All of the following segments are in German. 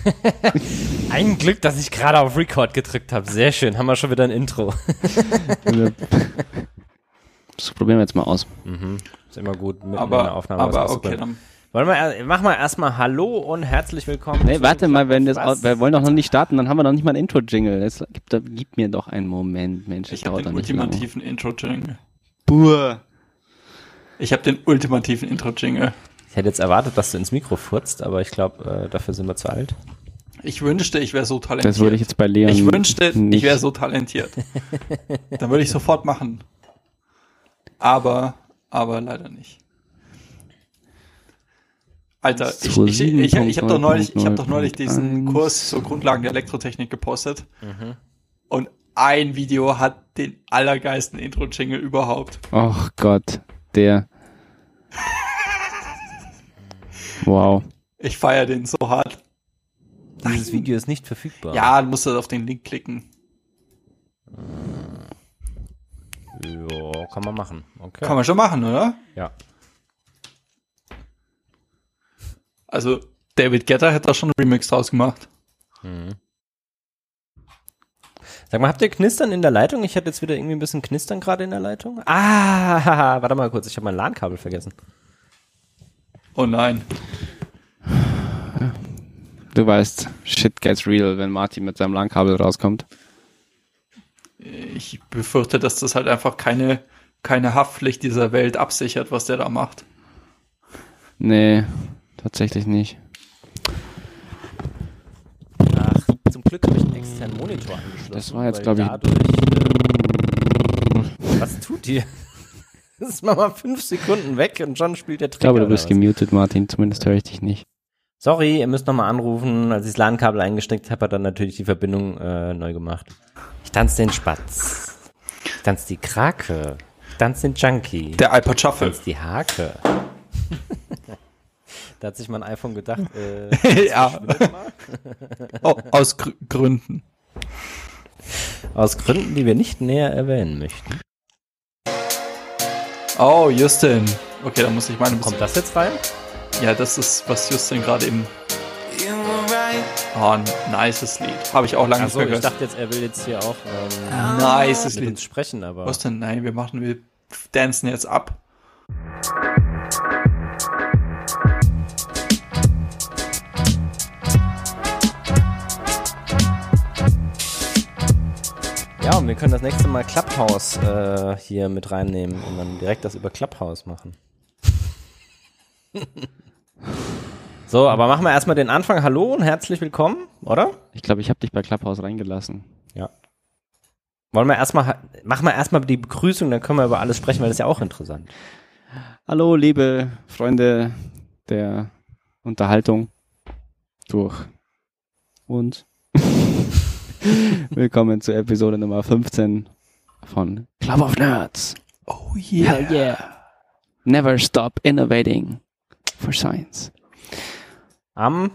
Ein Glück, dass ich gerade auf Record gedrückt habe. Sehr schön, haben wir schon wieder ein Intro. Das probieren wir jetzt mal aus. Ist immer gut mit aber, einer Aufnahme. Aber okay, dann. Mach mal erstmal Hallo und herzlich willkommen. Nee, warte mal, wir wollen doch noch nicht starten, dann haben wir noch nicht mal ein Intro-Jingle. Gib mir doch einen Moment, Mensch. Ich habe den ultimativen Intro-Jingle. Buh. Ich habe den ultimativen Intro-Jingle. Ich hätte jetzt erwartet, dass du ins Mikro furzt, aber ich glaube, dafür sind wir zu alt. Ich wünschte, ich wäre so talentiert. Das würde ich jetzt bei Leon Ich wünschte, nicht. ich wäre so talentiert. Dann würde ich sofort machen. Aber leider nicht. Alter, ich habe doch neulich diesen Kurs zur Grundlagen der Elektrotechnik gepostet. Und ein Video hat den allergeilsten Intro-Jingle überhaupt. Ach Gott, der. Wow. Ich feiere den so hart. Dieses Video ist nicht verfügbar. Ja, du musst auf den Link klicken. Ja, kann man machen. Okay. Kann man schon machen, oder? Ja. Also, David Guetta hat da schon einen Remix draus gemacht. Sag mal, habt ihr Knistern in der Leitung? Ich hatte jetzt wieder irgendwie ein bisschen Knistern gerade in der Leitung. Warte mal kurz, ich habe mein LAN-Kabel vergessen. Oh nein. Du weißt, shit gets real, wenn Martin mit seinem LAN-Kabel rauskommt. Ich befürchte, dass das halt einfach keine Haftpflicht dieser Welt absichert, was der da macht. Nee, tatsächlich nicht. Ach, zum Glück habe ich einen externen Monitor angeschlossen. Das war jetzt, glaube ich... Was tut ihr? Das ist mal 5 Sekunden weg und schon spielt der Trigger. Ich glaube, du bist gemutet, Martin. Zumindest höre ich dich nicht. Sorry, ihr müsst nochmal anrufen. Als ich das LAN-Kabel eingesteckt habe, hat dann natürlich die Verbindung neu gemacht. Ich tanze den Spatz. Ich tanze die Krake. Ich tanze den Junkie. Der iPod Shuffle. Ich tanze die Hake. Da hat sich mein iPhone gedacht, ja. Aus Gründen. Aus Gründen, die wir nicht näher erwähnen möchten. Oh, Justin. Okay, dann muss ich meine... Kommt das jetzt rein? Ja, das ist, was Justin gerade eben... Oh, ein nices Lied. Habe ich auch lange nicht mehr Ich gehört. dachte jetzt, er will jetzt hier auch Nices mit Lied. uns sprechen, aber... Was denn? Nein, wir dancen jetzt ab. Ja, und wir können das nächste Mal Clubhouse hier mit reinnehmen und dann direkt das über Clubhouse machen. So, aber machen wir erstmal den Anfang. Hallo und herzlich willkommen, oder? Ich glaube, ich habe dich bei Clubhouse reingelassen. Ja. Machen wir erstmal die Begrüßung, dann können wir über alles sprechen, weil das ist ja auch interessant. Hallo, liebe Freunde der Unterhaltung durch uns. Willkommen zur Episode Nummer 15 von Club of Nerds. Oh yeah. Hell yeah. Never stop innovating for science. Am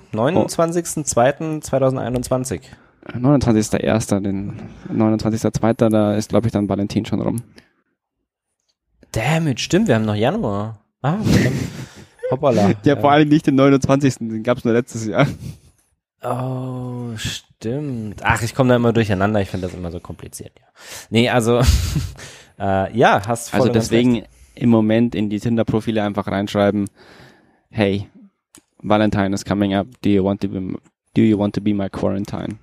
29.02.2021. 29.01., den 29.02., da ist, glaube ich, dann Valentin schon rum. Damn it, stimmt, wir haben noch Januar. Verdammt. Hoppala. Ja, vor allem nicht den 29., den gab es nur letztes Jahr. Oh, stimmt. Ach, ich komme da immer durcheinander. Ich finde das immer so kompliziert. Ja. Nee, also, ja, hast voll Also deswegen recht. im Moment in die Tinder-Profile einfach reinschreiben, hey, Valentine is coming up. Do you want to be my quarantine?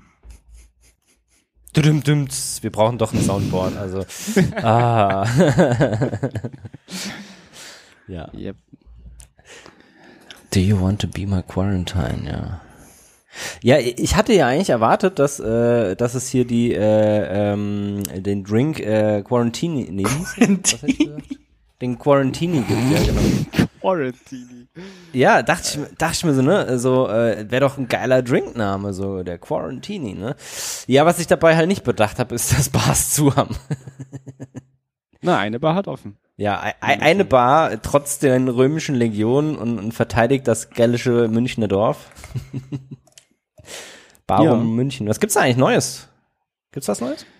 Wir brauchen doch ein Soundboard. Also, ja. Yep. Do you want to be my quarantine? Ja. Ja, ich hatte ja eigentlich erwartet, dass es hier den Drink Quarantini den Quarantini gibt, ja genau. Quarantini. Ja, dachte ich mir so, ne, so wäre doch ein geiler Drinkname, so der Quarantini, ne? Ja, was ich dabei halt nicht bedacht habe, ist, dass Bars zu haben. Na, eine Bar hat offen. Ja, eine Bar trotz den römischen Legionen und verteidigt das gälische Münchner Dorf. Barum München. Was gibt's da eigentlich Neues? Gibt's was Neues?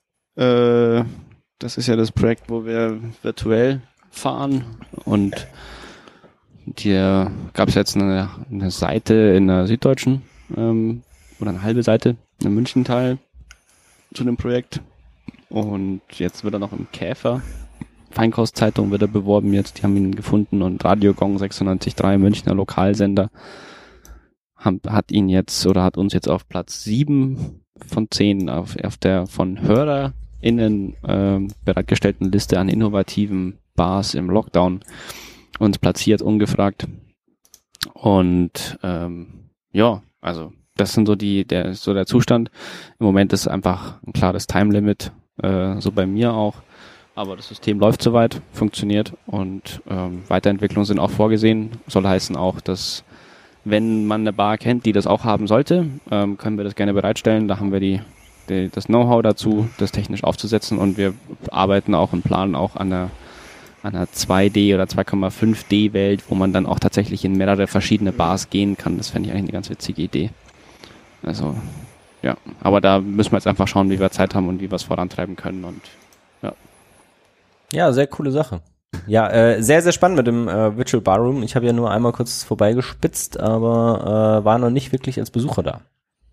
Das ist ja das Projekt, wo wir virtuell fahren und hier gab es jetzt eine Seite in der Süddeutschen, oder eine halbe Seite, ein München-Teil zu dem Projekt. Und jetzt wird er noch im Käfer, Feinkostzeitung wird er beworben jetzt, die haben ihn gefunden und Radio Gong 96.3, Münchner Lokalsender, hat ihn jetzt oder hat uns jetzt auf Platz 7 von 10 auf der von HörerInnen bereitgestellten Liste an innovativen Bars im Lockdown uns platziert, ungefragt. Und also das sind so der Zustand. Im Moment ist einfach ein klares Time-Limit, so bei mir auch. Aber das System läuft soweit, funktioniert und Weiterentwicklungen sind auch vorgesehen. Soll heißen auch, dass wenn man eine Bar kennt, die das auch haben sollte, können wir das gerne bereitstellen. Da haben wir das Know-how dazu, das technisch aufzusetzen und wir arbeiten auch und planen auch an einer 2D oder 2,5D Welt, wo man dann auch tatsächlich in mehrere verschiedene Bars gehen kann. Das fände ich eigentlich eine ganz witzige Idee. Also, ja. Aber da müssen wir jetzt einfach schauen, wie wir Zeit haben und wie wir es vorantreiben können und ja. Ja, sehr coole Sache. Ja, sehr, sehr spannend mit dem Virtual Barroom. Ich habe ja nur einmal kurz vorbeigespitzt, aber war noch nicht wirklich als Besucher da.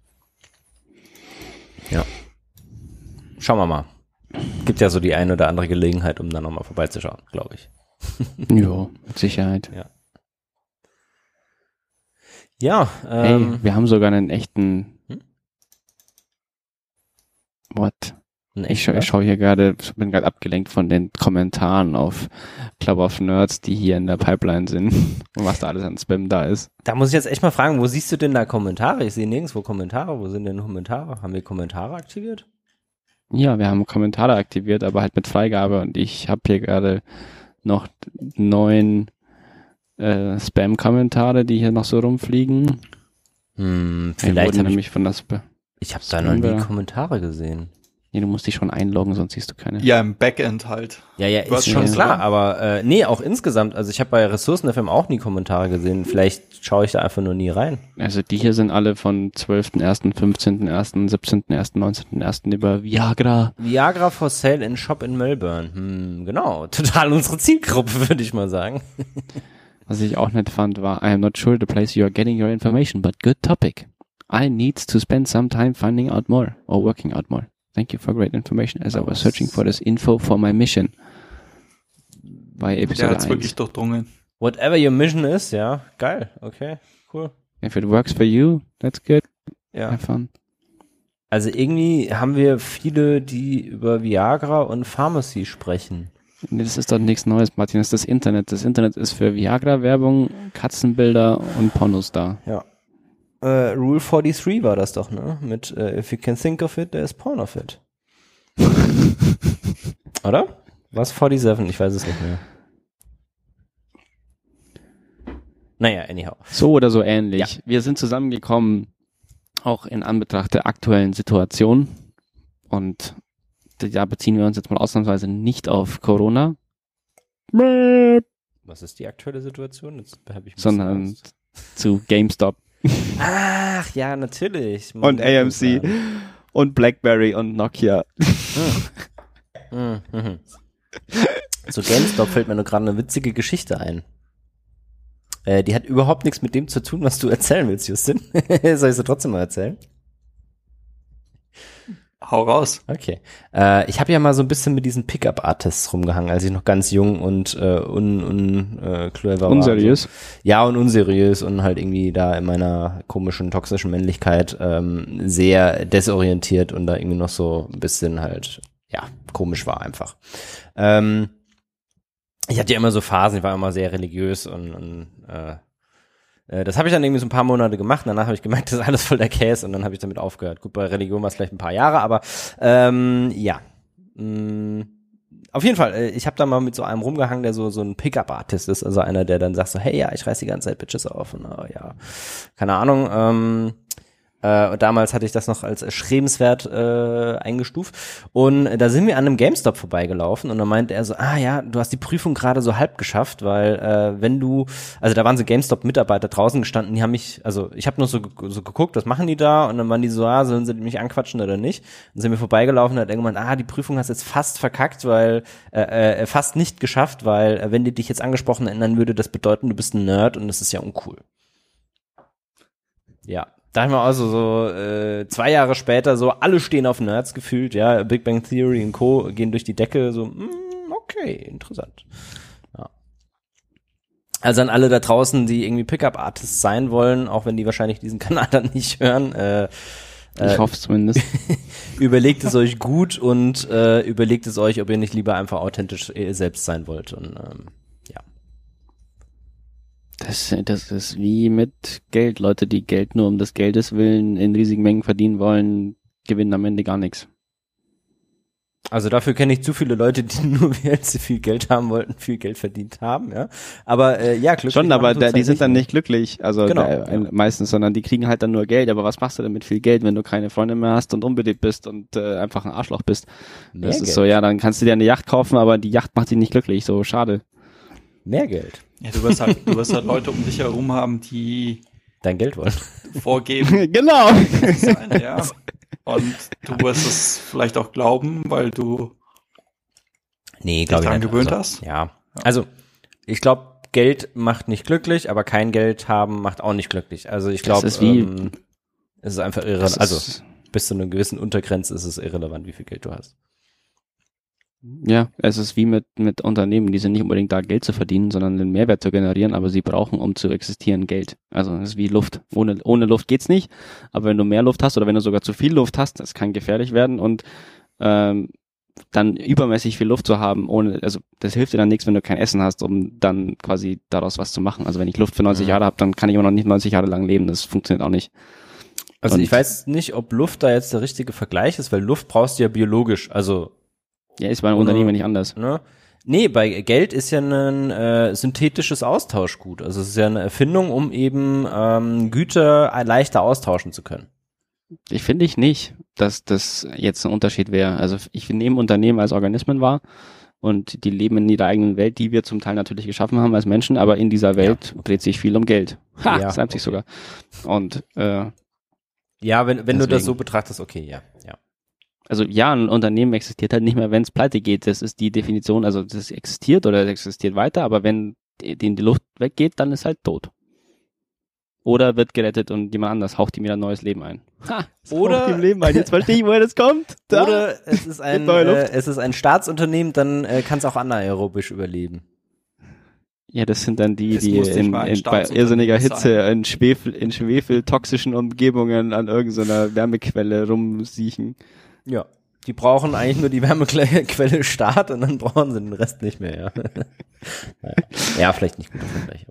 Ja. Schauen wir mal. Gibt ja so die eine oder andere Gelegenheit, um da nochmal vorbeizuschauen, glaube ich. Jo, mit Sicherheit. Ja. Ja, hey, wir haben sogar einen echten What? Ich schaue hier gerade, bin gerade abgelenkt von den Kommentaren auf Club of Nerds, die hier in der Pipeline sind und was da alles an Spam da ist. Da muss ich jetzt echt mal fragen, wo siehst du denn da Kommentare? Ich sehe nirgendwo Kommentare. Wo sind denn Kommentare? Haben wir Kommentare aktiviert? Ja, wir haben Kommentare aktiviert, aber halt mit Freigabe und ich habe hier gerade noch 9 Spam-Kommentare, die hier noch so rumfliegen. Vielleicht habe nämlich von das ich habe da noch nie Kommentare gesehen. Nee, du musst dich schon einloggen, sonst siehst du keine. Ja, im Backend halt. Ja, ist schon klar, aber nee, auch insgesamt, also ich habe bei Ressourcen FM auch nie Kommentare gesehen, vielleicht schaue ich da einfach nur nie rein. Also die hier sind alle von 12.01., 15.01., 17.01., 19.01. über Viagra. Viagra for sale in Shop in Melbourne. Genau, total unsere Zielgruppe, würde ich mal sagen. Was ich auch nett fand, war I am not sure the place you are getting your information, but good topic. I need to spend some time finding out more or working out more. Thank you for great information as I was searching for this info for my mission. Bei Episode 1. Der hat's wirklich durchdrungen. Whatever your mission is, ja, geil, okay, cool. If it works for you, that's good. Ja. Have fun. Also irgendwie haben wir viele, die über Viagra und Pharmacy sprechen. Nee, das ist doch nichts Neues, Martin, das ist das Internet. Das Internet ist für Viagra-Werbung, Katzenbilder und Pornos da. Ja. Rule 43 war das doch, ne? Mit if you can think of it, there's porn of it. Oder? Was 47? Ich weiß es nicht mehr. Naja, anyhow. So oder so ähnlich. Ja. Wir sind zusammengekommen, auch in Anbetracht der aktuellen Situation. Und da beziehen wir uns jetzt mal ausnahmsweise nicht auf Corona. Was ist die aktuelle Situation? Jetzt hab ich sondern zu GameStop. Ach ja, natürlich. Und AMC und BlackBerry und Nokia. Zu GameStop fällt mir nur gerade eine witzige Geschichte ein. Die hat überhaupt nichts mit dem zu tun, was du erzählen willst, Justin. Soll ich sie trotzdem mal erzählen? Hau raus. Okay. Ich habe ja mal so ein bisschen mit diesen Pickup-Artists rumgehangen, als ich noch ganz jung und clever war. Unseriös. So. Ja, und unseriös und halt irgendwie da in meiner komischen, toxischen Männlichkeit sehr desorientiert und da irgendwie noch so ein bisschen halt, ja, komisch war einfach. Ich hatte ja immer so Phasen, ich war immer sehr religiös und das habe ich dann irgendwie so ein paar Monate gemacht und danach habe ich gemerkt, das ist alles voll der Käse und dann habe ich damit aufgehört. Gut, bei Religion war es vielleicht ein paar Jahre, aber ja. Auf jeden Fall, ich habe da mal mit so einem rumgehangen, der so ein Pickup-Artist ist, also einer, der dann sagt so, hey, ja, ich reiß die ganze Zeit Bitches auf und ja, keine Ahnung, und damals hatte ich das noch als erstrebenswert eingestuft und da sind wir an einem GameStop vorbeigelaufen und dann meinte er so, ja, du hast die Prüfung gerade so halb geschafft, weil wenn du, also da waren so GameStop-Mitarbeiter draußen gestanden, die haben mich, also ich habe nur so geguckt, was machen die da und dann waren die so, sollen sie mich anquatschen oder nicht? Dann sind wir vorbeigelaufen und hat er gemeint, die Prüfung hast jetzt fast verkackt, weil fast nicht geschafft, weil wenn die dich jetzt angesprochen hätten, dann würde das bedeuten, du bist ein Nerd und das ist ja uncool. Ja. Da haben wir also so 2 Jahre später so, alle stehen auf Nerds gefühlt, ja, Big Bang Theory und Co. gehen durch die Decke, so, okay, interessant. Ja. Also an alle da draußen, die irgendwie Pickup-Artists sein wollen, auch wenn die wahrscheinlich diesen Kanal dann nicht hören, ich hoffe es zumindest. Überlegt es euch gut und überlegt es euch, ob ihr nicht lieber einfach authentisch selbst sein wollt und ja. Das ist wie mit Geld. Leute, die Geld nur um des Geldes willen in riesigen Mengen verdienen wollen, gewinnen am Ende gar nichts. Also dafür kenne ich zu viele Leute, die nur, weil sie viel Geld haben wollten, viel Geld verdient haben, ja. Aber ja, glücklich. Schon, aber die sind dann nicht glücklich, also genau, meistens, sondern die kriegen halt dann nur Geld. Aber was machst du denn mit viel Geld, wenn du keine Freunde mehr hast und unbeliebt bist und einfach ein Arschloch bist? Das ist so, ja, dann kannst du dir eine Yacht kaufen, aber die Yacht macht dich nicht glücklich, so schade. Mehr Geld. Ja, du wirst halt Leute um dich herum haben, die dein Geld wollen. Vorgeben. Genau. Sein, ja. Und du wirst es vielleicht auch glauben, weil du dich daran gewöhnt hast. Ja. Also, ich glaube, Geld macht nicht glücklich, aber kein Geld haben macht auch nicht glücklich. Also ich glaube, es ist einfach irrelevant. Also bis zu einer gewissen Untergrenze ist es irrelevant, wie viel Geld du hast. Ja, es ist wie mit Unternehmen, die sind nicht unbedingt da, Geld zu verdienen, sondern den Mehrwert zu generieren, aber sie brauchen, um zu existieren, Geld. Also es ist wie Luft. Ohne Luft geht's nicht, aber wenn du mehr Luft hast oder wenn du sogar zu viel Luft hast, das kann gefährlich werden und dann übermäßig viel Luft zu haben, also das hilft dir dann nichts, wenn du kein Essen hast, um dann quasi daraus was zu machen. Also wenn ich Luft für 90 Jahre habe, dann kann ich immer noch nicht 90 Jahre lang leben, das funktioniert auch nicht. Also ich weiß nicht, ob Luft da jetzt der richtige Vergleich ist, weil Luft brauchst du ja biologisch, also ja, ist bei einem Unternehmen nicht anders. Ne? Nee, bei Geld ist ja ein synthetisches Austauschgut. Also es ist ja eine Erfindung, um eben Güter leichter austauschen zu können. Ich finde nicht, dass das jetzt ein Unterschied wäre. Also ich nehme Unternehmen als Organismen wahr und die leben in ihrer eigenen Welt, die wir zum Teil natürlich geschaffen haben als Menschen, aber in dieser Welt dreht sich viel um Geld. Das reimt sich sogar. Und ja, wenn du das so betrachtest, okay, ja. Also ja, ein Unternehmen existiert halt nicht mehr, wenn es pleite geht. Das ist die Definition, also das existiert oder es existiert weiter, aber wenn denen die Luft weggeht, dann ist halt tot. Oder wird gerettet und jemand anders haucht ihm wieder ein neues Leben ein. Oder haucht ihm Leben ein. Jetzt verstehe ich, woher das kommt. Oder es ist ein Staatsunternehmen, dann kann es auch anaerobisch überleben. Ja, das sind dann die bei irrsinniger Hitze in schwefeltoxischen Umgebungen an irgendeiner Wärmequelle rumsiechen. Ja, die brauchen eigentlich nur die Wärmequelle Staat und dann brauchen sie den Rest nicht mehr, ja. Ja, vielleicht nicht gut Vergleich,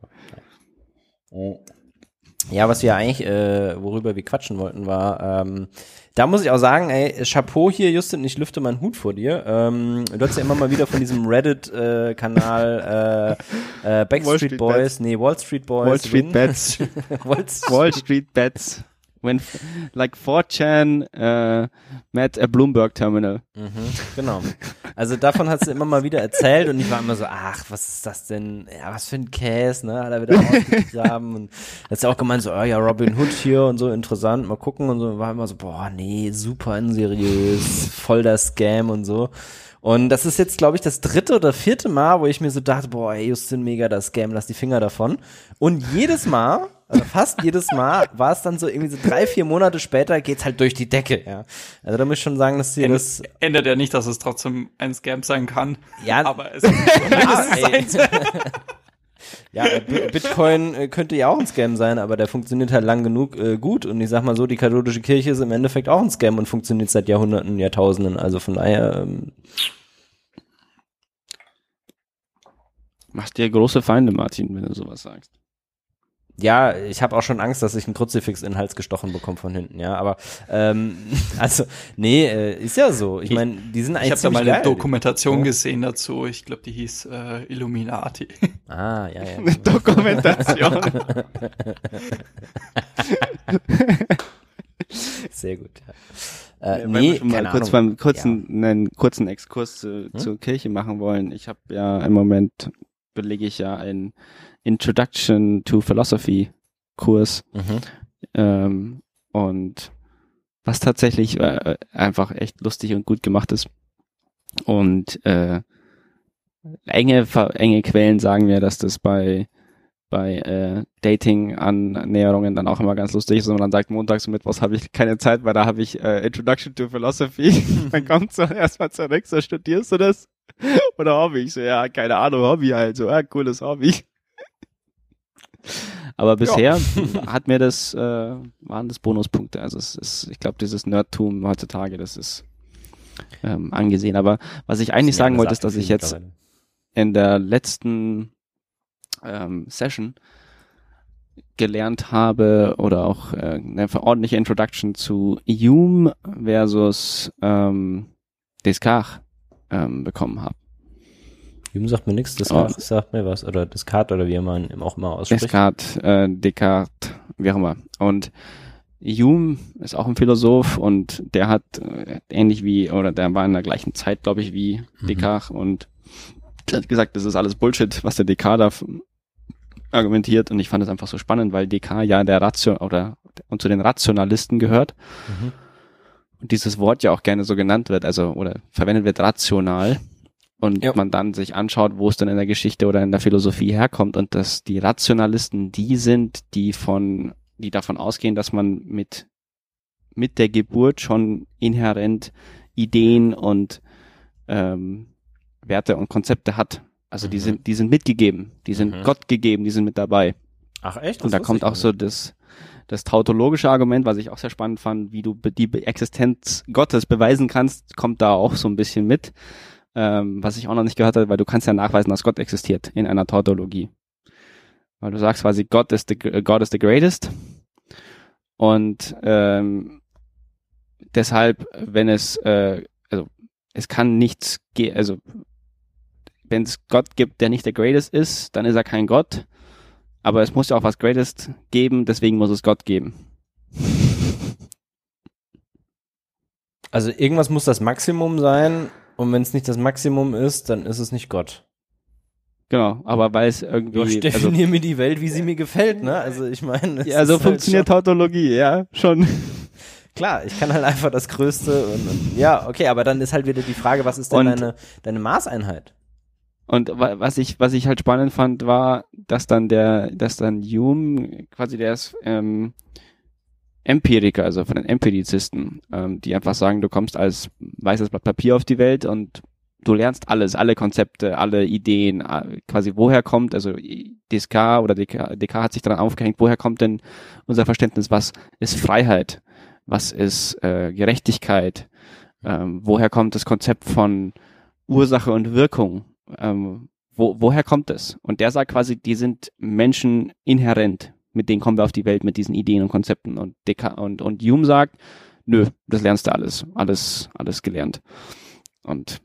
aber. Ja, was wir eigentlich, worüber wir quatschen wollten, war, da muss ich auch sagen, ey, Chapeau hier, Justin, ich lüfte meinen Hut vor dir. Du hast ja immer mal wieder von diesem Reddit-Kanal Wall Street Boys. Wall Street Bets. Wall Street Bets. When, like 4chan met a Bloomberg Terminal. Genau. Also davon hat sie immer mal wieder erzählt und ich war immer so, ach, was ist das denn? Ja, was für ein Käse, ne? Hat er wieder ausgegraben und hat sie auch gemeint so, ja, Robin Hood hier und so, interessant, mal gucken und so. War immer so, boah, nee, super unseriös, voll der Scam und so. Und das ist jetzt, glaube ich, das 3. oder 4. Mal, wo ich mir so dachte, boah, ey, Justin, mega das Scam, lass die Finger davon. Und jedes Mal, also fast jedes Mal, war es dann so irgendwie so 3-4 Monate später geht's halt durch die Decke, ja. Also da muss ich schon sagen, dass sie das... Ändert ja nicht, dass es trotzdem ein Scam sein kann. Ja, aber es ist ja, Bitcoin könnte ja auch ein Scam sein, aber der funktioniert halt lang genug gut. Und ich sag mal so, die katholische Kirche ist im Endeffekt auch ein Scam und funktioniert seit Jahrhunderten, Jahrtausenden. Also von daher... Machst dir große Feinde, Martin, wenn du sowas sagst. Ja, ich habe auch schon Angst, dass ich einen Kruzifix in den Hals gestochen bekomme von hinten, ja, aber also, nee, ist ja so. Ich meine, die sind eigentlich ziemlich geil. Ich habe da mal eine Dokumentation gesehen dazu, ich glaube, die hieß Illuminati. Ah, ja. Eine Dokumentation. Sehr gut, ja. Nee, keine Ahnung. Einen kurzen Exkurs zur Kirche machen wollen. Ich habe ja im Moment belege ich ja ein Introduction to Philosophy Kurs und was tatsächlich einfach echt lustig und gut gemacht ist und enge Quellen sagen mir, dass das bei bei Dating-Annäherungen dann auch immer ganz lustig ist, und man dann sagt, montags und mittwochs habe ich keine Zeit, weil da habe ich Introduction to Philosophy. Dann kommt so erstmal zurück, so studierst du das? Oder Hobby? Ich so, ja, keine Ahnung, Hobby halt, so, ja, cooles Hobby. Aber bisher hat mir das, waren das Bonuspunkte. Also es ist, ich glaube, dieses Nerdtum heutzutage, das ist angesehen. Aber was ich eigentlich sagen wollte, ist, dass ich jetzt in der letzten Session gelernt habe oder auch eine ordentliche Introduction zu Hume versus Descartes bekommen habe. Hume sagt mir nichts, Descartes sagt mir was, oder Descartes, oder wie man auch immer ausspricht. Descartes, Descartes, wie auch immer. Und Hume ist auch ein Philosoph, und der hat ähnlich wie, oder der war in der gleichen Zeit, glaube ich, wie Descartes, und hat gesagt, das ist alles Bullshit, was der Descartes da argumentiert, und ich fand es einfach so spannend, weil Descartes ja und zu den Rationalisten gehört. Und dieses Wort ja auch gerne so genannt wird, also oder verwendet wird, rational. Und man dann sich anschaut, wo es dann in der Geschichte oder in der Philosophie herkommt, und dass die Rationalisten die sind, die davon ausgehen, dass man mit der Geburt schon inhärent Ideen und Werte und Konzepte hat. Also die sind mitgegeben, die sind Gott gegeben, die sind mit dabei. Ach echt? Und da kommt auch so das tautologische Argument, was ich auch sehr spannend fand, wie du die Existenz Gottes beweisen kannst, kommt da auch so ein bisschen mit. Was ich auch noch nicht gehört habe, weil du kannst ja nachweisen, dass Gott existiert in einer Tautologie. Weil du sagst quasi, God is the greatest. Und deshalb, wenn es kann nichts wenn es Gott gibt, der nicht der Greatest ist, dann ist er kein Gott. Aber es muss ja auch was Greatest geben, deswegen muss es Gott geben. Also irgendwas muss das Maximum sein, und wenn es nicht das Maximum ist, dann ist es nicht Gott. Genau, aber weil es irgendwie... Ich definiere mir die Welt, wie sie mir gefällt, ne? Also ich meine... Ja, so funktioniert Tautologie, ja, schon. Klar, ich kann halt einfach das Größte und ja, okay, aber dann ist halt wieder die Frage, was ist denn deine Maßeinheit? Und was ich halt spannend fand, war, dass dann Hume, quasi der ist Empiriker, also von den Empirizisten, die einfach sagen, du kommst als weißes Blatt Papier auf die Welt und du lernst alles, alle Konzepte, alle Ideen, quasi woher kommt, also Descartes oder Descartes hat sich daran aufgehängt, woher kommt denn unser Verständnis, was ist Freiheit, was ist Gerechtigkeit, woher kommt das Konzept von Ursache und Wirkung, woher kommt es? Und der sagt quasi, die sind Menschen inhärent, mit denen kommen wir auf die Welt, mit diesen Ideen und Konzepten. Und und Hume sagt, nö, das lernst du alles gelernt. Und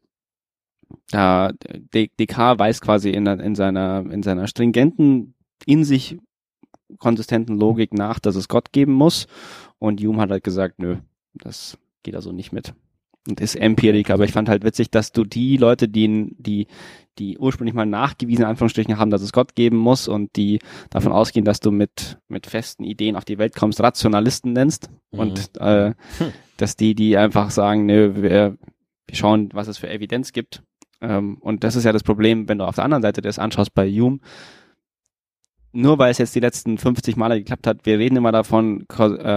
Descartes weist quasi in seiner stringenten, in sich konsistenten Logik nach, dass es Gott geben muss. Und Hume hat halt gesagt, nö, das geht also nicht mit. Und ist Empiriker, aber ich fand halt witzig, dass du die Leute, die ursprünglich mal nachgewiesen, in Anführungsstrichen, haben, dass es Gott geben muss, und die davon ausgehen, dass du mit festen Ideen auf die Welt kommst, Rationalisten nennst. Und dass die einfach sagen, nö, wir schauen, was es für Evidenz gibt. Und das ist ja das Problem, wenn du auf der anderen Seite das anschaust bei Hume. Nur weil es jetzt die letzten 50 Male geklappt hat, wir reden immer davon,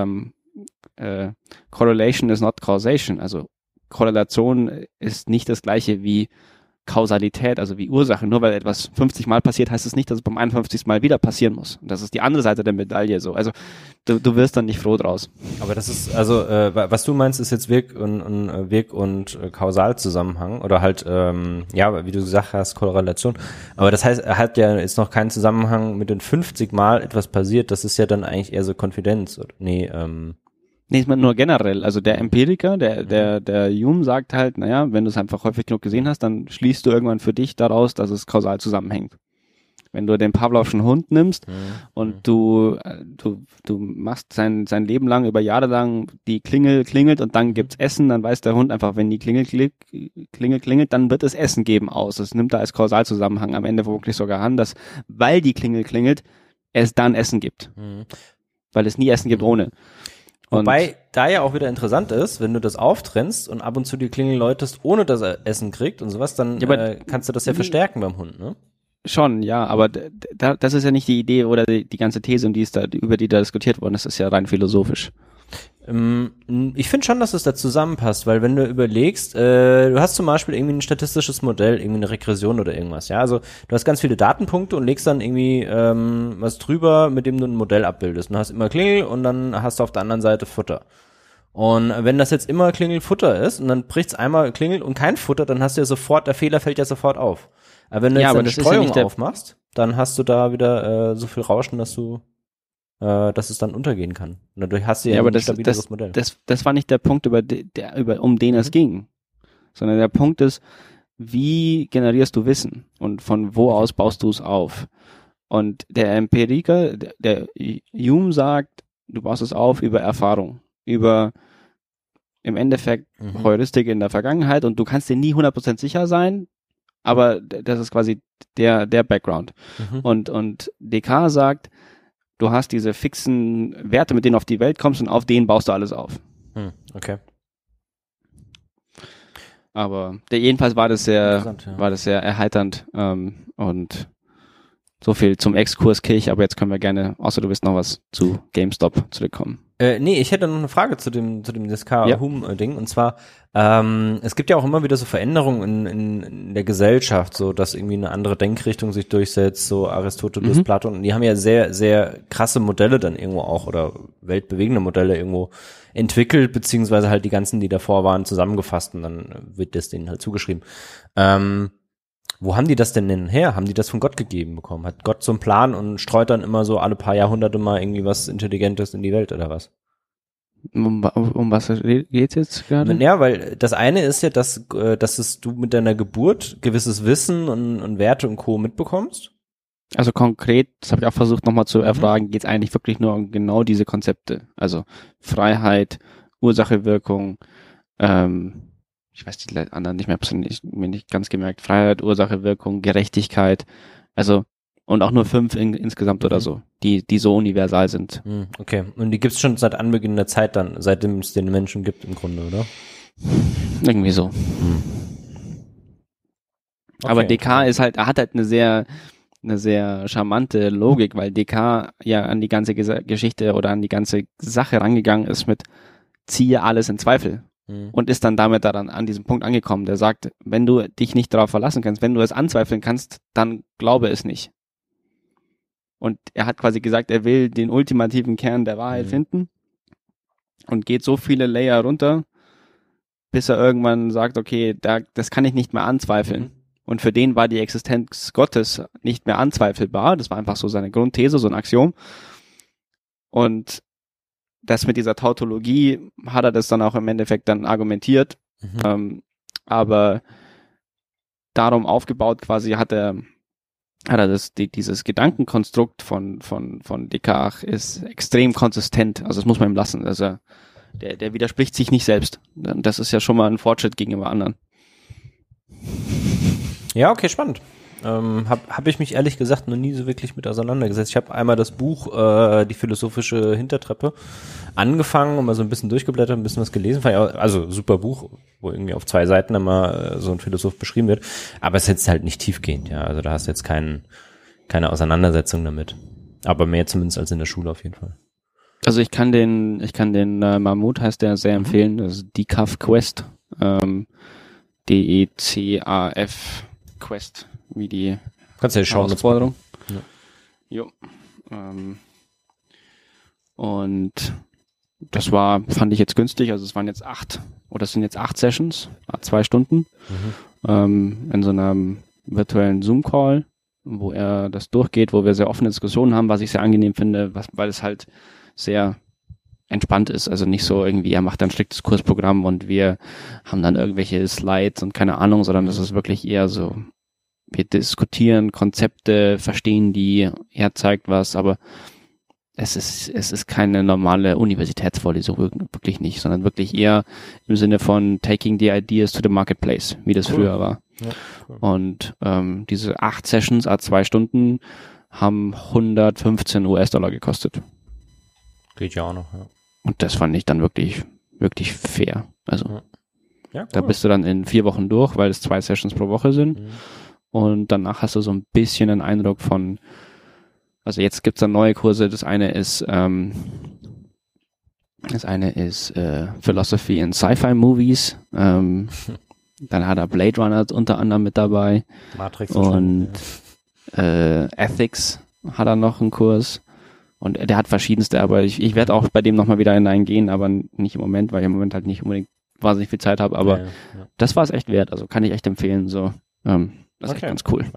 Correlation is not causation, also Korrelation ist nicht das gleiche wie Kausalität, also wie Ursache. Nur weil etwas 50 Mal passiert, heißt es nicht, dass es beim 51. Mal wieder passieren muss. Und das ist die andere Seite der Medaille so. Also du wirst dann nicht froh draus. Aber das ist, also was du meinst, ist jetzt Wirk- und Kausalzusammenhang oder halt, wie du gesagt hast, Korrelation. Aber das heißt, er hat ja jetzt noch keinen Zusammenhang mit den 50 Mal etwas passiert. Das ist ja dann eigentlich eher so Konfidenz. Nee, ist man nur generell. Also der Empiriker, der Hume sagt halt, naja, wenn du es einfach häufig genug gesehen hast, dann schließt du irgendwann für dich daraus, dass es kausal zusammenhängt. Wenn du den Pavlovschen Hund nimmst und du machst sein Leben lang, über Jahre lang, die Klingel klingelt und dann gibt's Essen, dann weiß der Hund einfach, wenn die Klingel klingelt, dann wird es Essen geben aus. Das nimmt er als Kausalzusammenhang am Ende wirklich sogar an, dass, weil die Klingel klingelt, es dann Essen gibt. Weil es nie Essen gibt ohne. Wobei da ja auch wieder interessant ist, wenn du das auftrennst und ab und zu die Klingel läutest, ohne dass er Essen kriegt und sowas, dann kannst du das ja verstärken beim Hund, ne? Schon, ja, aber das ist ja nicht die Idee oder die ganze These, über die da diskutiert worden ist, ist ja rein philosophisch. Ich finde schon, dass es da zusammenpasst, weil wenn du überlegst, du hast zum Beispiel irgendwie ein statistisches Modell, irgendwie eine Regression oder irgendwas, ja, also du hast ganz viele Datenpunkte und legst dann irgendwie was drüber, mit dem du ein Modell abbildest. Und du hast immer Klingel und dann hast du auf der anderen Seite Futter. Und wenn das jetzt immer Klingel Futter ist und dann bricht's einmal Klingel und kein Futter, dann hast du ja sofort, der Fehler fällt ja sofort auf. Aber wenn du jetzt eine Streuung aufmachst, dann hast du da wieder so viel Rauschen, dass es dann untergehen kann. Und dadurch hast du ja ein stabileres Modell. Das war nicht der Punkt, um den es ging. Sondern der Punkt ist, wie generierst du Wissen? Und von wo aus baust du es auf? Und der Empiriker, der Hume sagt, du baust es auf über Erfahrung. Über im Endeffekt Heuristik in der Vergangenheit. Und du kannst dir nie 100% sicher sein, aber das ist quasi der Background. Und Descartes sagt, du hast diese fixen Werte, mit denen du auf die Welt kommst und auf denen baust du alles auf. Okay. Aber jedenfalls war das sehr erheiternd und so viel zum Exkurs Kirch, aber jetzt können wir gerne, außer du willst noch was zu GameStop zurückkommen. Nee, ich hätte noch eine Frage zu dem Descartes-Hume-Ding, und zwar, es gibt ja auch immer wieder so Veränderungen in der Gesellschaft, so dass irgendwie eine andere Denkrichtung sich durchsetzt, so Aristoteles, Platon, und die haben ja sehr, sehr krasse Modelle dann irgendwo auch, oder weltbewegende Modelle irgendwo entwickelt, beziehungsweise halt die ganzen, die davor waren, zusammengefasst, und dann wird das denen halt zugeschrieben. Wo haben die das denn her? Haben die das von Gott gegeben bekommen? Hat Gott so einen Plan und streut dann immer so alle paar Jahrhunderte mal irgendwie was Intelligentes in die Welt oder was? Um was geht's jetzt gerade? Ja, weil das eine ist ja, dass du mit deiner Geburt gewisses Wissen und Werte und Co. mitbekommst. Also konkret, das habe ich auch versucht nochmal zu erfragen, geht's eigentlich wirklich nur um genau diese Konzepte. Also Freiheit, Ursache, Wirkung, ich weiß die anderen nicht mehr, mir nicht ganz gemerkt, Freiheit, Ursache, Wirkung, Gerechtigkeit, also und auch nur 5 insgesamt oder so, die so universal sind. Okay, und die gibt's schon seit Anbeginn der Zeit dann, seitdem es den Menschen gibt im Grunde, oder? Irgendwie so. Okay. Aber Descartes hat halt eine sehr charmante Logik, weil Descartes ja an die ganze Geschichte oder an die ganze Sache rangegangen ist mit ziehe alles in Zweifel. Und ist dann damit daran an diesem Punkt angekommen, der sagt, wenn du dich nicht darauf verlassen kannst, wenn du es anzweifeln kannst, dann glaube es nicht. Und er hat quasi gesagt, er will den ultimativen Kern der Wahrheit finden und geht so viele Layer runter, bis er irgendwann sagt, okay, das kann ich nicht mehr anzweifeln. Und für den war die Existenz Gottes nicht mehr anzweifelbar. Das war einfach so seine Grundthese, so ein Axiom. Und das mit dieser Tautologie hat er das dann auch im Endeffekt dann argumentiert. Aber darum aufgebaut quasi hat er dieses Gedankenkonstrukt von Descartes ist extrem konsistent. Also das muss man ihm lassen. Also der widerspricht sich nicht selbst. Das ist ja schon mal ein Fortschritt gegenüber anderen. Ja, okay, spannend. Hab ich mich ehrlich gesagt noch nie so wirklich mit auseinandergesetzt. Ich habe einmal das Buch Die philosophische Hintertreppe angefangen und mal so ein bisschen durchgeblättert, ein bisschen was gelesen. Also super Buch, wo irgendwie auf 2 Seiten immer so ein Philosoph beschrieben wird. Aber es ist jetzt halt nicht tiefgehend, ja. Also da hast du jetzt keine Auseinandersetzung damit. Aber mehr zumindest als in der Schule auf jeden Fall. Also ich kann den Mahmoud heißt der sehr empfehlen. Das ist Decaf Quest. DECAF Quest. Wie die kannst du ja schauen, Herausforderung. Ja. Jo. Und das fand ich jetzt günstig, also es waren jetzt 8 Sessions, 2 Stunden, in so einem virtuellen Zoom-Call, wo er das durchgeht, wo wir sehr offene Diskussionen haben, was ich sehr angenehm finde, weil es halt sehr entspannt ist, also nicht so irgendwie, er macht ein striktes Kursprogramm und wir haben dann irgendwelche Slides und keine Ahnung, sondern das ist wirklich eher so, wir diskutieren Konzepte, verstehen die, er zeigt was, aber es ist keine normale Universitätsvorlesung, wirklich nicht, sondern wirklich eher im Sinne von taking the ideas to the marketplace, wie das früher war. Ja, cool. Und diese 8 Sessions, 2 Stunden, haben $115 gekostet. Geht ja auch noch, ja. Und das fand ich dann wirklich, wirklich fair. Also ja, cool. Da bist du dann in 4 Wochen durch, weil es 2 Sessions pro Woche sind. und danach hast du so ein bisschen einen Eindruck von, also jetzt gibt's dann neue Kurse, das eine ist Philosophy in Sci-Fi Movies, dann hat er Blade Runner unter anderem mit dabei, Matrix und Ethics hat er noch einen Kurs. Und der hat verschiedenste, aber ich werde auch bei dem nochmal wieder hineingehen, aber nicht im Moment, weil ich im Moment halt nicht unbedingt wahnsinnig viel Zeit habe, aber das war es echt wert, also kann ich echt empfehlen, so, das ist echt ganz cool.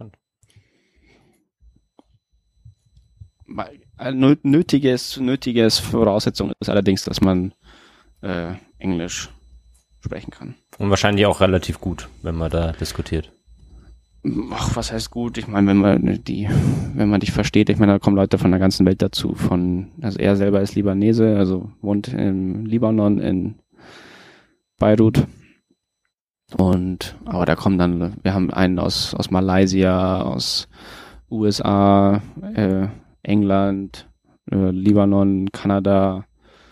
Nötiges Voraussetzung ist allerdings, dass man Englisch sprechen kann. Und wahrscheinlich auch relativ gut, wenn man da diskutiert. Ach, was heißt gut? Ich meine, wenn man dich versteht, ich meine, da kommen Leute von der ganzen Welt dazu. Also er selber ist Libanese, also wohnt im Libanon in Beirut. Aber da kommen dann, wir haben einen aus Malaysia, aus USA, England, Libanon, Kanada,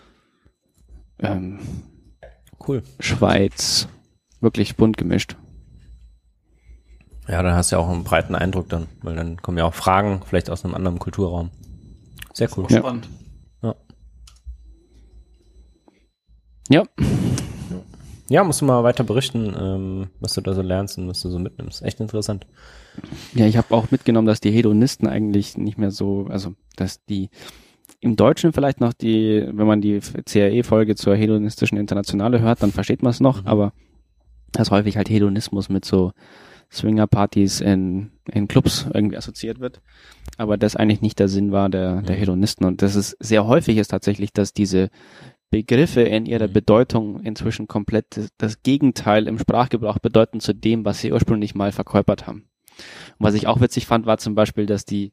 cool. Schweiz, wirklich bunt gemischt. Ja, dann hast du ja auch einen breiten Eindruck dann, weil dann kommen ja auch Fragen, vielleicht aus einem anderen Kulturraum. Sehr cool. Ja. Spannend. Ja. Ja, musst du mal weiter berichten, was du da so lernst und was du so mitnimmst. Echt interessant. Ja, ich habe auch mitgenommen, dass die Hedonisten eigentlich nicht mehr so, also dass die im Deutschen vielleicht noch wenn man die CRE-Folge zur hedonistischen Internationale hört, dann versteht man es noch, aber dass häufig halt Hedonismus mit so Swinger-Partys in Clubs irgendwie assoziiert wird, aber das eigentlich nicht der Sinn war der Hedonisten, und das ist sehr häufig ist tatsächlich, dass diese Begriffe in ihrer Bedeutung inzwischen komplett das Gegenteil im Sprachgebrauch bedeuten zu dem, was sie ursprünglich mal verkörpert haben. Und was ich auch witzig fand, war zum Beispiel, dass die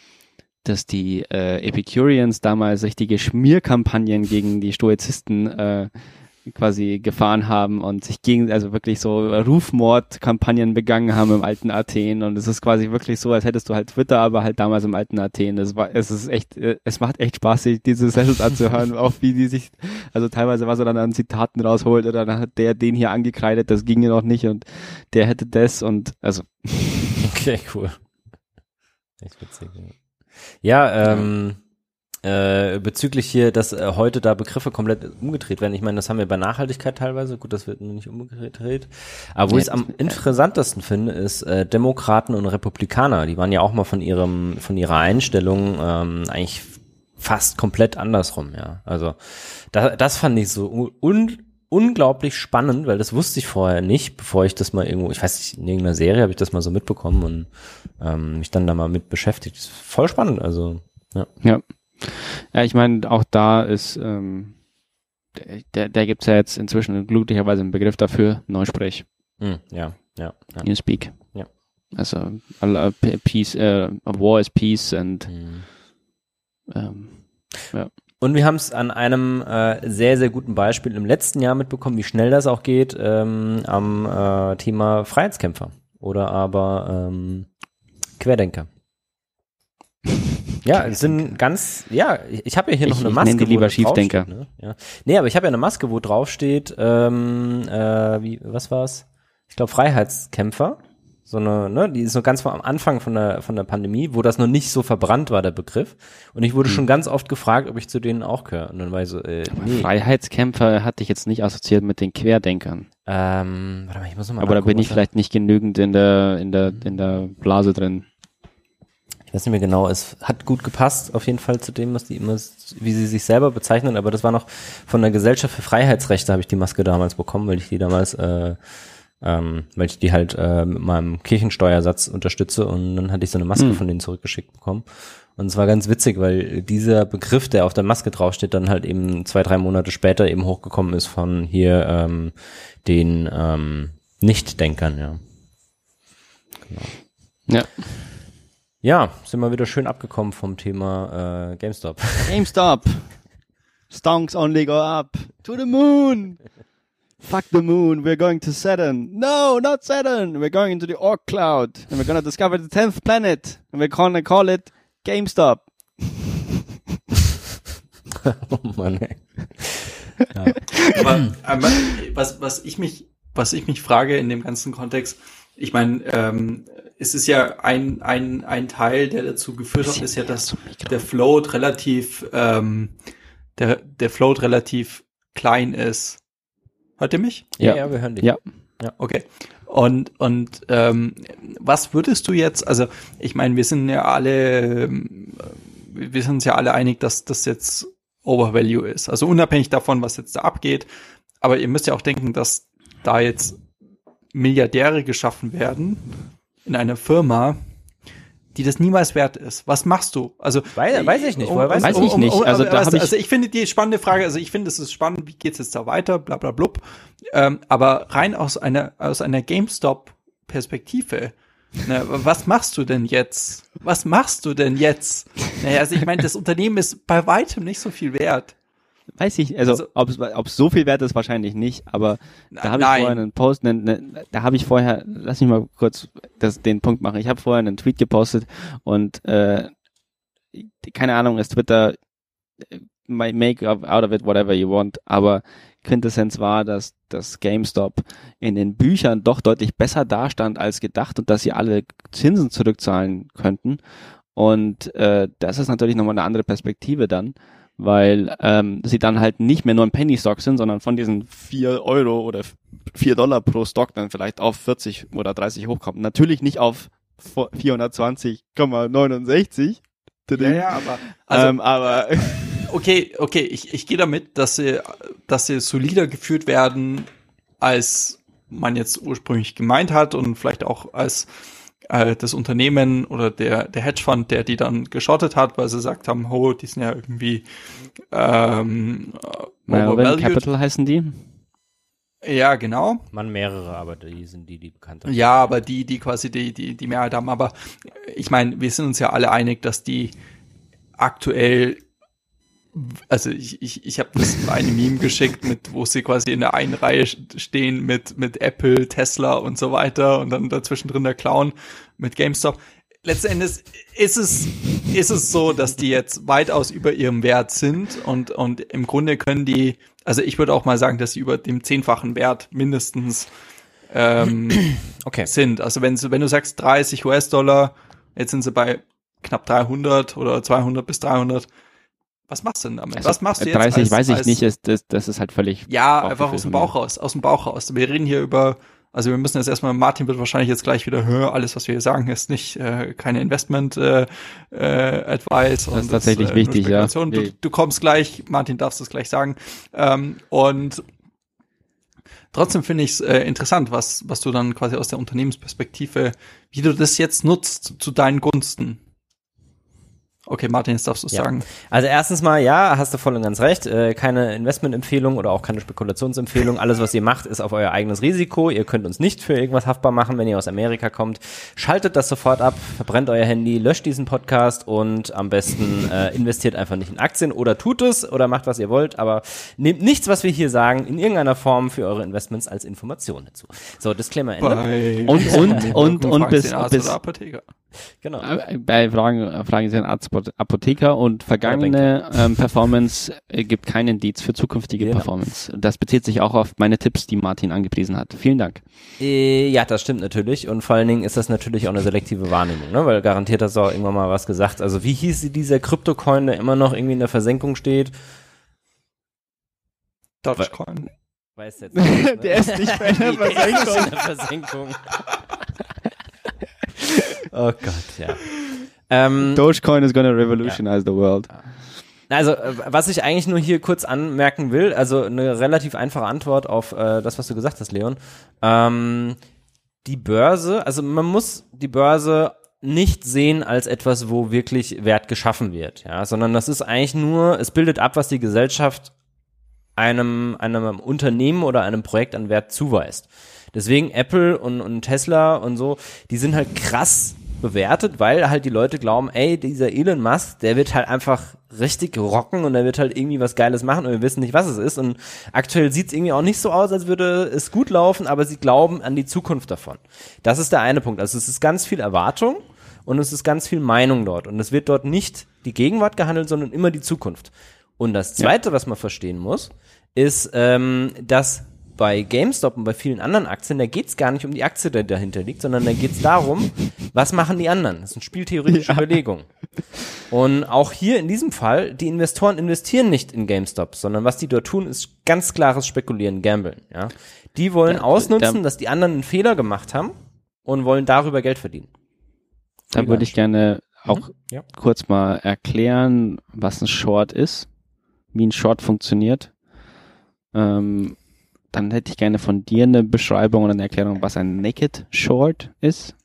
Epicureans damals richtige Schmierkampagnen gegen die Stoizisten quasi gefahren haben und sich also wirklich so Rufmordkampagnen begangen haben im alten Athen, und es ist quasi wirklich so, als hättest du halt Twitter, aber halt damals im alten Athen. Es macht echt Spaß, sich diese Sessions anzuhören, auch wie die sich, also teilweise was er dann an Zitaten rausholt, oder dann hat der den hier angekreidet, das ging ja noch nicht, und der hätte das, und also. Okay, cool. Echt witzig. Ja, bezüglich hier, dass heute da Begriffe komplett umgedreht werden. Ich meine, das haben wir bei Nachhaltigkeit teilweise. Gut, das wird nicht umgedreht. Aber wo ich es am interessantesten finde, ist Demokraten und Republikaner. Die waren ja auch mal von ihrer Einstellung eigentlich fast komplett andersrum. Ja, also das fand ich so unglaublich spannend, weil das wusste ich vorher nicht, bevor ich das mal irgendwo, ich weiß nicht, in irgendeiner Serie habe ich das mal so mitbekommen und mich dann da mal mit beschäftigt. Das ist voll spannend. Also ja. Ja, ich meine, auch da ist, da gibt's ja jetzt inzwischen glücklicherweise einen Begriff dafür, Neusprech. Ja. Newspeak. Ja. Also, peace, war is peace und, ja. Und wir haben es an einem sehr, sehr guten Beispiel im letzten Jahr mitbekommen, wie schnell das auch geht, am Thema Freiheitskämpfer oder aber Querdenker. Ja, es sind ich habe ja hier noch eine Maske. Ich nenne die lieber Schiefdenker. Ne? Ja. Nee, aber ich habe ja eine Maske, wo drauf steht, was war's? Ich glaube Freiheitskämpfer. So eine, ne, die ist so ganz am Anfang von der Pandemie, wo das noch nicht so verbrannt war, der Begriff. Und ich wurde schon ganz oft gefragt, ob ich zu denen auch gehöre. Und dann war ich so, nee. Freiheitskämpfer hatte ich jetzt nicht assoziiert mit den Querdenkern. Warte mal, ich muss noch mal aber da bin ich vielleicht nicht genügend in der Blase drin. Ich weiß nicht mehr genau, es hat gut gepasst, auf jeden Fall zu dem, was die immer, wie sie sich selber bezeichnen, aber das war noch von der Gesellschaft für Freiheitsrechte, habe ich die Maske damals bekommen, weil ich die damals, weil ich die halt mit meinem Kirchensteuersatz unterstütze, und dann hatte ich so eine Maske von denen zurückgeschickt bekommen. Und es war ganz witzig, weil dieser Begriff, der auf der Maske draufsteht, dann halt eben 2-3 Monate später eben hochgekommen ist von hier den Nichtdenkern, ja. Genau. Ja. Ja, sind wir wieder schön abgekommen vom Thema GameStop. GameStop! Stonks only go up to the moon! Fuck the moon, we're going to Saturn. No, not Saturn! We're going into the Oort cloud and we're gonna discover the 10th planet and we're gonna call it GameStop. Oh Mann, ey. Ja. Aber was ich mich frage in dem ganzen Kontext, ich meine, es ist ja ein Teil, der dazu geführt hat, ist ja, dass der Float relativ der Float relativ klein ist. Hört ihr mich? Ja, wir hören dich. Ja. Okay. Und was würdest du jetzt, also ich meine, wir sind uns ja alle einig, dass das jetzt Overvalue ist. Also unabhängig davon, was jetzt da abgeht. Aber ihr müsst ja auch denken, dass da jetzt Milliardäre geschaffen werden in einer Firma, die das niemals wert ist. Was machst du? Also weiß ich nicht. Weiß ich nicht. Also ich finde die spannende Frage, also ich finde, es ist spannend, wie geht's jetzt da weiter, bla bla blub. Aber rein aus einer GameStop-Perspektive, was machst du denn jetzt? Naja, also ich meine, das Unternehmen ist bei weitem nicht so viel wert. Weiß ich, also ob es so viel wert ist, wahrscheinlich nicht, aber da habe ich vorher einen Post, lass mich mal kurz den Punkt machen. Ich habe vorher einen Tweet gepostet und keine Ahnung, ist Twitter make out of it whatever you want, aber Quintessenz war, dass das GameStop in den Büchern doch deutlich besser dastand als gedacht und dass sie alle Zinsen zurückzahlen könnten und das ist natürlich nochmal eine andere Perspektive dann, weil sie dann halt nicht mehr nur ein Penny-Stock sind, sondern von diesen 4 Euro oder $4 pro Stock dann vielleicht auf 40 oder 30 hochkommen. Natürlich nicht auf 420,69. Ja, aber okay, ich gehe damit, dass sie solider geführt werden, als man jetzt ursprünglich gemeint hat und vielleicht auch als das Unternehmen oder der Hedgefonds, der die dann geschottet hat, weil sie gesagt haben, die sind ja irgendwie Melvin Capital heißen die. Ja, genau. Mehrere, aber die sind die bekannt haben. Ja, aber die quasi die Mehrheit haben. Aber ich meine, wir sind uns ja alle einig, dass die aktuell, also ich habe das eine Meme geschickt, wo sie quasi in der einen Reihe stehen mit Apple, Tesla und so weiter und dann dazwischen drin der Clown mit GameStop. Letzten Endes ist es so, dass die jetzt weitaus über ihrem Wert sind und im Grunde können die, also ich würde auch mal sagen, dass sie über dem 10-fachen Wert mindestens sind. Also wenn du sagst 30 US-Dollar, jetzt sind sie bei knapp 300 oder 200 bis 300. Was machst du denn damit? Also Was machst du jetzt? 30 weiß ich nicht, das ist halt völlig. Ja, einfach aus dem Bauch raus. Wir reden hier über, also wir müssen jetzt erstmal, Martin wird wahrscheinlich jetzt gleich wieder alles, was wir hier sagen, ist nicht keine Investment Advice. Das ist tatsächlich wichtig, ja. Du kommst gleich, Martin darfst es gleich sagen. Und trotzdem finde ich es interessant, was du dann quasi aus der Unternehmensperspektive, wie du das jetzt nutzt zu deinen Gunsten. Okay, Martin, jetzt darfst du es sagen. Also erstens mal, ja, hast du voll und ganz recht, keine Investmentempfehlung oder auch keine Spekulationsempfehlung. Alles, was ihr macht, ist auf euer eigenes Risiko. Ihr könnt uns nicht für irgendwas haftbar machen, wenn ihr aus Amerika kommt. Schaltet das sofort ab, verbrennt euer Handy, löscht diesen Podcast und am besten investiert einfach nicht in Aktien oder tut es oder macht, was ihr wollt, aber nehmt nichts, was wir hier sagen, in irgendeiner Form für eure Investments als Information dazu. So, Disclaimer Ende. Und bis Apotheker. Genau. Bei Fragen Sie einen Arzt, Apotheker und vergangene Performance gibt keinen Indiz für zukünftige Performance. Das bezieht sich auch auf meine Tipps, die Martin angepriesen hat. Vielen Dank. Ja, das stimmt natürlich und vor allen Dingen ist das natürlich auch eine selektive Wahrnehmung, ne? Weil garantiert hast du auch irgendwann mal was gesagt. Also wie hieß dieser Kryptocoin, der immer noch irgendwie in der Versenkung steht? Dogecoin. Weiß jetzt nicht, ne? Der ist nicht mehr in der Versenkung. Oh Gott, ja. Dogecoin is gonna revolutionize the world. Also, was ich eigentlich nur hier kurz anmerken will, also eine relativ einfache Antwort auf das, was du gesagt hast, Leon. Die Börse, also man muss die Börse nicht sehen als etwas, wo wirklich Wert geschaffen wird, ja, sondern das ist eigentlich nur, es bildet ab, was die Gesellschaft einem Unternehmen oder einem Projekt an Wert zuweist. Deswegen Apple und Tesla und so, die sind halt krass bewertet, weil halt die Leute glauben, ey, dieser Elon Musk, der wird halt einfach richtig rocken und der wird halt irgendwie was Geiles machen und wir wissen nicht, was es ist und aktuell sieht es irgendwie auch nicht so aus, als würde es gut laufen, aber sie glauben an die Zukunft davon. Das ist der eine Punkt. Also es ist ganz viel Erwartung und es ist ganz viel Meinung dort und es wird dort nicht die Gegenwart gehandelt, sondern immer die Zukunft. Und das Zweite, was man verstehen muss, ist, dass bei GameStop und bei vielen anderen Aktien, da geht's gar nicht um die Aktie, die dahinter liegt, sondern da geht's darum, was machen die anderen? Das sind spieltheoretische Überlegungen. Und auch hier in diesem Fall, die Investoren investieren nicht in GameStop, sondern was die dort tun, ist ganz klares Spekulieren, Gamblen. Ja? Die wollen ausnutzen, dass die anderen einen Fehler gemacht haben und wollen darüber Geld verdienen. Da würde ich gerne auch kurz mal erklären, was ein Short ist, wie ein Short funktioniert. Dann hätte ich gerne von dir eine Beschreibung und eine Erklärung, was ein Naked Short ist.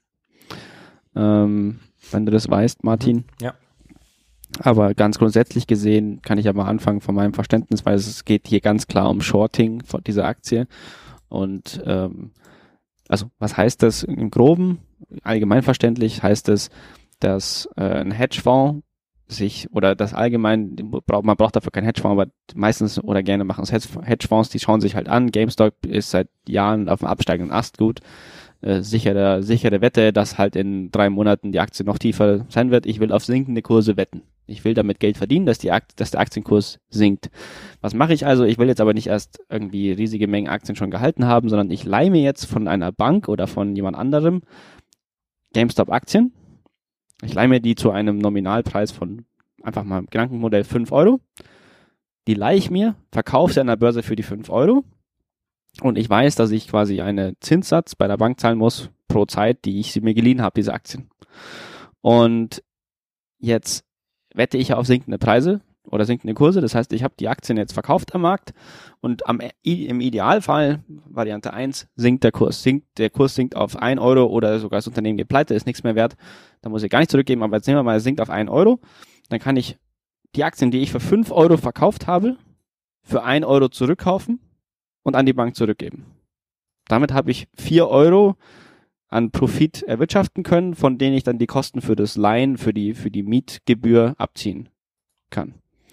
Wenn du das weißt, Martin. Ja. Aber ganz grundsätzlich gesehen kann ich aber anfangen von meinem Verständnis, weil es geht hier ganz klar um Shorting von dieser Aktie. Und also was heißt das im Groben? Allgemeinverständlich heißt es, dass ein Hedgefonds oder das allgemein, man braucht dafür keinen Hedgefonds, aber meistens oder gerne machen es Hedgefonds, die schauen sich halt an. GameStop ist seit Jahren auf dem absteigenden Ast gut. Sichere Wette, dass halt in 3 Monaten die Aktie noch tiefer sein wird. Ich will auf sinkende Kurse wetten. Ich will damit Geld verdienen, dass der Aktienkurs sinkt. Was mache ich also? Ich will jetzt aber nicht erst irgendwie riesige Mengen Aktien schon gehalten haben, sondern ich leihe mir jetzt von einer Bank oder von jemand anderem GameStop-Aktien. Ich leihe mir die zu einem Nominalpreis von einfach mal Gedankenmodell 5 €. Die leihe ich mir, verkaufe sie an der Börse für die 5 € und ich weiß, dass ich quasi einen Zinssatz bei der Bank zahlen muss pro Zeit, die ich sie mir geliehen habe, diese Aktien. Und jetzt wette ich auf sinkende Preise oder sinkende Kurse. Das heißt, ich habe die Aktien jetzt verkauft am Markt und im Idealfall, Variante 1, sinkt der Kurs. Der Kurs sinkt auf 1 € oder sogar das Unternehmen geht pleite, ist nichts mehr wert. Da muss ich gar nicht zurückgeben, aber jetzt nehmen wir mal, es sinkt auf 1 €. Dann kann ich die Aktien, die ich für 5 € verkauft habe, für 1 € zurückkaufen und an die Bank zurückgeben. Damit habe ich 4 € an Profit erwirtschaften können, von denen ich dann die Kosten für das Leihen, für die Mietgebühr abziehen kann.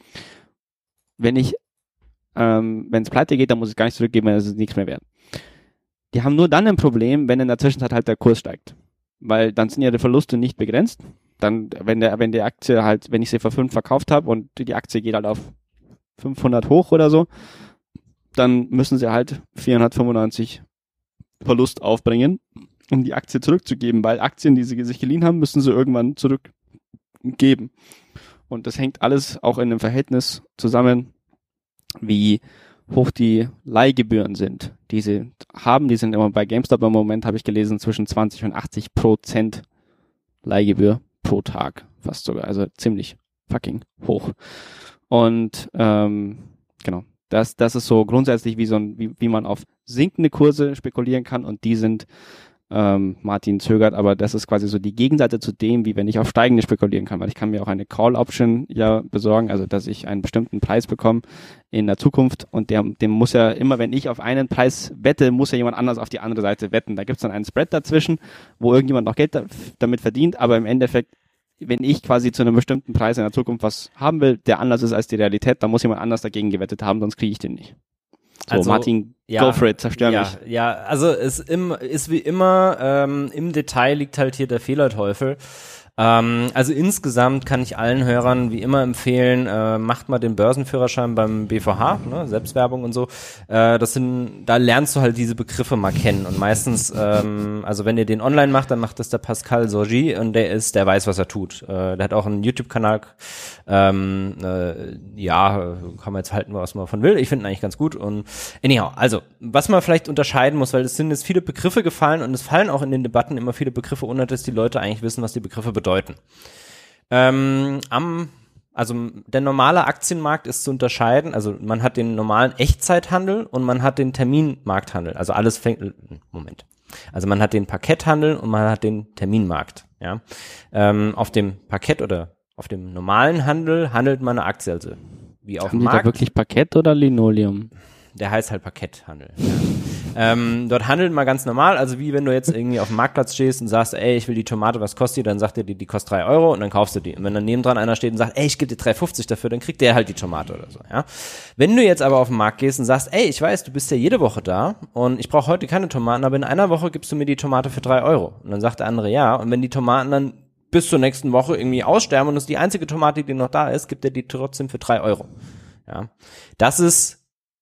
Wenn es pleite geht, dann muss ich gar nicht zurückgeben, weil es ist nichts mehr wert. Die haben nur dann ein Problem, wenn in der Zwischenzeit halt der Kurs steigt. Weil dann sind ja die Verluste nicht begrenzt. Dann, wenn die Aktie halt, wenn ich sie für 5 verkauft habe und die Aktie geht halt auf 500 hoch oder so, dann müssen sie halt 495 Verlust aufbringen, um die Aktie zurückzugeben, weil Aktien, die sie sich geliehen haben, müssen sie irgendwann zurückgeben. Und das hängt alles auch in einem Verhältnis zusammen, wie hoch die Leihgebühren sind. Die sind immer bei GameStop im Moment, habe ich gelesen, zwischen 20 und 80% Leihgebühr pro Tag, fast sogar, also ziemlich fucking hoch. Und genau, das ist so grundsätzlich wie man auf sinkende Kurse spekulieren kann und die sind Martin zögert, aber das ist quasi so die Gegenseite zu dem, wie wenn ich auf steigende spekulieren kann, weil ich kann mir auch eine Call-Option ja besorgen, also dass ich einen bestimmten Preis bekomme in der Zukunft und dem muss ja immer, wenn ich auf einen Preis wette, muss ja jemand anders auf die andere Seite wetten. Da gibt es dann einen Spread dazwischen, wo irgendjemand noch Geld damit verdient, aber im Endeffekt, wenn ich quasi zu einem bestimmten Preis in der Zukunft was haben will, der anders ist als die Realität, dann muss jemand anders dagegen gewettet haben, sonst kriege ich den nicht. So, also, Martin, go for it, zerstör mich. Ja, also es ist wie immer, im Detail liegt halt hier der Fehlerteufel. Also insgesamt kann ich allen Hörern wie immer empfehlen, macht mal den Börsenführerschein beim BVH, ne, Selbstwerbung und so. Da lernst du halt diese Begriffe mal kennen und meistens, also wenn ihr den online macht, dann macht das der Pascal Sorgi und der weiß, was er tut. Der hat auch einen YouTube-Kanal, kann man jetzt halten, was man von will. Ich finde ihn eigentlich ganz gut und anyhow, also was man vielleicht unterscheiden muss, weil es sind jetzt viele Begriffe gefallen und es fallen auch in den Debatten immer viele Begriffe, ohne dass die Leute eigentlich wissen, was die Begriffe bedeuten. Also der normale Aktienmarkt ist zu unterscheiden, also man hat den normalen Echtzeithandel und man hat den Terminmarkthandel, also alles also man hat den Parketthandel und man hat den Terminmarkt, ja. Auf dem Parkett oder auf dem normalen Handel handelt man eine Aktie, also wie auf dem Markt. Da wirklich Parkett oder Linoleum? Der heißt halt Parketthandel. Ja. Dort handelt man ganz normal, also wie wenn du jetzt irgendwie auf dem Marktplatz stehst und sagst, ey, ich will die Tomate, was kostet die? Dann sagt er dir, die kostet 3 € und dann kaufst du die. Und wenn dann nebendran einer steht und sagt, ey, ich gebe dir 3,50 dafür, dann kriegt der halt die Tomate oder so, ja. Wenn du jetzt aber auf den Markt gehst und sagst, ey, ich weiß, du bist ja jede Woche da und ich brauche heute keine Tomaten, aber in einer Woche gibst du mir die Tomate für 3 €. Und dann sagt der andere, ja. Und wenn die Tomaten dann bis zur nächsten Woche irgendwie aussterben und es ist die einzige Tomate, die noch da ist, gibt er die trotzdem für 3 €. Ja. Das ist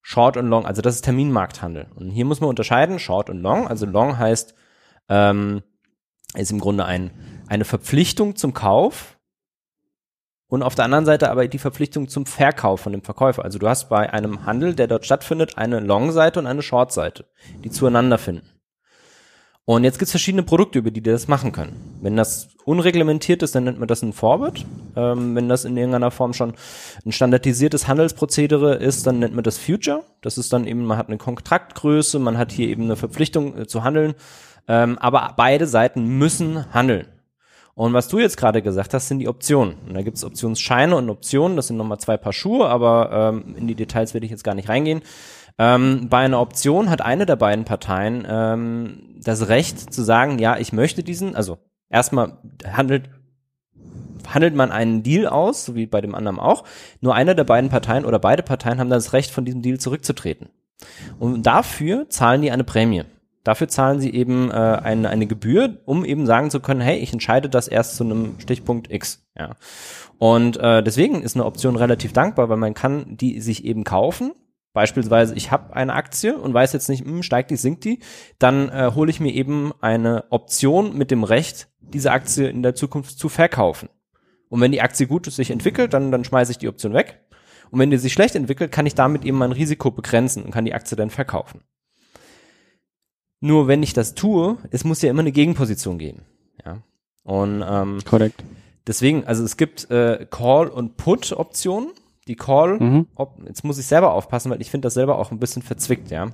Short und Long, also das ist Terminmarkthandel. Und hier muss man unterscheiden, Short und Long. Also Long heißt, ist im Grunde eine Verpflichtung zum Kauf und auf der anderen Seite aber die Verpflichtung zum Verkauf von dem Verkäufer. Also du hast bei einem Handel, der dort stattfindet, eine Long-Seite und eine Short-Seite, die zueinander finden. Und jetzt gibt es verschiedene Produkte, über die das machen können. Wenn das unreglementiert ist, dann nennt man das ein Forward. Wenn das in irgendeiner Form schon ein standardisiertes Handelsprozedere ist, dann nennt man das Future. Das ist dann eben, man hat eine Kontraktgröße, man hat hier eben eine Verpflichtung zu handeln. Aber beide Seiten müssen handeln. Und was du jetzt gerade gesagt hast, sind die Optionen. Und da gibt es Optionsscheine und Optionen, das sind nochmal 2 Paar Schuhe, aber in die Details werde ich jetzt gar nicht reingehen. Bei einer Option hat eine der beiden Parteien das Recht zu sagen, ja, ich möchte diesen, also erstmal handelt man einen Deal aus, so wie bei dem anderen auch, nur eine der beiden Parteien oder beide Parteien haben das Recht, von diesem Deal zurückzutreten. Und dafür zahlen die eine Prämie. Dafür zahlen sie eben eine Gebühr, um eben sagen zu können, hey, ich entscheide das erst zu einem Stichpunkt X. Ja. Und deswegen ist eine Option relativ dankbar, weil man kann die sich eben kaufen. Beispielsweise, ich habe eine Aktie und weiß jetzt nicht, steigt die, sinkt die, dann hole ich mir eben eine Option mit dem Recht, diese Aktie in der Zukunft zu verkaufen. Und wenn die Aktie gut sich entwickelt, dann schmeiße ich die Option weg. Und wenn die sich schlecht entwickelt, kann ich damit eben mein Risiko begrenzen und kann die Aktie dann verkaufen. Nur wenn ich das tue, es muss ja immer eine Gegenposition geben. Ja. Und korrekt. Deswegen, also es gibt Call- und Put-Optionen. Die Call, jetzt muss ich selber aufpassen, weil ich finde das selber auch ein bisschen verzwickt, ja.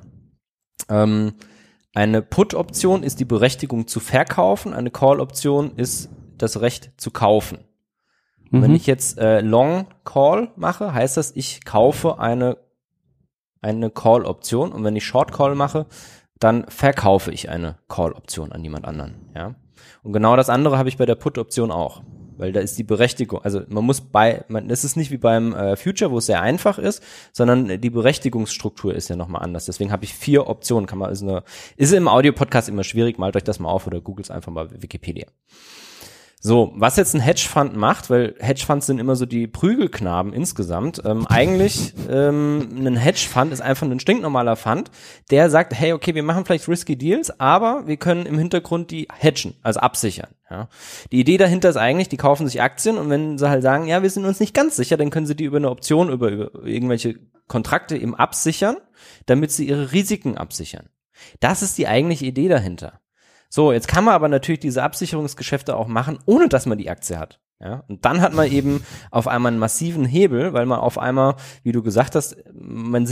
Eine Put-Option ist die Berechtigung zu verkaufen, eine Call-Option ist das Recht zu kaufen. Und wenn ich jetzt Long Call mache, heißt das, ich kaufe eine Call-Option und wenn ich Short Call mache, dann verkaufe ich eine Call-Option an jemand anderen, ja. Und genau das andere habe ich bei der Put-Option auch. Weil da ist die Berechtigung, also es ist nicht wie beim Future, wo es sehr einfach ist, sondern die Berechtigungsstruktur ist ja nochmal anders. Deswegen habe ich 4 Optionen. Ist im Audio-Podcast immer schwierig, malt euch das mal auf oder googelt es einfach mal Wikipedia. So, was jetzt ein Hedgefonds macht, weil Hedgefonds sind immer so die Prügelknaben insgesamt. Eigentlich, ein Hedgefonds ist einfach ein stinknormaler Fund, der sagt, hey, okay, wir machen vielleicht risky Deals, aber wir können im Hintergrund die hedgen, also absichern. Ja. Die Idee dahinter ist eigentlich, die kaufen sich Aktien und wenn sie halt sagen, ja, wir sind uns nicht ganz sicher, dann können sie die über eine Option, über irgendwelche Kontrakte eben absichern, damit sie ihre Risiken absichern. Das ist die eigentliche Idee dahinter. So, jetzt kann man aber natürlich diese Absicherungsgeschäfte auch machen, ohne dass man die Aktie hat. Ja, und dann hat man eben auf einmal einen massiven Hebel, weil man auf einmal, wie du gesagt hast, man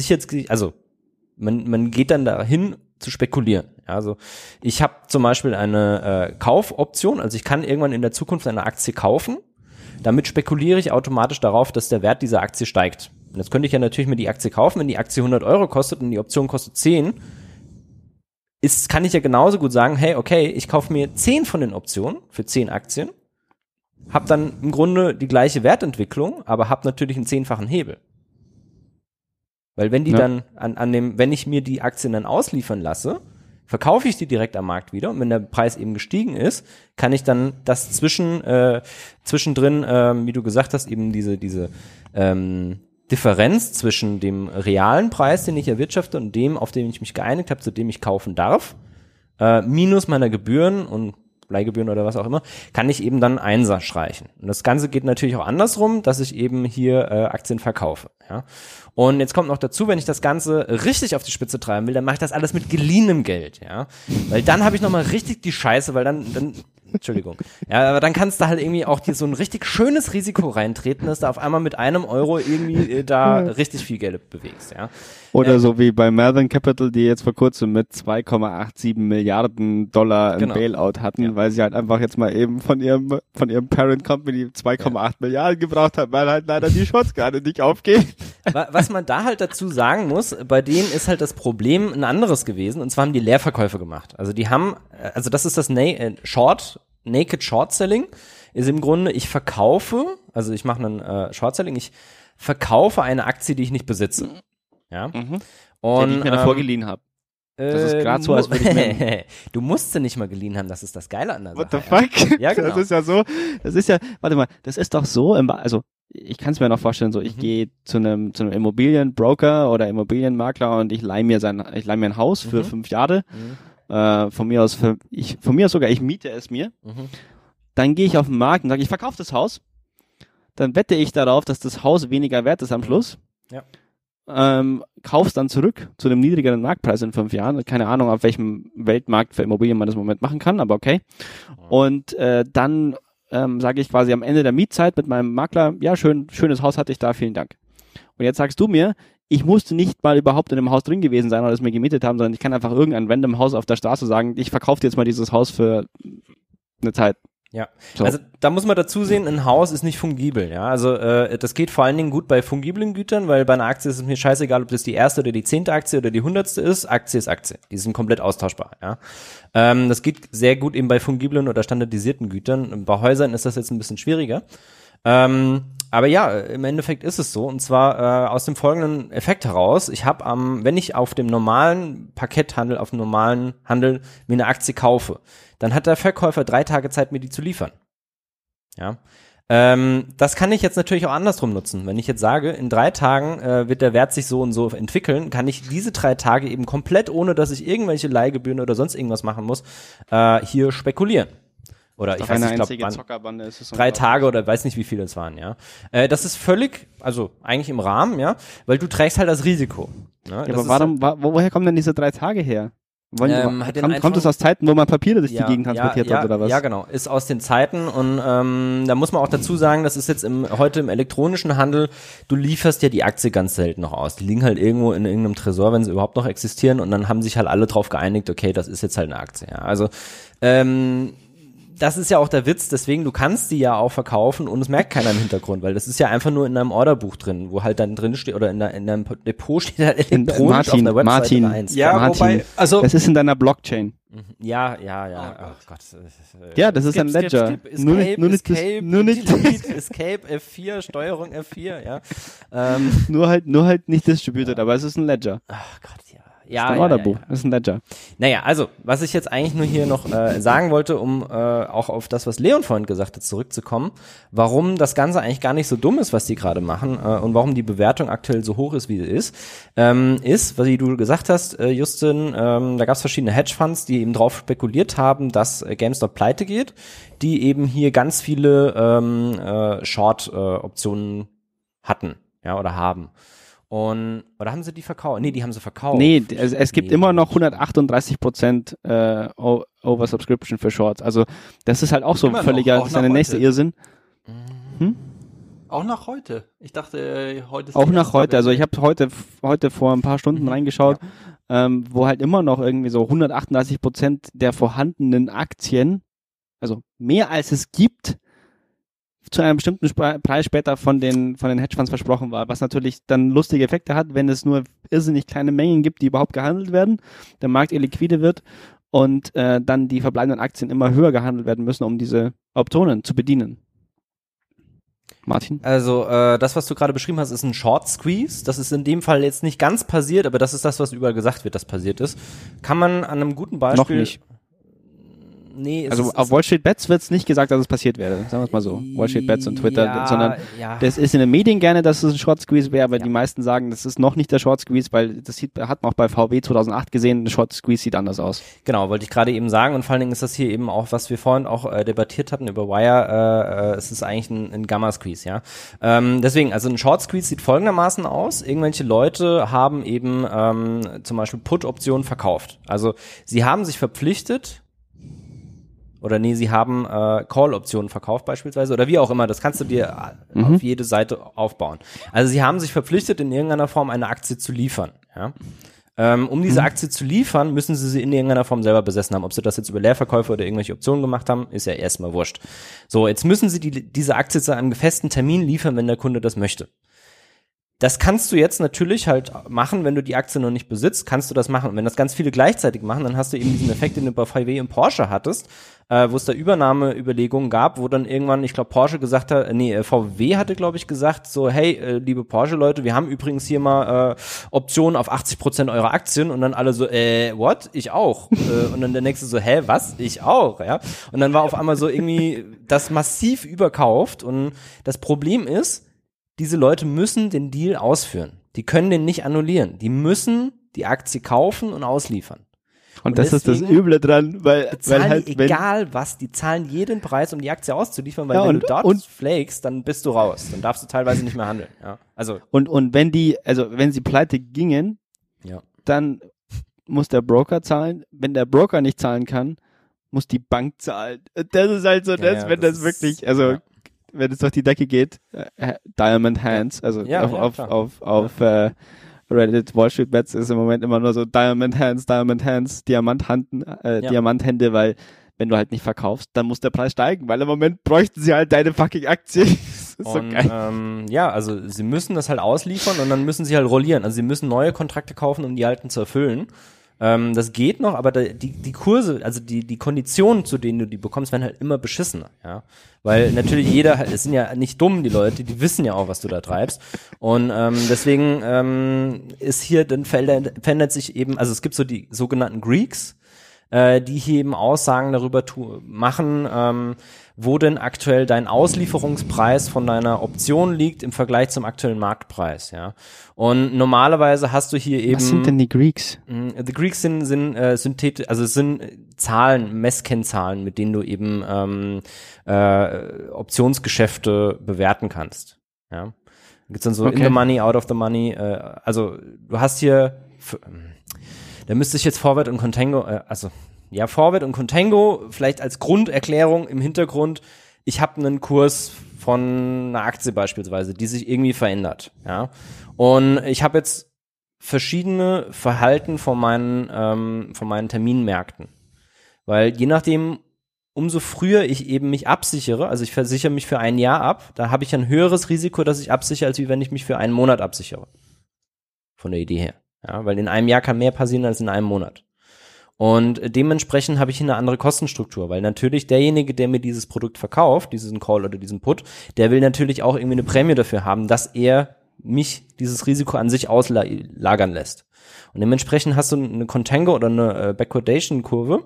geht dann dahin zu spekulieren. Ja, also ich habe zum Beispiel eine Kaufoption, also ich kann irgendwann in der Zukunft eine Aktie kaufen, damit spekuliere ich automatisch darauf, dass der Wert dieser Aktie steigt. Und jetzt könnte ich ja natürlich mir die Aktie kaufen, wenn die Aktie 100 € kostet und die Option kostet 10, kann ich ja genauso gut sagen, hey, okay, ich kaufe mir 10 von den Optionen für 10 Aktien, habe dann im Grunde die gleiche Wertentwicklung, aber habe natürlich einen 10-fachen Hebel. Weil wenn die dann wenn ich mir die Aktien dann ausliefern lasse, verkaufe ich die direkt am Markt wieder und wenn der Preis eben gestiegen ist, kann ich dann das zwischendrin, wie du gesagt hast, eben diese Differenz zwischen dem realen Preis, den ich erwirtschafte und dem, auf den ich mich geeinigt habe, zu dem ich kaufen darf, minus meiner Gebühren und Leihgebühren oder was auch immer, kann ich eben dann Einser streichen. Und das Ganze geht natürlich auch andersrum, dass ich eben hier Aktien verkaufe. Ja? Und jetzt kommt noch dazu, wenn ich das Ganze richtig auf die Spitze treiben will, dann mache ich das alles mit geliehenem Geld. Ja? Weil dann habe ich nochmal richtig die Scheiße, weil dann Entschuldigung. Ja, aber dann kannst du halt irgendwie auch dir so ein richtig schönes Risiko reintreten, dass du auf einmal mit einem Euro irgendwie da richtig viel Geld bewegst, ja. Oder so wie bei Melvin Capital, die jetzt vor kurzem mit 2,87 Milliarden Dollar ein Bailout hatten, weil sie halt einfach jetzt mal eben von ihrem Parent Company 2,8 Milliarden gebraucht haben, weil halt leider die Shorts gerade nicht aufgehen. Was man da halt dazu sagen muss, bei denen ist halt das Problem ein anderes gewesen, und zwar haben die Leerverkäufe gemacht. Also die haben, das ist das Naked Short Selling, ist im Grunde, ich verkaufe, also ich mache einen Short Selling, ich verkaufe eine Aktie, die ich nicht besitze. Ja. Und die ich mir davor geliehen habe. Das ist gerade so, als würde ich mir... Du musst sie nicht mal geliehen haben, das ist das Geile an der Sache. What the fuck? Ja, genau. Das ist ja so, warte mal, das ist doch so, also ich kann es mir noch vorstellen, so ich gehe zu einem Immobilienbroker oder Immobilienmakler und ich leih mir ein Haus für 5 Jahre. Von mir aus sogar, ich miete es mir. Dann gehe ich auf den Markt und sage, ich verkaufe das Haus. Dann wette ich darauf, dass das Haus weniger wert ist am Schluss. Ja. Kauf's dann zurück zu einem niedrigeren Marktpreis in 5 Jahren. Keine Ahnung, auf welchem Weltmarkt für Immobilien man das im Moment machen kann, aber okay. Und dann sage ich quasi am Ende der Mietzeit mit meinem Makler, ja, schönes Haus hatte ich da, vielen Dank. Und jetzt sagst du mir, ich musste nicht mal überhaupt in dem Haus drin gewesen sein oder es mir gemietet haben, sondern ich kann einfach irgendein random Haus auf der Straße sagen, ich verkaufe dir jetzt mal dieses Haus für eine Zeit. Ja, so. Also da muss man dazu sehen, ein Haus ist nicht fungibel, ja, also das geht vor allen Dingen gut bei fungiblen Gütern, weil bei einer Aktie ist es mir scheißegal, ob das die erste oder die 10. Aktie oder die 100. ist, Aktie ist Aktie, die sind komplett austauschbar, ja. Das geht sehr gut eben bei fungiblen oder standardisierten Gütern, bei Häusern ist das jetzt ein bisschen schwieriger. Aber ja, im Endeffekt ist es so, und zwar aus dem folgenden Effekt heraus, ich habe wenn ich auf dem normalen Parketthandel, auf dem normalen Handel mir eine Aktie kaufe, dann hat der Verkäufer 3 Tage Zeit, mir die zu liefern. Ja. Das kann ich jetzt natürlich auch andersrum nutzen. Wenn ich jetzt sage, in 3 Tagen wird der Wert sich so und so entwickeln, kann ich diese 3 Tage eben komplett, ohne dass ich irgendwelche Leihgebühren oder sonst irgendwas machen muss, hier spekulieren. Oder ich weiß nicht, ich glaube, 3 Tage oder weiß nicht, wie viele es waren, ja. Das ist völlig, also eigentlich im Rahmen, ja, weil du trägst halt das Risiko. Ne? Ja, aber woher kommen denn diese 3 Tage her? Kommt es aus Zeiten, wo man Papiere durch die Gegend transportiert hat, oder was? Ja, genau, ist aus den Zeiten und da muss man auch dazu sagen, das ist jetzt heute im elektronischen Handel, du lieferst ja die Aktie ganz selten noch aus. Die liegen halt irgendwo in irgendeinem Tresor, wenn sie überhaupt noch existieren, und dann haben sich halt alle drauf geeinigt, okay, das ist jetzt halt eine Aktie. Ja. Also das ist ja auch der Witz, deswegen, du kannst die ja auch verkaufen und es merkt keiner im Hintergrund, weil das ist ja einfach nur in einem Orderbuch drin, wo halt dann drin steht, oder in deinem Depot steht halt elektronisch auf der Webseite eins. Ja, Martin, wobei, also das ist in deiner Blockchain. Ja. Oh Gott. Ja, das ist ein Ledger. Escape, F4, Steuerung F4, ja. Nur halt nicht distributed, aber es ist ein Ledger. Ach Gott, ja. Ja, das ist ein Orderbuch, das ist ein Ledger. Naja, also, was ich jetzt eigentlich nur hier noch sagen wollte, um auch auf das, was Leon vorhin gesagt hat, zurückzukommen, warum das Ganze eigentlich gar nicht so dumm ist, was die gerade machen, und warum die Bewertung aktuell so hoch ist, wie sie ist, wie du gesagt hast, Justin, da gab es verschiedene Hedgefonds, die eben drauf spekuliert haben, dass GameStop pleite geht, die eben hier ganz viele Short-Optionen hatten, ja, oder haben. Oder haben sie die verkauft? Nee, die haben sie verkauft. Nee, es gibt immer noch 138% Oversubscription für Shorts. Also das ist halt auch so immer völliger, das ist eine nächste Irrsinn. Auch nach heute. Ich dachte, heute ist auch nach heute. Also ich habe heute vor ein paar Stunden reingeschaut, wo halt immer noch irgendwie so 138% der vorhandenen Aktien, also mehr als es gibt, zu einem bestimmten Preis später von den Hedgefonds versprochen war, was natürlich dann lustige Effekte hat, wenn es nur irrsinnig kleine Mengen gibt, die überhaupt gehandelt werden, der Markt illiquide wird und dann die verbleibenden Aktien immer höher gehandelt werden müssen, um diese Optionen zu bedienen. Martin? Also das, was du gerade beschrieben hast, ist ein Short Squeeze. Das ist in dem Fall jetzt nicht ganz passiert, aber das ist das, was überall gesagt wird, dass passiert ist. Kann man an einem guten Beispiel... Noch nicht. Nee, also auf Wall Street Bets wird es nicht gesagt, dass es passiert wäre, sagen wir es mal so. Wall Street Bets und Twitter, sondern das ist in den Medien gerne, dass es ein Short Squeeze wäre, aber die meisten sagen, das ist noch nicht der Short Squeeze, weil hat man auch bei VW 2008 gesehen, der Short Squeeze sieht anders aus. Genau, wollte ich gerade eben sagen, und vor allen Dingen ist das hier eben auch, was wir vorhin auch debattiert hatten über Wire, es ist eigentlich ein Gamma Squeeze, ja. Deswegen, also ein Short Squeeze sieht folgendermaßen aus: Irgendwelche Leute haben eben zum Beispiel Put-Optionen verkauft. Also sie haben sich verpflichtet, sie haben Call-Optionen verkauft beispielsweise, oder wie auch immer, das kannst du dir auf jede Seite aufbauen. Also sie haben sich verpflichtet, in irgendeiner Form eine Aktie zu liefern. Ja? Um diese Aktie zu liefern, müssen sie in irgendeiner Form selber besessen haben. Ob sie das jetzt über Leerverkäufe oder irgendwelche Optionen gemacht haben, ist ja erstmal wurscht. So, jetzt müssen sie diese Aktie zu einem festen Termin liefern, wenn der Kunde das möchte. Das kannst du jetzt natürlich halt machen, wenn du die Aktie noch nicht besitzt, kannst du das machen. Und wenn das ganz viele gleichzeitig machen, dann hast du eben diesen Effekt, den du bei VW und Porsche hattest, wo es da Übernahmeüberlegungen gab, wo dann irgendwann, ich glaube, Porsche gesagt hat, VW hatte, glaube ich, gesagt, so, hey, liebe Porsche-Leute, wir haben übrigens hier mal Optionen auf 80% eurer Aktien und dann alle so, what? Ich auch. Und dann der nächste so, hä, was? Ich auch, ja. Und dann war auf einmal so irgendwie das massiv überkauft und das Problem ist, diese Leute müssen den Deal ausführen. Die können den nicht annullieren. Die müssen die Aktie kaufen und ausliefern. Und das ist das Üble dran, weil halt, egal was, die zahlen jeden Preis, um die Aktie auszuliefern, weil wenn du dort flakest, dann bist du raus. Dann darfst du teilweise nicht mehr handeln. Ja. Also und wenn sie pleite gingen, dann muss der Broker zahlen. Wenn der Broker nicht zahlen kann, muss die Bank zahlen. Das ist halt so wenn es durch die Decke geht, Diamond Hands, also auf Reddit, Wall Street Bets ist im Moment immer nur so Diamond Hands, Diamanthände, weil wenn du halt nicht verkaufst, dann muss der Preis steigen, weil im Moment bräuchten sie halt deine fucking Aktie. Das ist so geil. Also sie müssen das halt ausliefern und dann müssen sie halt rollieren. Also sie müssen neue Kontrakte kaufen, um die alten zu erfüllen. Das geht noch, aber die Kurse, also die Konditionen, zu denen du die bekommst, werden halt immer beschissener, ja. Weil natürlich es sind ja nicht dumm, die Leute, die wissen ja auch, was du da treibst. Und deswegen ist hier, dann verändert sich eben, also es gibt so die sogenannten Greeks, die hier eben Aussagen darüber machen, wo denn aktuell dein Auslieferungspreis von deiner Option liegt im Vergleich zum aktuellen Marktpreis, ja. Und normalerweise hast du hier eben... Was sind denn die Greeks? Die Greeks sind also es sind Zahlen, Messkennzahlen, mit denen du eben Optionsgeschäfte bewerten kannst, ja. Da gibt's dann so in the money, out of the money, also du hast hier... Da müsste ich jetzt Forward und Contango, Forward und Contango vielleicht als Grunderklärung im Hintergrund, ich habe einen Kurs von einer Aktie beispielsweise, die sich irgendwie verändert, ja. Und ich habe jetzt verschiedene Verhalten von meinen Terminmärkten. Weil je nachdem, umso früher ich eben mich absichere, also ich versichere mich für ein Jahr ab, da habe ich ein höheres Risiko, dass ich absichere, als wie wenn ich mich für einen Monat absichere. Von der Idee her. Ja, weil in einem Jahr kann mehr passieren als in einem Monat. Und dementsprechend habe ich hier eine andere Kostenstruktur, weil natürlich derjenige, der mir dieses Produkt verkauft, diesen Call oder diesen Put, der will natürlich auch irgendwie eine Prämie dafür haben, dass er mich dieses Risiko an sich auslagern lässt. Und dementsprechend hast du eine Contango oder eine Backwardation-Kurve,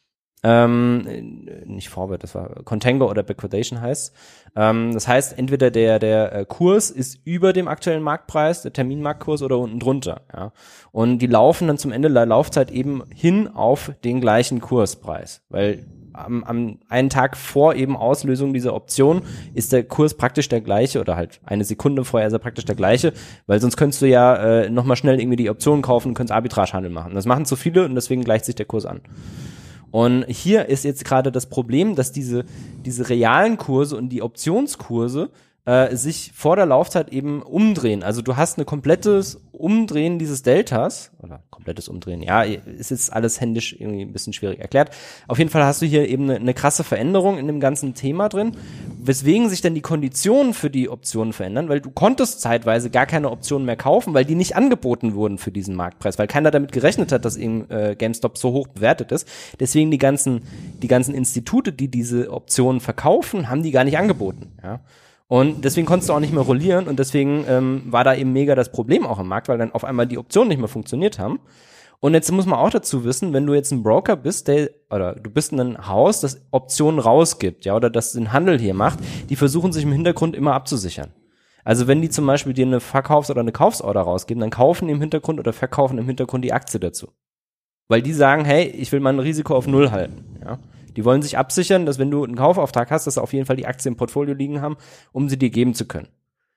nicht Forward, das war Contango oder Backwardation heißt. Das heißt, entweder der Kurs ist über dem aktuellen Marktpreis, der Terminmarktkurs, oder unten drunter. Ja. Und die laufen dann zum Ende der Laufzeit eben hin auf den gleichen Kurspreis, weil am einen Tag vor eben Auslösung dieser Option ist der Kurs praktisch der gleiche oder halt eine Sekunde vorher ist er praktisch der gleiche, weil sonst könntest du ja nochmal schnell irgendwie die Optionen kaufen und könntest Arbitragehandel machen. Das machen zu viele und deswegen gleicht sich der Kurs an. Und hier ist jetzt gerade das Problem, dass diese realen Kurse und die Optionskurse sich vor der Laufzeit eben umdrehen. Also du hast ein komplettes Umdrehen dieses Deltas, oder komplettes Umdrehen, ja, ist jetzt alles händisch irgendwie ein bisschen schwierig erklärt. Auf jeden Fall hast du hier eben eine krasse Veränderung in dem ganzen Thema drin, weswegen sich dann die Konditionen für die Optionen verändern, weil du konntest zeitweise gar keine Optionen mehr kaufen, weil die nicht angeboten wurden für diesen Marktpreis, weil keiner damit gerechnet hat, dass eben GameStop so hoch bewertet ist. Deswegen die ganzen Institute, die diese Optionen verkaufen, haben die gar nicht angeboten, ja. Und deswegen konntest du auch nicht mehr rollieren und deswegen war da eben mega das Problem auch im Markt, weil dann auf einmal die Optionen nicht mehr funktioniert haben. Und jetzt muss man auch dazu wissen, wenn du jetzt ein Broker bist, oder du bist in einem Haus, das Optionen rausgibt, ja, oder das den Handel hier macht, die versuchen sich im Hintergrund immer abzusichern. Also wenn die zum Beispiel dir eine Verkaufs- oder eine Kaufsorder rausgeben, dann kaufen die im Hintergrund oder verkaufen im Hintergrund die Aktie dazu. Weil die sagen, hey, ich will mein Risiko auf Null halten, ja. Die wollen sich absichern, dass wenn du einen Kaufauftrag hast, dass sie auf jeden Fall die Aktien im Portfolio liegen haben, um sie dir geben zu können.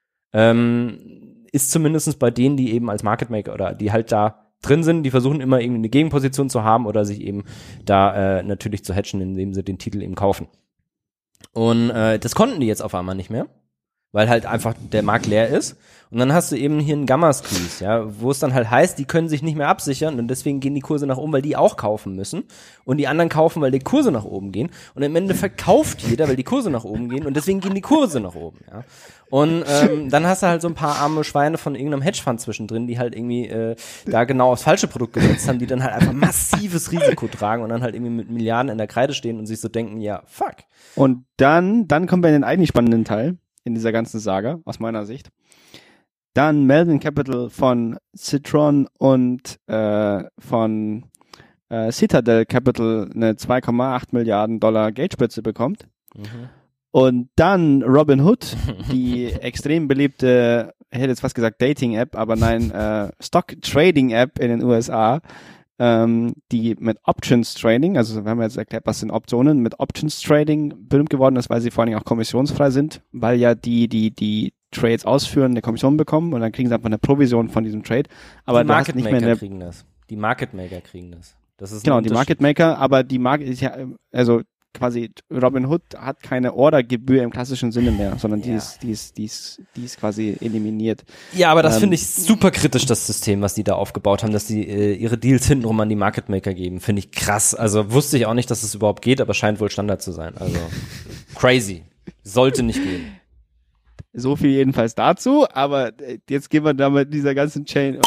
Ist zumindest bei denen, die eben als Market Maker oder die halt da drin sind, die versuchen immer irgendwie eine Gegenposition zu haben oder sich eben da natürlich zu hedgen, indem sie den Titel eben kaufen. Und das konnten die jetzt auf einmal nicht mehr, weil halt einfach der Markt leer ist. Und dann hast du eben hier einen Gamma-Squeeze, ja, wo es dann halt heißt, die können sich nicht mehr absichern und deswegen gehen die Kurse nach oben, weil die auch kaufen müssen und die anderen kaufen, weil die Kurse nach oben gehen und am Ende verkauft jeder, weil die Kurse nach oben gehen und deswegen gehen die Kurse nach oben, ja. Und dann hast du halt so ein paar arme Schweine von irgendeinem Hedgefonds zwischendrin, die halt irgendwie da genau aufs falsche Produkt gesetzt haben, die dann halt einfach massives Risiko tragen und dann halt irgendwie mit Milliarden in der Kreide stehen und sich so denken, ja, fuck. Und dann kommen wir in den eigentlich spannenden Teil in dieser ganzen Saga, aus meiner Sicht. Dann Melvin Capital von Citron und von Citadel Capital eine 2,8 Milliarden $, Geldspritze bekommt. Und dann Robinhood, die extrem beliebte, ich hätte jetzt fast gesagt Dating-App, aber nein, Stock-Trading-App in den USA, die mit Options Trading, also wir haben jetzt erklärt, was sind Optionen, mit Options Trading berühmt geworden ist, weil sie vor allen Dingen auch kommissionsfrei sind, weil ja die Trades ausführen, eine Kommission bekommen und dann kriegen sie einfach eine Provision von diesem Trade. Aber die Market Maker kriegen das. Die Market Maker kriegen das. Das ist genau, die Market Maker, aber die Market ist ja, also quasi Robinhood hat keine Ordergebühr im klassischen Sinne mehr, sondern die ist quasi eliminiert. Ja, aber das finde ich super kritisch, das System, was die da aufgebaut haben, dass die ihre Deals hintenrum an die Market Maker geben. Finde ich krass. Also wusste ich auch nicht, dass es überhaupt geht, aber scheint wohl Standard zu sein. Also crazy. Sollte nicht gehen. So viel jedenfalls dazu, aber jetzt gehen wir da mit dieser ganzen Chain.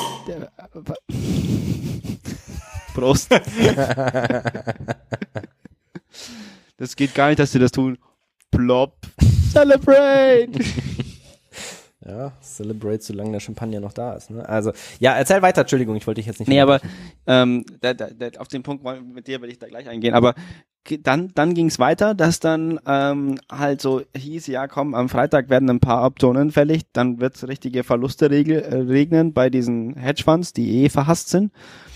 Prost. Das geht gar nicht, dass sie das tun. Plop. Celebrate. Ja, celebrate, solange der Champagner noch da ist. Ne? Also, ja, erzähl weiter, Entschuldigung, ich wollte dich jetzt nicht... Nee, aber auf den Punkt mit dir will ich da gleich eingehen, aber dann ging es weiter, dass dann halt so hieß, ja komm, am Freitag werden ein paar Optionen fällig, dann wird es richtige Verluste regnen bei diesen Hedgefonds, die verhasst sind.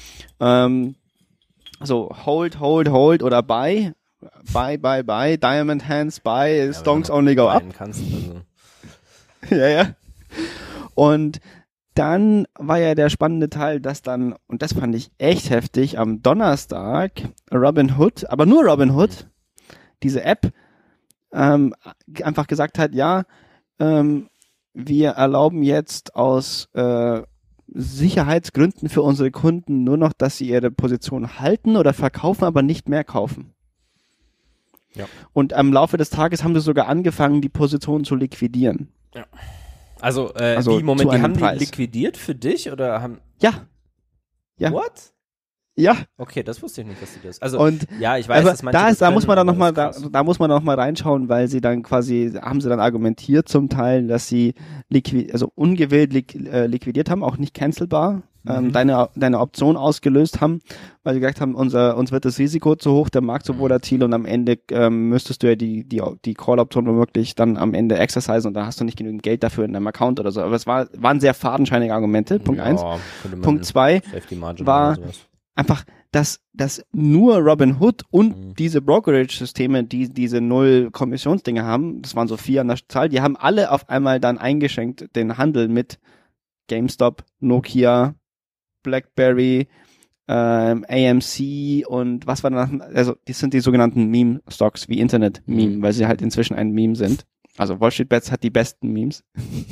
So hold oder buy, Diamond Hands, buy, Stonks only go up. Kannst, also. Ja. Und dann war ja der spannende Teil, dass dann, und das fand ich echt heftig, am Donnerstag Robinhood, aber nur Robinhood, diese App, einfach gesagt hat, ja, wir erlauben jetzt aus Sicherheitsgründen für unsere Kunden nur noch, dass sie ihre Position halten oder verkaufen, aber nicht mehr kaufen. Ja. Und am Laufe des Tages haben sie sogar angefangen, die Position zu liquidieren. Ja. Also wie, Moment, die haben Preis. Die liquidiert für dich oder haben... Ja. What? Ja. Okay, das wusste ich nicht, dass sie das... Also, und, ja, ich weiß, dass manche da muss man dann nochmal da muss man noch mal reinschauen, weil sie dann quasi, haben sie dann argumentiert zum Teil, dass sie ungewählt liquidiert haben, auch nicht cancelbar, deine Option ausgelöst haben, weil sie gesagt haben, uns wird das Risiko zu hoch, der Markt zu volatil und am Ende müsstest du ja die Call-Option womöglich dann am Ende exercisen und da hast du nicht genügend Geld dafür in deinem Account oder so. Aber es waren sehr fadenscheinige Argumente, Punkt 1. Punkt 2 war einfach, dass nur Robinhood und diese Brokerage-Systeme, die diese null Kommissionsdinge haben, das waren so 4 an der Zahl, die haben alle auf einmal dann eingeschränkt den Handel mit GameStop, Nokia, BlackBerry, AMC und was war dann, also das sind die sogenannten Meme-Stocks wie Internet-Meme, weil sie halt inzwischen ein Meme sind. Also Wall Street Bets hat die besten Memes.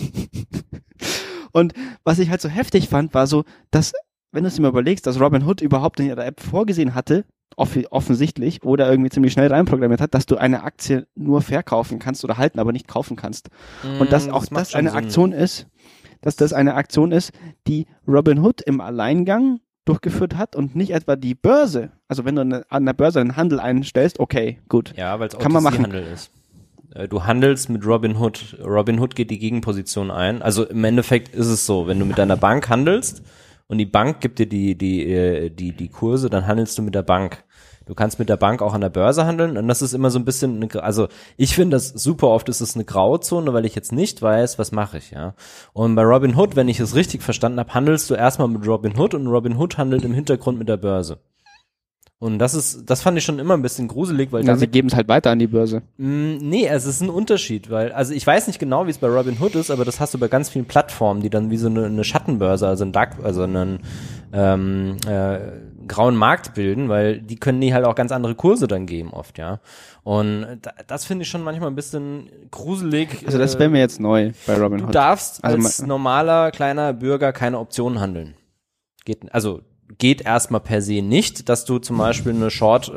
Und was ich halt so heftig fand, war so, dass, wenn du es dir mal überlegst, dass Robinhood überhaupt in ihrer App vorgesehen hatte, offensichtlich, oder irgendwie ziemlich schnell reinprogrammiert hat, dass du eine Aktie nur verkaufen kannst oder halten, aber nicht kaufen kannst. Und dass auch das eine Aktion ist, dass das eine Aktion ist, die Robinhood im Alleingang durchgeführt hat und nicht etwa die Börse. Also wenn du an der Börse einen Handel einstellst, okay, gut. Ja, weil es OTC-Handel ist. Du handelst mit Robinhood. Robinhood geht die Gegenposition ein. Also im Endeffekt ist es so, wenn du mit deiner Bank handelst und die Bank gibt dir die Kurse, dann handelst du mit der Bank. Du kannst mit der Bank auch an der Börse handeln und das ist immer so ein bisschen, also ich finde das super oft ist es eine Grauzone, weil ich jetzt nicht weiß, was mache ich, ja. Und bei Robinhood, wenn ich es richtig verstanden habe, handelst du erstmal mit Robinhood und Robinhood handelt im Hintergrund mit der Börse. Und das fand ich schon immer ein bisschen gruselig, weil sie geben es halt weiter an die Börse. Nee, es ist ein Unterschied, weil, also ich weiß nicht genau, wie es bei Robinhood ist, aber das hast du bei ganz vielen Plattformen, die dann wie so eine Schattenbörse, also ein grauen Markt bilden, weil die können die halt auch ganz andere Kurse dann geben oft, ja. Und das finde ich schon manchmal ein bisschen gruselig. Also das wäre mir jetzt neu bei Robinhood. Du darfst als normaler kleiner Bürger keine Optionen handeln. Geht erstmal per se nicht, dass du zum Beispiel eine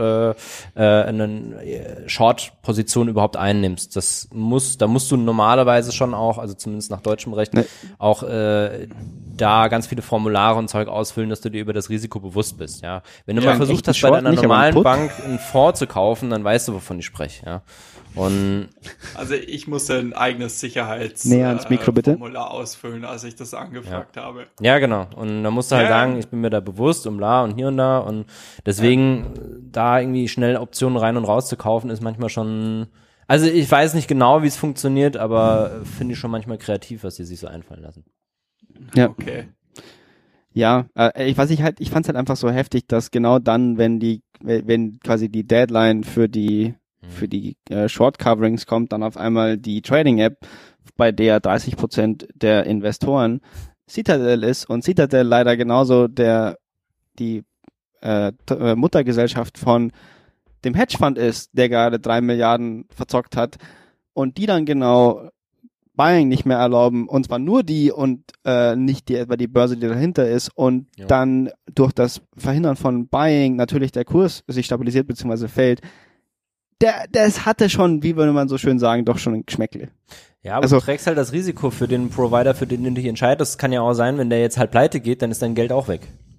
Short-Position überhaupt einnimmst. Da musst du normalerweise schon auch, also zumindest nach deutschem Recht, auch da ganz viele Formulare und Zeug ausfüllen, dass du dir über das Risiko bewusst bist. Ja, wenn du mal versucht hast, bei deiner normalen Bank einen Fonds zu kaufen, dann weißt du, wovon ich spreche. Ja. Und also ich musste ein eigenes Sicherheitsformular ausfüllen, als ich das angefragt habe. Ja, genau. Und da musst du halt sagen, ich bin mir da bewusst und bla und hier und da. Und deswegen da irgendwie schnell Optionen rein und raus zu kaufen, ist manchmal schon, also ich weiß nicht genau, wie es funktioniert, aber finde ich schon manchmal kreativ, was die sich so einfallen lassen. Ja. Okay. Ja, ich fand's halt einfach so heftig, dass genau dann, wenn quasi die Deadline für die Short Coverings kommt, dann auf einmal die Trading App, bei der 30% der Investoren Citadel ist und Citadel leider genauso die Muttergesellschaft von dem Hedgefonds ist, der gerade 3 Milliarden verzockt hat und die dann genau Buying nicht mehr erlauben, und zwar nur die und nicht etwa die Börse, die dahinter ist, und dann durch das Verhindern von Buying natürlich der Kurs sich stabilisiert bzw. fällt. Das hatte schon, wie würde man so schön sagen, doch schon ein Geschmäckle. Ja, aber du trägst halt das Risiko für den Provider, für den du dich entscheidest. Das kann ja auch sein, wenn der jetzt halt pleite geht, dann ist dein Geld auch weg.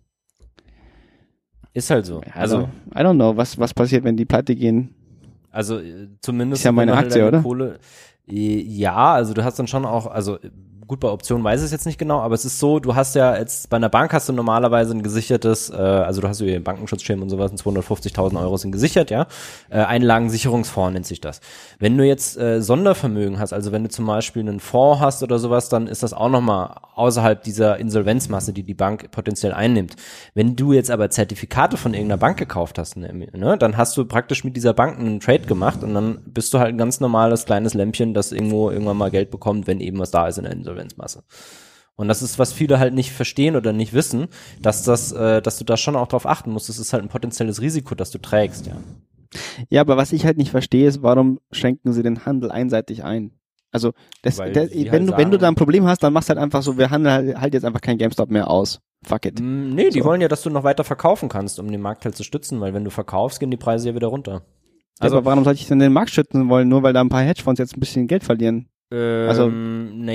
Ist halt so. Also, I don't know, was passiert, wenn die pleite gehen? Also, zumindest. Ist ja meine Aktie, oder? Kohle, ja, also du hast dann schon auch, also gut, bei Optionen weiß ich es jetzt nicht genau, aber es ist so, du hast ja jetzt, bei einer Bank hast du normalerweise ein gesichertes, also du hast ja den Bankenschutzschirm und sowas, 250.000 Euro sind gesichert, ja, Einlagensicherungsfonds nennt sich das. Wenn du jetzt Sondervermögen hast, also wenn du zum Beispiel einen Fonds hast oder sowas, dann ist das auch nochmal außerhalb dieser Insolvenzmasse, die die Bank potenziell einnimmt. Wenn du jetzt aber Zertifikate von irgendeiner Bank gekauft hast, ne, dann hast du praktisch mit dieser Bank einen Trade gemacht und dann bist du halt ein ganz normales kleines Lämpchen, das irgendwann mal Geld bekommt, wenn eben was da ist in der Insolvenzmasse. Und das ist, was viele halt nicht verstehen oder nicht wissen, dass du da schon auch drauf achten musst. Das ist halt ein potenzielles Risiko, das du trägst, ja. Ja, aber was ich halt nicht verstehe, ist, warum schränken sie den Handel einseitig ein? Also, wenn du da ein Problem hast, dann machst du halt einfach so, wir handeln halt jetzt einfach kein GameStop mehr aus. Fuck it. Nee, die wollen ja, dass du noch weiter verkaufen kannst, um den Markt halt zu stützen, weil wenn du verkaufst, gehen die Preise ja wieder runter. Also, aber warum sollte ich denn den Markt schützen wollen, nur weil da ein paar Hedgefonds jetzt ein bisschen Geld verlieren? Kann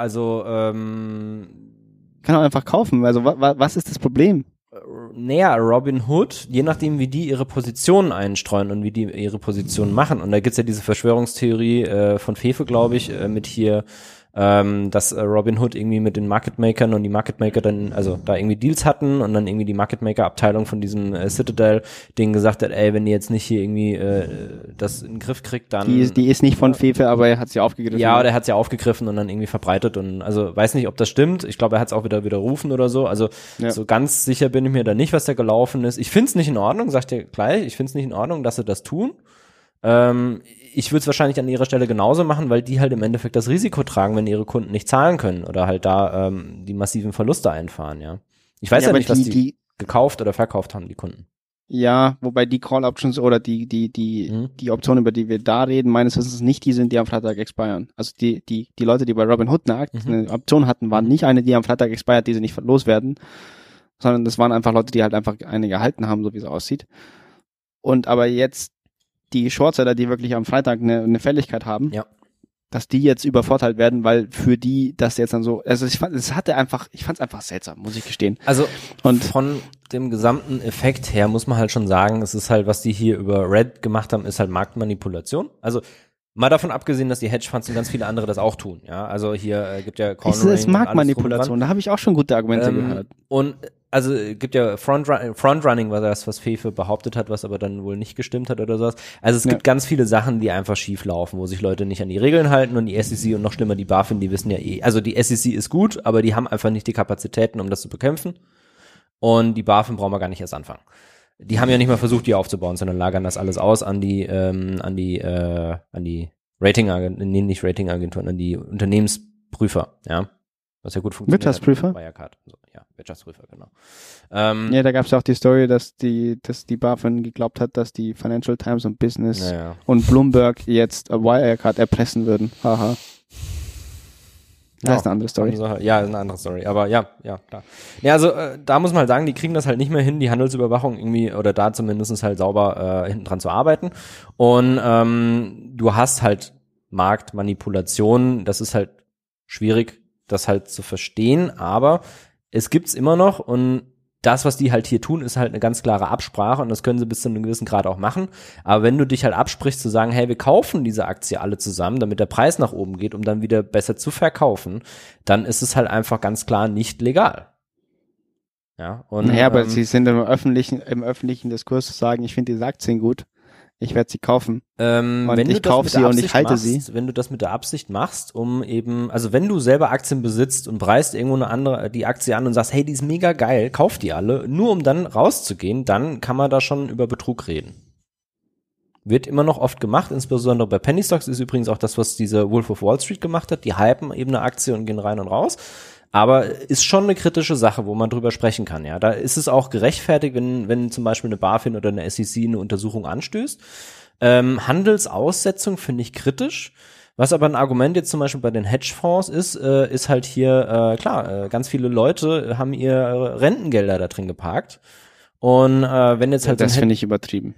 auch einfach kaufen. Also was ist das Problem? Robinhood, je nachdem wie die ihre Positionen einstreuen und wie die ihre Positionen machen, und da gibt's ja diese Verschwörungstheorie von Fefe, glaube ich, mit hier, dass Robinhood irgendwie mit den Market Makern und die Market Maker dann, also da irgendwie Deals hatten und dann irgendwie die Market Maker Abteilung von diesem Citadel denen gesagt hat, ey, wenn ihr jetzt nicht hier irgendwie das in den Griff kriegt, dann... Die ist nicht von Fefe, aber er hat sie aufgegriffen. Ja, der hat sie aufgegriffen und dann irgendwie verbreitet und also weiß nicht, ob das stimmt. Ich glaube, er hat es auch wieder widerrufen oder so. Also so ganz sicher bin ich mir da nicht, was da gelaufen ist. Ich find's nicht in Ordnung, sag ich dir gleich, ich find's nicht in Ordnung, dass sie das tun. Ich würde es wahrscheinlich an ihrer Stelle genauso machen, weil die halt im Endeffekt das Risiko tragen, wenn ihre Kunden nicht zahlen können oder halt da die massiven Verluste einfahren, ja. Ich weiß ja nicht, was die gekauft oder verkauft haben, die Kunden. Ja, wobei die Call Options oder die Optionen, über die wir da reden, meines Wissens nicht die sind, die am Freitag expiren. Also die Leute, die bei Robinhood eine Option hatten, waren nicht eine, die am Freitag expired, die sie nicht loswerden, sondern das waren einfach Leute, die halt einfach eine gehalten haben, so wie es aussieht. Und aber jetzt die Shortseller, die wirklich am Freitag eine Fälligkeit haben, dass die jetzt übervorteilt werden, weil für die das jetzt dann so, also ich fand es einfach seltsam, muss ich gestehen. Also und von dem gesamten Effekt her muss man halt schon sagen, es ist halt, was die hier über Red gemacht haben, ist halt Marktmanipulation. Also mal davon abgesehen, dass die Hedgefonds und ganz viele andere das auch tun, ja. Also hier gibt ja Cornering. Ist das Marktmanipulation? Da habe ich auch schon gute Argumente gehört. Und also gibt ja Frontrunning war das, was Fefe behauptet hat, was aber dann wohl nicht gestimmt hat oder sowas. Also es gibt ganz viele Sachen, die einfach schief laufen, wo sich Leute nicht an die Regeln halten, und die SEC und noch schlimmer die BaFin, die wissen ja also die SEC ist gut, aber die haben einfach nicht die Kapazitäten, um das zu bekämpfen, und die BaFin brauchen wir gar nicht erst anfangen. Die haben ja nicht mal versucht, die aufzubauen, sondern lagern das alles aus an die Ratingagenturen, nicht Ratingagenturen, an die Unternehmensprüfer, ja. Was ja gut funktioniert. Wirtschaftsprüfer? Wirecard. So. Wirtschaftsprüfer, genau. Da gab es ja auch die Story, dass die BaFin geglaubt hat, dass die Financial Times und Business und Bloomberg jetzt Wirecard erpressen würden. Haha. Das ist eine andere Story. Ja, ist eine andere Story. Aber ja, klar. Ja, also da muss man halt sagen, die kriegen das halt nicht mehr hin, die Handelsüberwachung irgendwie, oder da zumindest halt sauber hinten dran zu arbeiten. Und du hast halt Marktmanipulationen, das ist halt schwierig, das halt zu verstehen, aber es gibt's immer noch und das, was die halt hier tun, ist halt eine ganz klare Absprache und das können sie bis zu einem gewissen Grad auch machen. Aber wenn du dich halt absprichst zu sagen, hey, wir kaufen diese Aktie alle zusammen, damit der Preis nach oben geht, um dann wieder besser zu verkaufen, dann ist es halt einfach ganz klar nicht legal. Ja, und, aber sie sind im öffentlichen Diskurs zu sagen, ich finde diese Aktien gut, ich werde sie kaufen. Und ich kaufe sie und ich halte sie. Wenn du das mit der Absicht machst, um eben, also wenn du selber Aktien besitzt und preist irgendwo die Aktie an und sagst, hey, die ist mega geil, kauf die alle, nur um dann rauszugehen, dann kann man da schon über Betrug reden. Wird immer noch oft gemacht, insbesondere bei Penny Stocks ist übrigens auch das, was diese Wolf of Wall Street gemacht hat, die hypen eben eine Aktie und gehen rein und raus. Aber ist schon eine kritische Sache, wo man drüber sprechen kann, ja. Da ist es auch gerechtfertigt, wenn zum Beispiel eine BaFin oder eine SEC eine Untersuchung anstößt. Handelsaussetzung finde ich kritisch. Was aber ein Argument jetzt zum Beispiel bei den Hedgefonds ist halt hier, ganz viele Leute haben ihre Rentengelder da drin geparkt. Und wenn jetzt halt das finde ich übertrieben.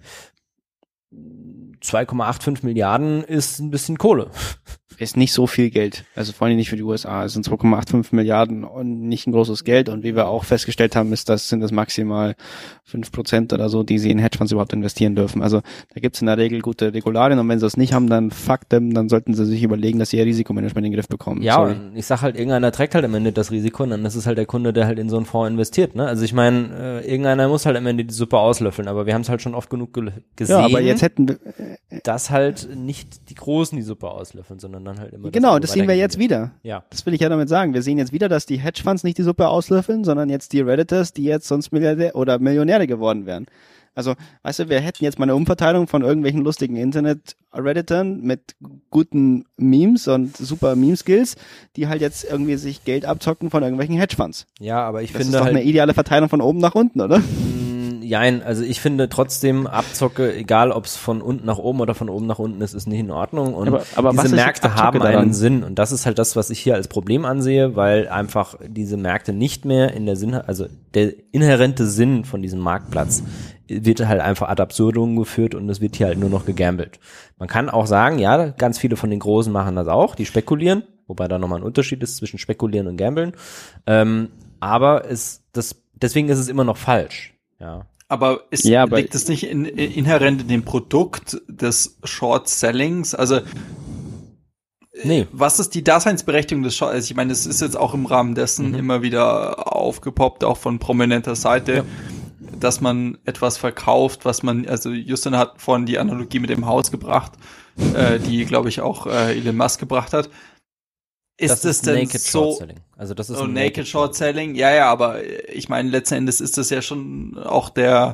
2,85 Milliarden ist ein bisschen Kohle. Ist nicht so viel Geld, also vor allem nicht für die USA. Es sind 2,85 Milliarden und nicht ein großes Geld. Und wie wir auch festgestellt haben, sind das maximal 5% oder so, die sie in Hedgefonds überhaupt investieren dürfen. Also da gibt es in der Regel gute Regularien und wenn sie das nicht haben, dann fuck them, dann sollten sie sich überlegen, dass sie ihr Risikomanagement in den Griff bekommen. Ja, und ich sag halt, irgendeiner trägt halt am Ende das Risiko und dann ist es halt der Kunde, der halt in so einen Fonds investiert. Ne? Also ich meine, irgendeiner muss halt am Ende die Suppe auslöffeln, aber wir haben es halt schon oft genug gesehen, ja, aber jetzt hätten wir, dass halt nicht die Großen die Suppe auslöffeln, sondern dann halt immer genau, das sehen wir jetzt wieder. Ja. Das will ich ja damit sagen. Wir sehen jetzt wieder, dass die Hedgefonds nicht die Suppe auslöffeln, sondern jetzt die Redditors, die jetzt sonst Milliardär oder Millionäre geworden wären. Also, weißt du, wir hätten jetzt mal eine Umverteilung von irgendwelchen lustigen Internet-Redditern mit guten Memes und super Meme-Skills, die halt jetzt irgendwie sich Geld abzocken von irgendwelchen Hedgefonds. Ja, aber ich finde das ist doch eine ideale Verteilung von oben nach unten, oder? Jein, also ich finde trotzdem Abzocke, egal ob es von unten nach oben oder von oben nach unten ist nicht in Ordnung und aber diese Märkte haben daran? einen Sinn und das ist halt das, was ich hier als Problem ansehe, weil einfach diese Märkte nicht mehr in der Sinn, also der inhärente Sinn von diesem Marktplatz wird halt einfach ad absurdum geführt und es wird hier halt nur noch gegambelt. Man kann auch sagen, ja, ganz viele von den Großen machen das auch, die spekulieren, wobei da nochmal ein Unterschied ist zwischen spekulieren und gambeln, aber deswegen ist es immer noch falsch, ja. Aber liegt es nicht inhärent in dem Produkt des Short-Sellings? Also, nee. Was ist die Daseinsberechtigung des Short? Also ich meine, es ist jetzt auch im Rahmen dessen immer wieder aufgepoppt, auch von prominenter Seite, dass man etwas verkauft, was man, also Justin hat vorhin die Analogie mit dem Haus gebracht, die, glaube ich, auch Elon Musk gebracht hat. Ist das denn Naked so? Short Selling. Also das ist Naked Short Selling. Ja, aber ich meine, letzten Endes ist das ja schon auch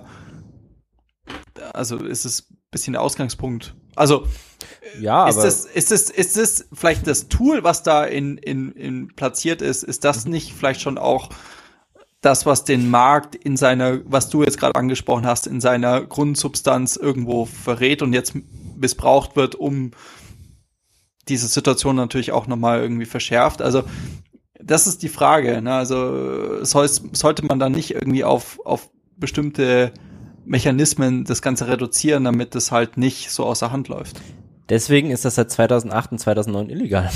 also ist es ein bisschen der Ausgangspunkt. Also ja, ist das vielleicht das Tool, was da in platziert ist das nicht vielleicht schon auch das, was den Markt was du jetzt gerade angesprochen hast, in seiner Grundsubstanz irgendwo verrät und jetzt missbraucht wird, um diese Situation natürlich auch nochmal irgendwie verschärft. Also das ist die Frage. Ne? Also sollte man dann nicht irgendwie auf bestimmte Mechanismen das Ganze reduzieren, damit das halt nicht so außer Hand läuft. Deswegen ist das seit 2008 und 2009 illegal.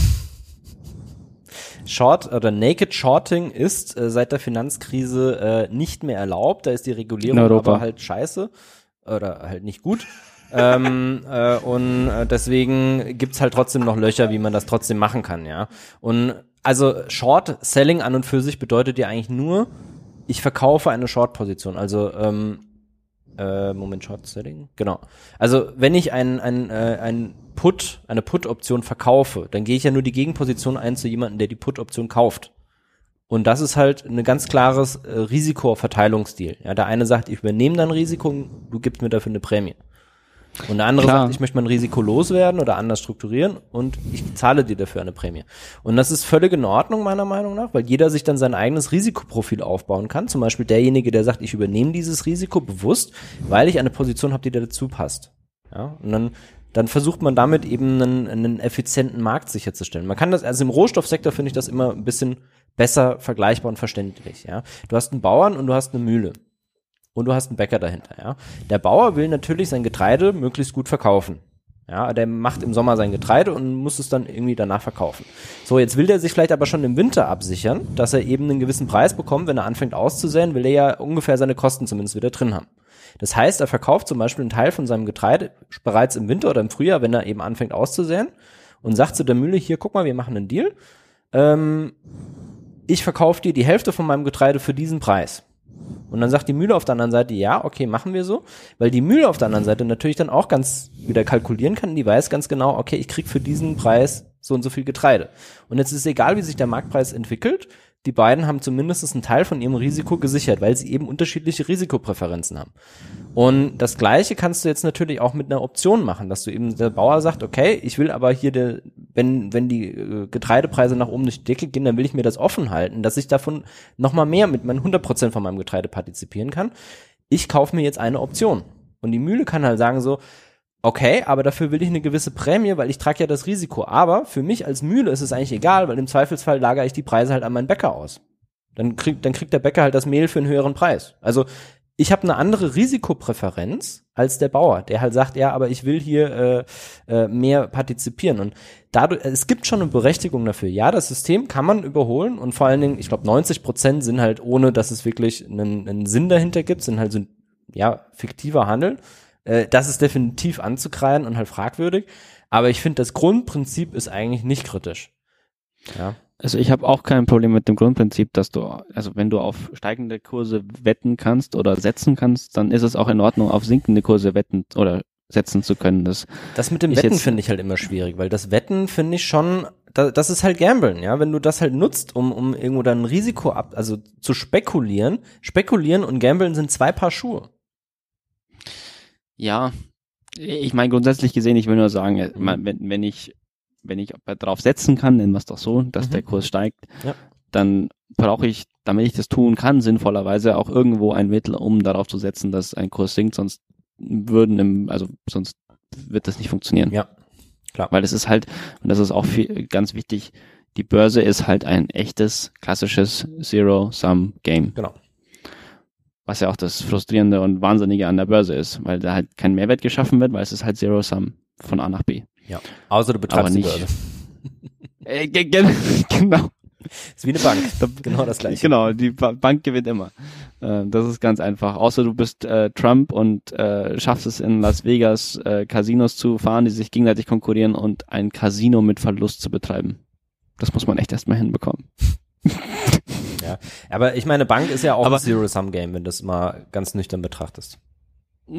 Short oder Naked Shorting ist seit der Finanzkrise nicht mehr erlaubt. Da ist die Regulierung aber halt scheiße oder halt nicht gut. Und deswegen gibt's halt trotzdem noch Löcher, wie man das trotzdem machen kann, ja. Und also Short Selling an und für sich bedeutet ja eigentlich nur, ich verkaufe eine Short-Position. Also Short Selling, genau. Also wenn ich eine Put-Option verkaufe, dann gehe ich ja nur die Gegenposition ein zu jemandem, der die Put-Option kauft. Und das ist halt ein ganz klares Risikoverteilungsdeal. Ja, der eine sagt, ich übernehme dann Risiko, du gibst mir dafür eine Prämie. Und der andere sagt, ich möchte mein Risiko loswerden oder anders strukturieren und ich zahle dir dafür eine Prämie. Und das ist völlig in Ordnung, meiner Meinung nach, weil jeder sich dann sein eigenes Risikoprofil aufbauen kann. Zum Beispiel derjenige, der sagt, ich übernehme dieses Risiko bewusst, weil ich eine Position habe, die dazu passt. Ja, und dann versucht man damit eben einen effizienten Markt sicherzustellen. Man kann das, also im Rohstoffsektor finde ich das immer ein bisschen besser vergleichbar und verständlich. Ja, du hast einen Bauern und du hast eine Mühle. Und du hast einen Bäcker dahinter, ja. Der Bauer will natürlich sein Getreide möglichst gut verkaufen. Ja, der macht im Sommer sein Getreide und muss es dann irgendwie danach verkaufen. So, jetzt will der sich vielleicht aber schon im Winter absichern, dass er eben einen gewissen Preis bekommt. Wenn er anfängt auszusäen, will er ja ungefähr seine Kosten zumindest wieder drin haben. Das heißt, er verkauft zum Beispiel einen Teil von seinem Getreide bereits im Winter oder im Frühjahr, wenn er eben anfängt auszusäen und sagt zu der Mühle, hier, guck mal, wir machen einen Deal. Ich verkaufe dir die Hälfte von meinem Getreide für diesen Preis. Und dann sagt die Mühle auf der anderen Seite, ja, okay, machen wir so, weil die Mühle auf der anderen Seite natürlich dann auch ganz wieder kalkulieren kann, die weiß ganz genau, okay, ich krieg für diesen Preis so und so viel Getreide. Und jetzt ist es egal, wie sich der Marktpreis entwickelt, die beiden haben zumindest einen Teil von ihrem Risiko gesichert, weil sie eben unterschiedliche Risikopräferenzen haben. Und das Gleiche kannst du jetzt natürlich auch mit einer Option machen, dass du eben, der Bauer sagt, okay, ich will aber hier, wenn die Getreidepreise nach oben durch die Decke gehen, dann will ich mir das offen halten, dass ich davon nochmal mehr mit meinen 100% von meinem Getreide partizipieren kann. Ich kaufe mir jetzt eine Option. Und die Mühle kann halt sagen so, okay, aber dafür will ich eine gewisse Prämie, weil ich trage ja das Risiko. Aber für mich als Mühle ist es eigentlich egal, weil im Zweifelsfall lagere ich die Preise halt an meinen Bäcker aus. Dann kriegt der Bäcker halt das Mehl für einen höheren Preis. Also ich habe eine andere Risikopräferenz als der Bauer, der halt sagt, ja, aber ich will hier mehr partizipieren. Und dadurch, es gibt schon eine Berechtigung dafür. Ja, das System kann man überholen und vor allen Dingen, ich glaube 90% sind halt, ohne dass es wirklich einen Sinn dahinter gibt, sind halt so, ja, fiktiver Handel. Das ist definitiv anzukreien und halt fragwürdig. Aber ich finde, das Grundprinzip ist eigentlich nicht kritisch. Ja. Also ich habe auch kein Problem mit dem Grundprinzip, dass du, also wenn du auf steigende Kurse wetten kannst oder setzen kannst, dann ist es auch in Ordnung, auf sinkende Kurse wetten oder setzen zu können. Das mit dem Wetten finde ich halt immer schwierig, weil das Wetten finde ich schon, das ist halt Gamblen, ja. Wenn du das halt nutzt, um irgendwo dann ein Risiko also zu spekulieren und Gamblen sind zwei Paar Schuhe. Ja, ich meine grundsätzlich gesehen, ich will nur sagen, wenn ich darauf setzen kann, nennen wir es doch so, dass der Kurs steigt, dann brauche ich, damit ich das tun kann, sinnvollerweise auch irgendwo ein Mittel, um darauf zu setzen, dass ein Kurs sinkt, sonst wird das nicht funktionieren. Ja, klar. Weil es ist halt, und das ist auch ganz wichtig, die Börse ist halt ein echtes, klassisches Zero-Sum-Game. Genau. Was ja auch das Frustrierende und Wahnsinnige an der Börse ist, weil da halt kein Mehrwert geschaffen wird, weil es ist halt Zero-Sum von A nach B. Ja, außer du betreibst die Börse. Genau. Ist wie eine Bank, genau das Gleiche. Genau, die Bank gewinnt immer. Das ist ganz einfach. Außer du bist Trump und schaffst es in Las Vegas Casinos zu fahren, die sich gegenseitig konkurrieren und ein Casino mit Verlust zu betreiben. Das muss man echt erstmal hinbekommen. Ja, aber ich meine, Bank ist ja auch ein Zero-Sum-Game, wenn du das mal ganz nüchtern betrachtest. Ja,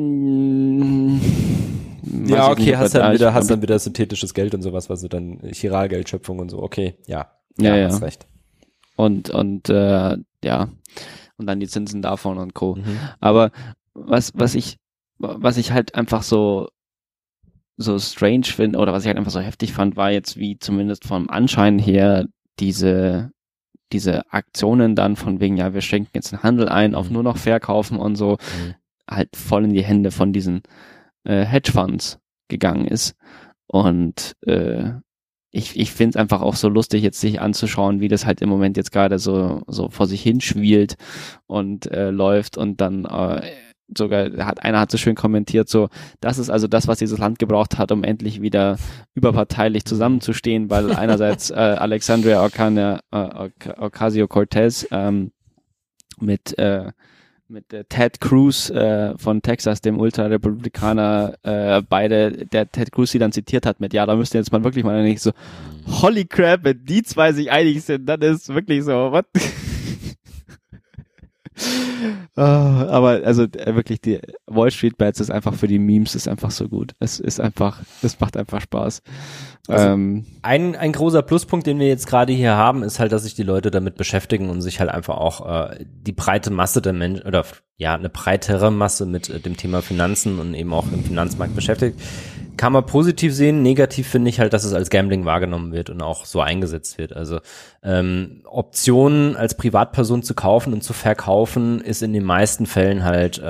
okay, hast dann wieder synthetisches Geld und sowas, was du dann Chiralgeldschöpfung und so, okay, ja, hast recht. Und dann die Zinsen davon und Co. Aber was ich halt einfach so strange finde, oder was ich halt einfach so heftig fand, war jetzt, wie zumindest vom Anschein her diese Aktionen dann von wegen, ja, wir schränken jetzt den Handel ein auf nur noch Verkaufen und so, halt voll in die Hände von diesen Hedgefonds gegangen ist. Und ich finde es einfach auch so lustig, jetzt sich anzuschauen, wie das halt im Moment jetzt gerade so vor sich hinschwielt und läuft und dann einer hat so schön kommentiert, so, das ist also das, was dieses Land gebraucht hat, um endlich wieder überparteilich zusammenzustehen, weil einerseits Alexandria Ocasio-Cortez mit Ted Cruz von Texas, dem Ultrarepublikaner, der Ted Cruz sie dann zitiert hat mit, ja, da müsste jetzt mal wirklich mal nicht so, holy crap, wenn die zwei sich einig sind, dann ist wirklich so, what? Aber also wirklich, die Wall Street Bets ist einfach für die Memes, ist einfach so gut. Es macht einfach Spaß. Also ein großer Pluspunkt, den wir jetzt gerade hier haben, ist halt, dass sich die Leute damit beschäftigen und sich halt einfach auch die breite Masse der Menschen oder ja, eine breitere Masse mit dem Thema Finanzen und eben auch im Finanzmarkt beschäftigt. Kann man positiv sehen, negativ finde ich halt, dass es als Gambling wahrgenommen wird und auch so eingesetzt wird. Also Optionen als Privatperson zu kaufen und zu verkaufen ist in den meisten Fällen halt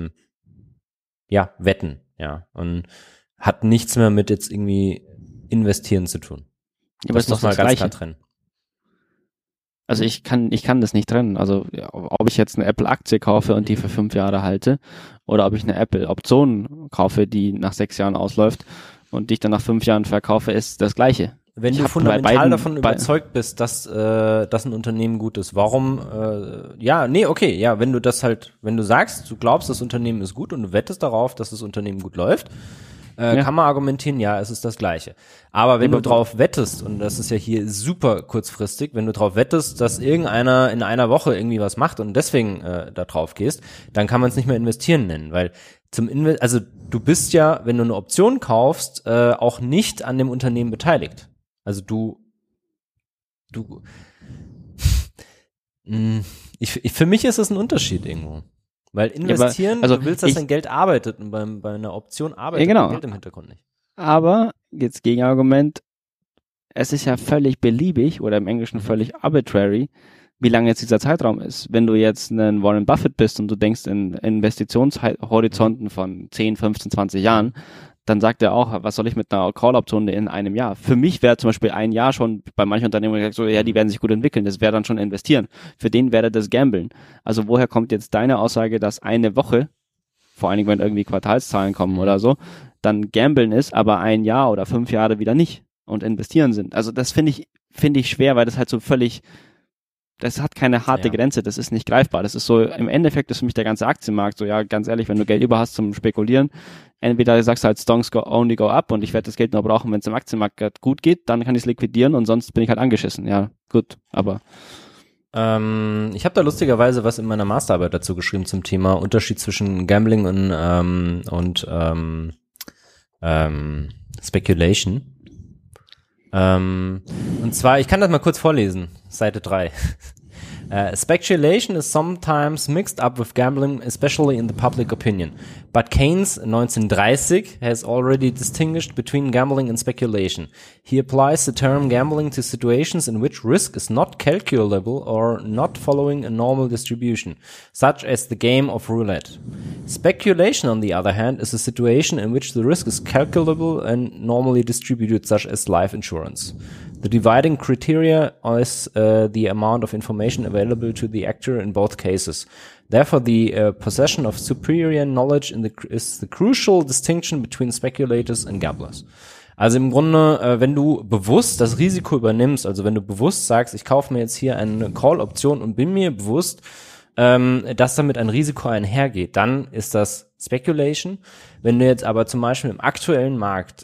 Wetten, ja, und hat nichts mehr mit jetzt irgendwie investieren zu tun. Ja, aber das muss man ganz klar trennen. Also ich kann das nicht trennen. Also ob ich jetzt eine Apple-Aktie kaufe und die für 5 Jahre halte oder ob ich eine Apple-Option kaufe, die nach 6 Jahren ausläuft und die ich dann nach 5 Jahren verkaufe, ist das Gleiche. Wenn du fundamental davon überzeugt bist, dass ein Unternehmen gut ist, warum, wenn du sagst, du glaubst, das Unternehmen ist gut und du wettest darauf, dass das Unternehmen gut läuft, kann man argumentieren, ja, es ist das Gleiche. Aber wenn du drauf wettest, und das ist ja hier super kurzfristig, wenn du drauf wettest, dass irgendeiner in einer Woche irgendwie was macht und deswegen da drauf gehst, dann kann man es nicht mehr investieren nennen, weil also du bist ja, wenn du eine Option kaufst, auch nicht an dem Unternehmen beteiligt. Also für mich ist es ein Unterschied irgendwo. Weil investieren, du willst, dass dein Geld arbeitet und bei einer Option arbeitet dein Geld im Hintergrund nicht. Aber, jetzt Gegenargument, es ist ja völlig beliebig oder im Englischen völlig arbitrary, wie lange jetzt dieser Zeitraum ist. Wenn du jetzt ein Warren Buffett bist und du denkst in Investitionshorizonten von 10, 15, 20 Jahren, dann sagt er auch, was soll ich mit einer Call-Option in einem Jahr? Für mich wäre zum Beispiel ein Jahr schon bei manchen Unternehmen gesagt, so, ja, die werden sich gut entwickeln, das wäre dann schon investieren. Für den wäre das Gamblen. Also woher kommt jetzt deine Aussage, dass eine Woche, vor allen Dingen, wenn irgendwie Quartalszahlen kommen oder so, dann Gamblen ist, aber ein Jahr oder 5 Jahre wieder nicht und investieren sind? Also das finde ich schwer, weil das halt so völlig, das hat keine harte Grenze, das ist nicht greifbar. Das ist so, im Endeffekt ist für mich der ganze Aktienmarkt so, ja, ganz ehrlich, wenn du Geld über hast zum Spekulieren, entweder sagst du halt, Stocks only go up und ich werde das Geld nur brauchen, wenn es im Aktienmarkt gut geht, dann kann ich es liquidieren und sonst bin ich halt angeschissen. Ja, gut, aber ich habe da lustigerweise was in meiner Masterarbeit dazu geschrieben zum Thema Unterschied zwischen Gambling und Speculation. Und zwar, ich kann das mal kurz vorlesen, Seite 3. Speculation is sometimes mixed up with gambling, especially in the public opinion. But Keynes, 1930, has already distinguished between gambling and speculation. He applies the term gambling to situations in which risk is not calculable or not following a normal distribution, such as the game of roulette. Speculation, on the other hand, is a situation in which the risk is calculable and normally distributed, such as life insurance. The dividing criteria is the amount of information available to the actor in both cases. Therefore, the possession of superior knowledge is the crucial distinction between speculators and gamblers. Also im Grunde, wenn du bewusst das Risiko übernimmst, also wenn du bewusst sagst, ich kaufe mir jetzt hier eine Call-Option und bin mir bewusst, dass damit ein Risiko einhergeht, dann ist das Speculation. Wenn du jetzt aber zum Beispiel im aktuellen Markt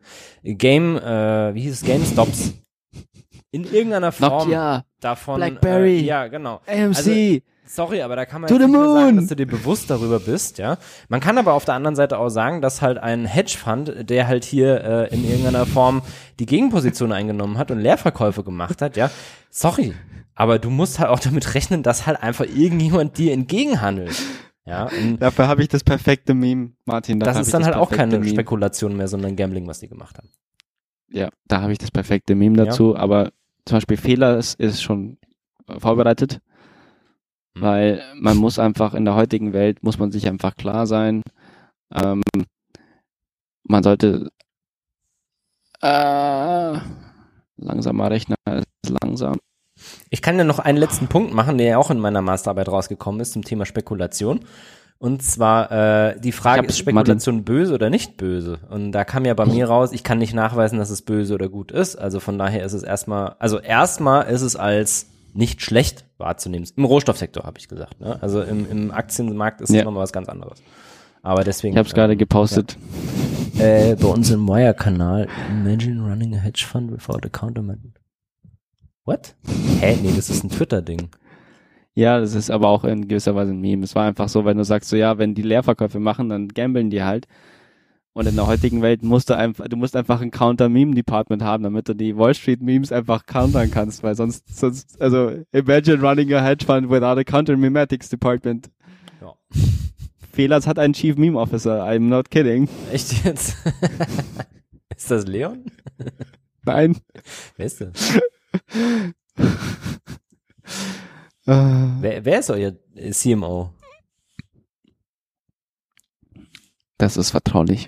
GameStops in irgendeiner Form Nokia, davon, BlackBerry, ja genau, AMC, also, sorry, aber da kann man jetzt nicht mehr sagen, dass du dir bewusst darüber bist, ja. Man kann aber auf der anderen Seite auch sagen, dass halt ein Hedgefund, der halt hier in irgendeiner Form die Gegenposition eingenommen hat und Leerverkäufe gemacht hat, ja, sorry, aber du musst halt auch damit rechnen, dass halt einfach irgendjemand dir entgegenhandelt. Ja, dafür habe ich das perfekte Meme, Martin. Das ist dann halt auch keine Spekulation mehr, sondern Gambling, was die gemacht haben. Ja, da habe ich das perfekte Meme dazu, aber zum Beispiel Fehler ist schon vorbereitet, weil man muss einfach in der heutigen Welt, muss man sich einfach klar sein, man sollte langsamer Rechner ist langsam. Ich kann ja noch einen letzten Punkt machen, der ja auch in meiner Masterarbeit rausgekommen ist zum Thema Spekulation. Und zwar die Frage, ist Spekulation böse oder nicht böse? Und da kam ja bei mir raus, ich kann nicht nachweisen, dass es böse oder gut ist. Also von daher ist es erstmal ist es als nicht schlecht wahrzunehmen. Im Rohstoffsektor habe ich gesagt. Ne? Also im Aktienmarkt ist es nochmal was ganz anderes. Aber deswegen. Ich habe es gerade gepostet. Ja. Bei uns im Wire-Kanal. Imagine running a hedge fund without a countermeasure. What? Hä? Nee, das ist ein Twitter-Ding. Ja, das ist aber auch in gewisser Weise ein Meme. Es war einfach so, wenn du sagst, so ja, wenn die Leerverkäufe machen, dann gambeln die halt. Und in der heutigen Welt musst du einfach ein Counter-Meme-Department haben, damit du die Wall Street-Memes einfach countern kannst, weil sonst, also imagine running a hedge fund without a counter-memetics department. Ja. Fehlers hat einen Chief Meme Officer, I'm not kidding. Echt jetzt? Ist das Leon? Nein. Wer ist das? Wer ist euer CMO? Das ist vertraulich.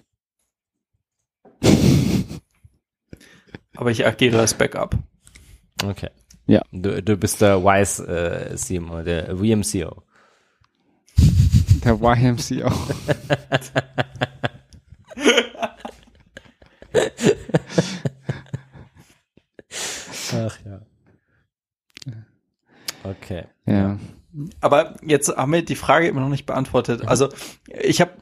Aber ich agiere als Backup. Okay. Ja. Du bist der Wise CMO, der VMCO. Der YMCO. Ach ja. Okay. Ja. Aber jetzt haben wir die Frage immer noch nicht beantwortet. Also ich habe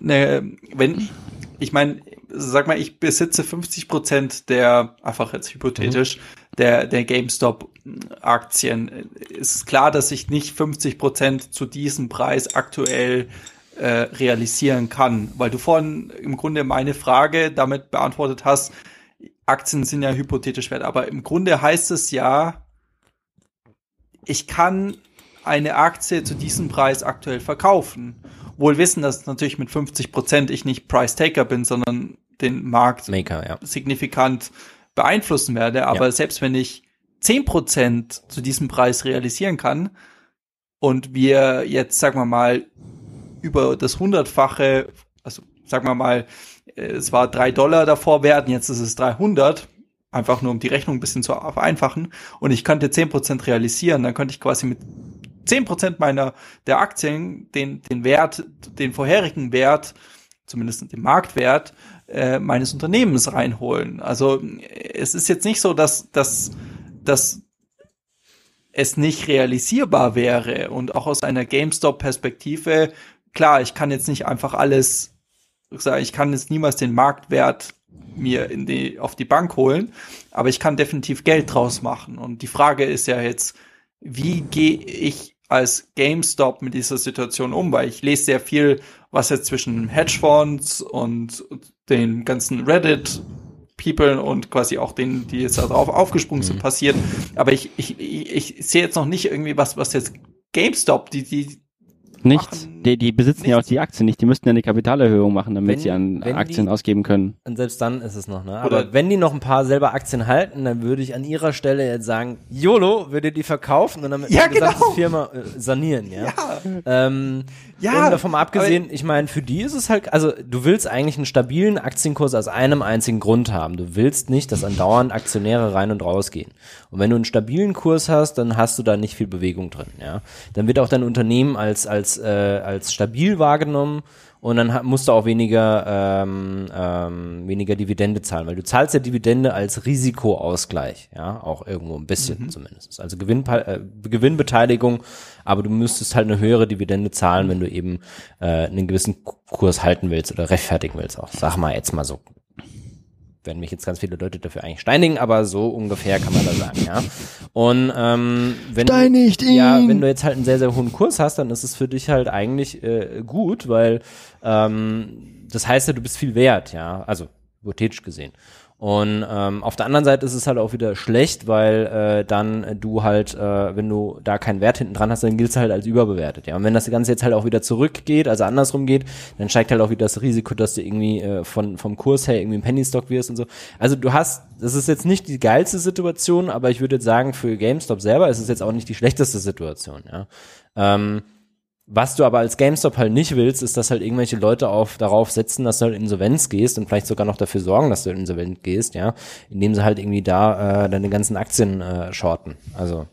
sag mal, ich besitze 50% der, einfach jetzt hypothetisch, der GameStop-Aktien. Ist klar, dass ich nicht 50% zu diesem Preis aktuell realisieren kann, weil du vorhin im Grunde meine Frage damit beantwortet hast, Aktien sind ja hypothetisch wert, aber im Grunde heißt es ja, ich kann eine Aktie zu diesem Preis aktuell verkaufen. Wohl wissen, dass natürlich mit 50% ich nicht Price Taker bin, sondern den Markt signifikant beeinflussen werde. Aber selbst wenn ich 10% zu diesem Preis realisieren kann und wir jetzt, sagen wir mal, über das 100-fache, also sagen wir mal, es war $3 davor wert, jetzt ist es 300, einfach nur um die Rechnung ein bisschen zu vereinfachen, und ich könnte 10% realisieren, dann könnte ich quasi mit 10% der Aktien den vorherigen Wert, zumindest den Marktwert, meines Unternehmens reinholen. Also es ist jetzt nicht so, dass es nicht realisierbar wäre, und auch aus einer GameStop-Perspektive, klar, ich kann jetzt nicht einfach alles sagen, ich kann jetzt niemals den Marktwert mir auf die Bank holen, aber ich kann definitiv Geld draus machen. Und die Frage ist ja jetzt, wie gehe ich als GameStop mit dieser Situation um? Weil ich lese sehr viel, was jetzt zwischen Hedgefonds und den ganzen Reddit-People und quasi auch denen, die jetzt da drauf aufgesprungen sind, passiert. Aber ich sehe jetzt noch nicht irgendwie was jetzt GameStop, die nichts. Die besitzen ja auch die Aktien nicht. Die müssten ja eine Kapitalerhöhung machen, damit sie an Aktien ausgeben können. Und selbst dann ist es noch, ne? Aber wenn die noch ein paar selber Aktien halten, dann würde ich an ihrer Stelle jetzt sagen, YOLO, würde die verkaufen und damit die gesamte Firma sanieren, ja? Und davon abgesehen, ich meine, für die ist es halt, also du willst eigentlich einen stabilen Aktienkurs aus einem einzigen Grund haben. Du willst nicht, dass andauernd Aktionäre rein und raus gehen. Und wenn du einen stabilen Kurs hast, dann hast du da nicht viel Bewegung drin, ja? Dann wird auch dein Unternehmen als stabil wahrgenommen, und dann musst du auch weniger Dividende zahlen, weil du zahlst ja Dividende als Risikoausgleich, ja, auch irgendwo ein bisschen zumindest. Also Gewinnbeteiligung, aber du müsstest halt eine höhere Dividende zahlen, wenn du eben einen gewissen Kurs halten willst oder rechtfertigen willst, auch, sag mal jetzt mal so. Werden mich jetzt ganz viele Leute dafür eigentlich steinigen, aber so ungefähr kann man da sagen, ja. Und wenn du jetzt halt einen sehr, sehr hohen Kurs hast, dann ist es für dich halt eigentlich gut, weil das heißt ja, du bist viel wert, ja, also hypothetisch gesehen. Und auf der anderen Seite ist es halt auch wieder schlecht, weil dann du halt, wenn du da keinen Wert hinten dran hast, dann gilt es halt als überbewertet, ja. Und wenn das Ganze jetzt halt auch wieder zurückgeht, also andersrum geht, dann steigt halt auch wieder das Risiko, dass du irgendwie vom Kurs her irgendwie ein Penny-Stock wirst und so. Also das ist jetzt nicht die geilste Situation, aber ich würde jetzt sagen, für GameStop selber ist es jetzt auch nicht die schlechteste Situation, ja. Was du aber als GameStop halt nicht willst, ist, dass halt irgendwelche Leute darauf setzen, dass du halt in Insolvenz gehst und vielleicht sogar noch dafür sorgen, dass du in Insolvenz gehst, ja, indem sie halt irgendwie da deine ganzen Aktien shorten. Also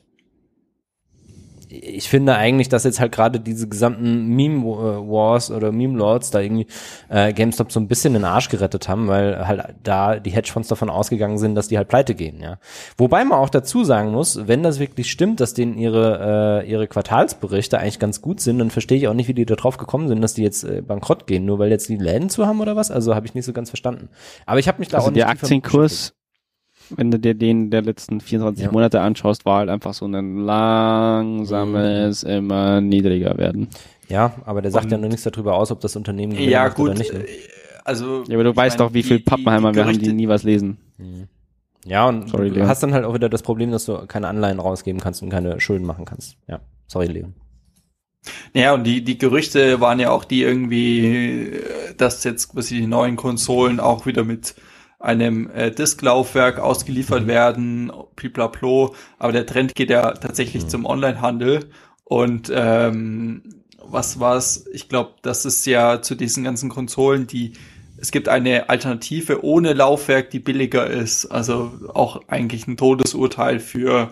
ich finde eigentlich, dass jetzt halt gerade diese gesamten Meme-Wars oder Meme-Lords da irgendwie GameStop so ein bisschen den Arsch gerettet haben, weil halt da die Hedgefonds davon ausgegangen sind, dass die halt pleite gehen, ja. Wobei man auch dazu sagen muss, wenn das wirklich stimmt, dass denen ihre Quartalsberichte eigentlich ganz gut sind, dann verstehe ich auch nicht, wie die da drauf gekommen sind, dass die jetzt bankrott gehen, nur weil jetzt die Läden zu haben oder was? Also habe ich nicht so ganz verstanden. Aber ich habe mich da auch nicht der Aktienkurs wenn du dir den der letzten 24 Monate anschaust, war halt einfach so ein langsames, immer niedriger werden. Ja, aber der sagt ja noch nichts darüber aus, ob das Unternehmen gewinnt macht oder nicht. Also, ja, aber du weißt doch, wie viel Pappenheimer wir haben, die nie was lesen. Ja, und du hast dann halt auch wieder das Problem, dass du keine Anleihen rausgeben kannst und keine Schulden machen kannst. Ja, sorry, Leon. Ja, und die Gerüchte waren ja auch die irgendwie, dass jetzt quasi die neuen Konsolen auch wieder mit einem Disklaufwerk ausgeliefert werden, piplaplo, aber der Trend geht ja tatsächlich zum Onlinehandel und was war's? Ich glaube, das ist ja zu diesen ganzen Konsolen, es gibt eine Alternative ohne Laufwerk, die billiger ist, also auch eigentlich ein Todesurteil für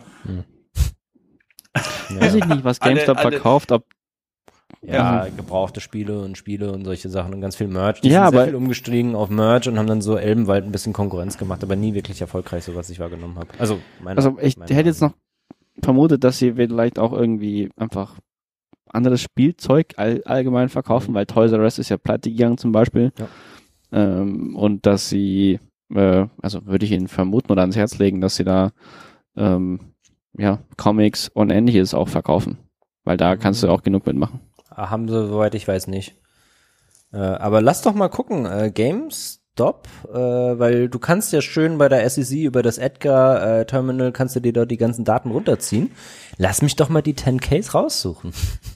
weiß ich nicht, was GameStop verkauft, ob gebrauchte Spiele und solche Sachen und ganz viel Merch. Die sind sehr viel umgestiegen auf Merch und haben dann so Elbenwald ein bisschen Konkurrenz gemacht, aber nie wirklich erfolgreich, so was ich wahrgenommen habe. Also ich hätte jetzt noch vermutet, dass sie vielleicht auch irgendwie einfach anderes Spielzeug allgemein verkaufen, weil Toys R Us ist ja pleite gegangen zum Beispiel. Ja. Und dass sie, also würde ich Ihnen vermuten oder ans Herz legen, dass sie da Comics und Ähnliches auch verkaufen. Weil da kannst du auch genug mitmachen. Haben sie, soweit ich weiß, nicht. Aber lass doch mal gucken, GameStop, weil du kannst ja schön bei der SEC über das Edgar-Terminal kannst du dir dort die ganzen Daten runterziehen. Lass mich doch mal die 10Ks raussuchen.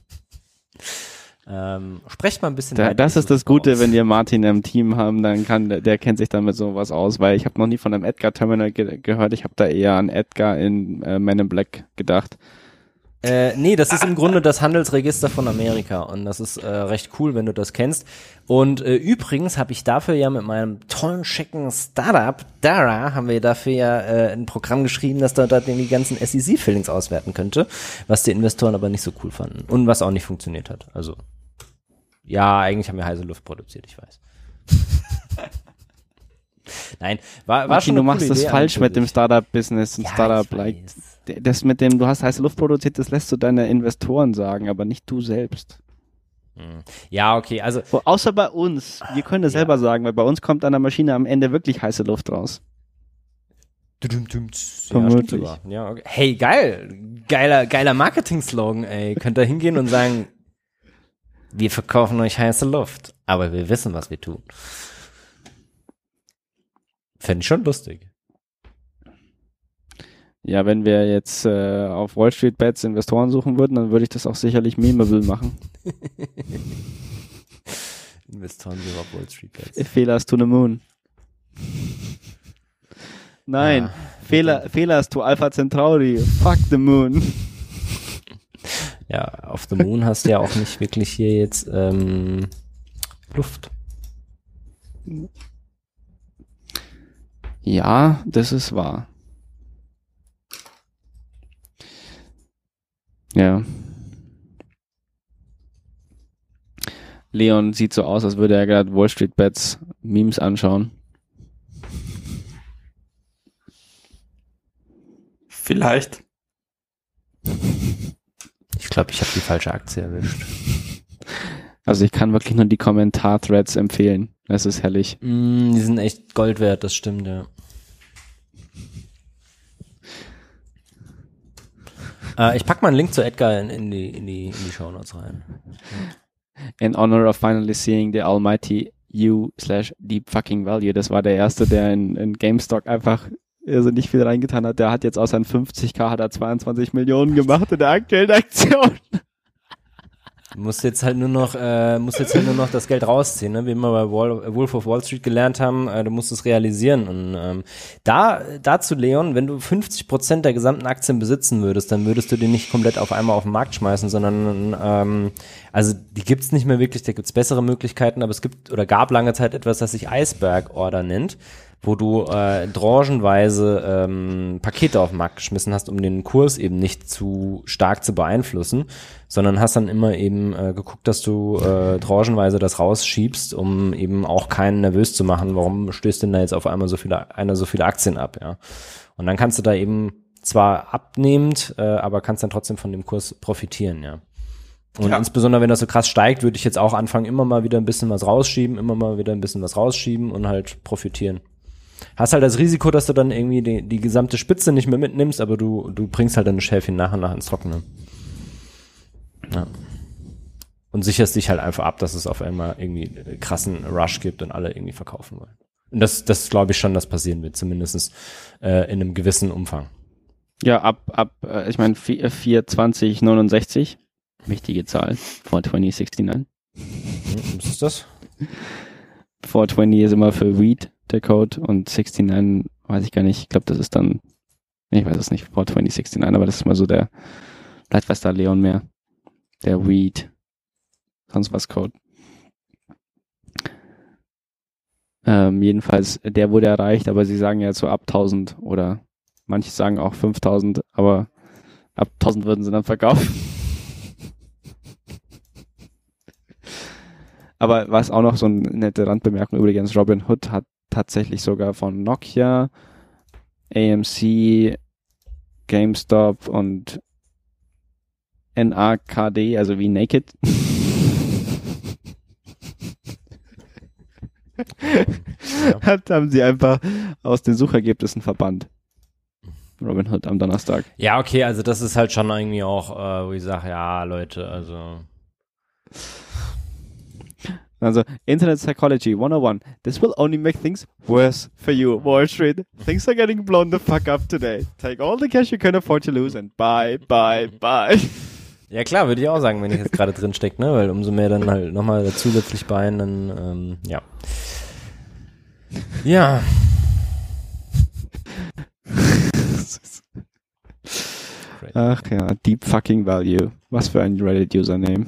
Sprecht mal ein bisschen weiter. Das ist das Gute, wenn wir Martin im Team haben, dann der kennt sich damit sowas aus, weil ich habe noch nie von einem Edgar-Terminal gehört, ich habe da eher an Edgar in Men in Black gedacht. Nee, das ist im Grunde das Handelsregister von Amerika und das ist recht cool, wenn du das kennst. Und übrigens habe ich dafür ja mit meinem tollen, schicken Startup, Dara, haben wir dafür ja ein Programm geschrieben, das da die ganzen SEC-Fillings auswerten könnte, was die Investoren aber nicht so cool fanden und was auch nicht funktioniert hat. Also, ja, eigentlich haben wir heiße Luft produziert, ich weiß. Nein, war Martin, schon du machst das falsch mit dem Startup-Business. Ein Startup-like. Das mit dem, du hast heiße Luft produziert, das lässt du deine Investoren sagen, aber nicht du selbst. Ja, okay, also. Außer bei uns. Wir können das selber sagen, weil bei uns kommt an der Maschine am Ende wirklich heiße Luft raus. Vermutlich. Ja, okay. Hey, geiler Marketing-Slogan, ey. Könnt ihr hingehen und sagen, wir verkaufen euch heiße Luft, aber wir wissen, was wir tun. Fände ich schon lustig. Ja, wenn wir jetzt auf Wall Street Bets Investoren suchen würden, dann würde ich das auch sicherlich memeable machen. Investoren auf Wall Street Bets. Fehlers to the moon. Nein, Fehlers to Alpha Centauri. Fuck the moon. Ja, auf the moon hast du ja auch nicht wirklich hier jetzt Luft. Ja, das ist wahr. Ja. Leon sieht so aus, als würde er gerade Wall Street Bets Memes anschauen. Vielleicht. Ich glaube, ich habe die falsche Aktie erwischt. Also ich kann wirklich nur die Kommentar-Threads empfehlen. Das ist herrlich. Die sind echt Gold wert, das stimmt, ja. Ich pack mal einen Link zu Edgar in die Shownotes rein. In honor of finally seeing the almighty you/deep fucking value. Das war der erste, der in GameStop einfach nicht viel reingetan hat. Der hat jetzt aus seinen 50k hat er 22 Millionen gemacht in der aktuellen Aktion. Muss jetzt halt nur noch das Geld rausziehen, ne? Wie wir bei Wolf of Wall Street gelernt haben, du musst es realisieren. Und dazu, Leon, wenn du 50% der gesamten Aktien besitzen würdest, dann würdest du die nicht komplett auf einmal auf den Markt schmeißen, sondern also die gibt's nicht mehr wirklich, da gibt's bessere Möglichkeiten, aber es gibt oder gab lange Zeit etwas, das sich Iceberg Order nennt, wo du tranchenweise Pakete auf den Markt geschmissen hast, um den Kurs eben nicht zu stark zu beeinflussen, sondern hast dann immer eben geguckt, dass du tranchenweise das rausschiebst, um eben auch keinen nervös zu machen, warum stößt denn da jetzt auf einmal so viele Aktien ab, ja. Und dann kannst du da eben zwar abnehmend, aber kannst dann trotzdem von dem Kurs profitieren, ja. Und insbesondere, wenn das so krass steigt, würde ich jetzt auch anfangen, immer mal wieder ein bisschen was rausschieben und halt profitieren. Hast halt das Risiko, dass du dann irgendwie die gesamte Spitze nicht mehr mitnimmst, aber du bringst halt deine Schäfchen nach und nach ins Trockene. Ja. Und sicherst dich halt einfach ab, dass es auf einmal irgendwie einen krassen Rush gibt und alle irgendwie verkaufen wollen. Und das glaube ich schon, dass passieren wird, zumindest in einem gewissen Umfang. Ja, ich meine 42069, wichtige Zahl, 42069. Was ist das? 420 ist immer für Weed, der Code, und 69 weiß ich gar nicht, ich glaube, das ist dann, ich weiß es nicht, 42069, aber das ist mal so der, vielleicht weiß da Leon mehr, der Weed, sonst was Code. Jedenfalls, der wurde erreicht, aber sie sagen ja so ab 1000 oder manche sagen auch 5000, aber ab 1000 würden sie dann verkaufen. Aber was auch noch so eine nette Randbemerkung übrigens, Robinhood hat tatsächlich sogar von Nokia, AMC, GameStop und NAKD, also wie Naked. Haben sie einfach aus den Suchergebnissen verbannt. Robinhood am Donnerstag. Ja, okay, also das ist halt schon irgendwie auch, wo ich sage, ja, Leute, also Internet Psychology 101. This will only make things worse for you, Wall Street. Things are getting blown the fuck up today. Take all the cash you can afford to lose and buy. Ja klar, würde ich auch sagen, wenn ich jetzt gerade drin stecke, ne, weil umso mehr dann halt nochmal zusätzlich Bein, dann, ja. Ja. Ach ja, Deep Fucking Value. Was für ein Reddit-Username.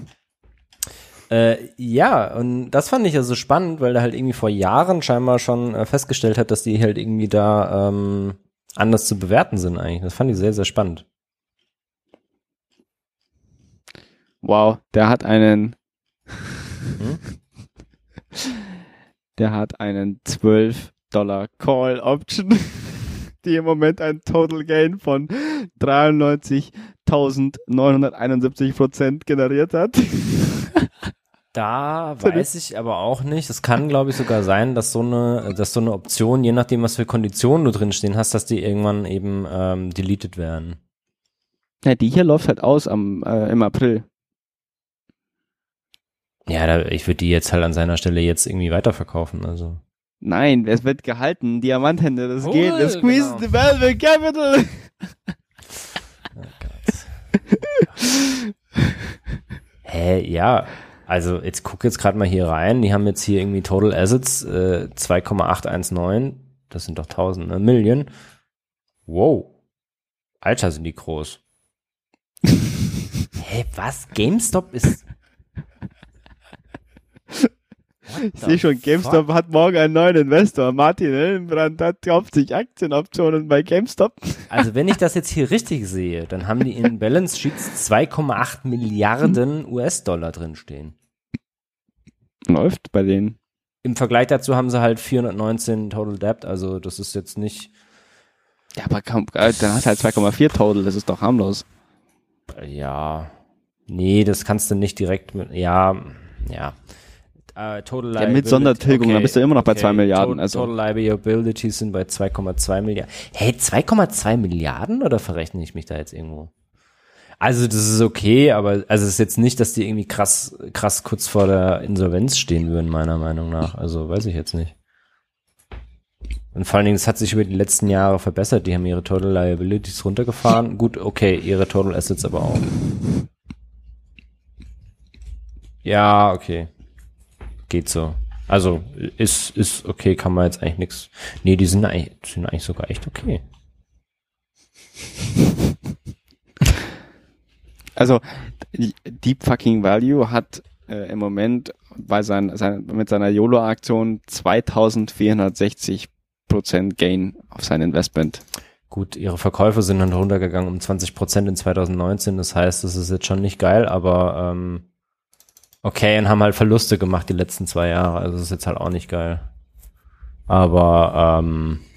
Ja, und das fand ich ja so spannend, weil er halt irgendwie vor Jahren scheinbar schon festgestellt hat, dass die halt irgendwie da anders zu bewerten sind eigentlich. Das fand ich sehr, sehr spannend. Wow, der hat einen 12 $12 Call Option, die im Moment ein Total Gain von 93.971% generiert hat. Da weiß ich aber auch nicht. Es kann, glaube ich, sogar sein, dass so eine Option, je nachdem, was für Konditionen du drinstehen hast, dass die irgendwann eben deleted werden. Ja, die hier läuft halt aus im April. Ja, ich würde die jetzt halt an seiner Stelle jetzt irgendwie weiterverkaufen, also. Nein, es wird gehalten. Diamanthände, das geht. Das squeezes the velvet capital. Oh Gott. Ja. Also jetzt guck jetzt gerade mal hier rein. Die haben jetzt hier irgendwie Total Assets 2,819. Das sind doch 1000, ne? Million. Wow. Alter, sind die groß. Was? GameStop ist... Ich sehe schon, GameStop hat morgen einen neuen Investor. Martin Hillenbrand kauft sich Aktienoptionen bei GameStop. Also wenn ich das jetzt hier richtig sehe, dann haben die in Balance Sheets 2,8 Milliarden US-Dollar drinstehen. Läuft bei denen. Im Vergleich dazu haben sie halt 419 Total Debt, also das ist jetzt nicht... Ja, aber dann hat halt 2,4 Total, das ist doch harmlos. Ja, nee, das kannst du nicht direkt mit, ja. Total Liability. Ja, mit Sondertilgung, okay, dann bist du immer noch bei 2 Milliarden. Total Liabilities sind bei 2,2 Milliarden. 2,2 Milliarden oder verrechne ich mich da jetzt irgendwo? Also das ist okay, aber also es ist jetzt nicht, dass die irgendwie krass kurz vor der Insolvenz stehen würden, meiner Meinung nach. Also weiß ich jetzt nicht. Und vor allen Dingen, es hat sich über die letzten Jahre verbessert. Die haben ihre Total Liabilities runtergefahren. Gut, okay, ihre Total Assets aber auch. Ja, okay. Geht so. Also ist okay, kann man jetzt eigentlich nichts. Nee, die sind eigentlich sogar echt okay. Also Deep Fucking Value hat im Moment bei mit seiner YOLO-Aktion 2460% Gain auf sein Investment. Gut, ihre Verkäufe sind dann runtergegangen um 20% in 2019. Das heißt, das ist jetzt schon nicht geil, aber okay, und haben halt Verluste gemacht die letzten 2 Jahre. Also das ist jetzt halt auch nicht geil. Aber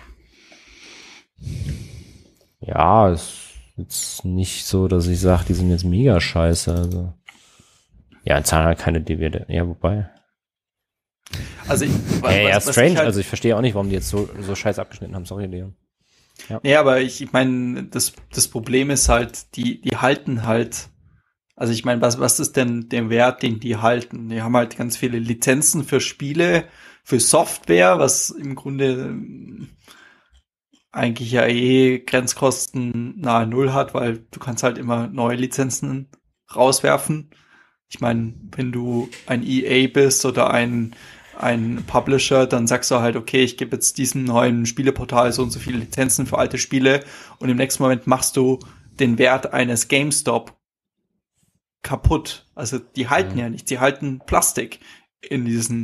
ja, ist jetzt nicht so, dass ich sage, die sind jetzt mega scheiße. Also ja, zahlen halt keine Dividende. Ja, wobei. Also strange. Also ich verstehe auch nicht, warum die jetzt so scheiß abgeschnitten haben. Sorry, Leon. Ja. Nee, aber ich meine, das Problem ist halt, die halten halt, also ich meine, was ist denn der Wert, den die halten? Die haben halt ganz viele Lizenzen für Spiele, für Software, was im Grunde eigentlich ja Grenzkosten nahe Null hat, weil du kannst halt immer neue Lizenzen rauswerfen. Ich meine, wenn du ein EA bist oder ein Publisher, dann sagst du halt, okay, ich gebe jetzt diesem neuen Spieleportal so und so viele Lizenzen für alte Spiele und im nächsten Moment machst du den Wert eines GameStop kaputt. Also die halten ja nicht, die halten Plastik in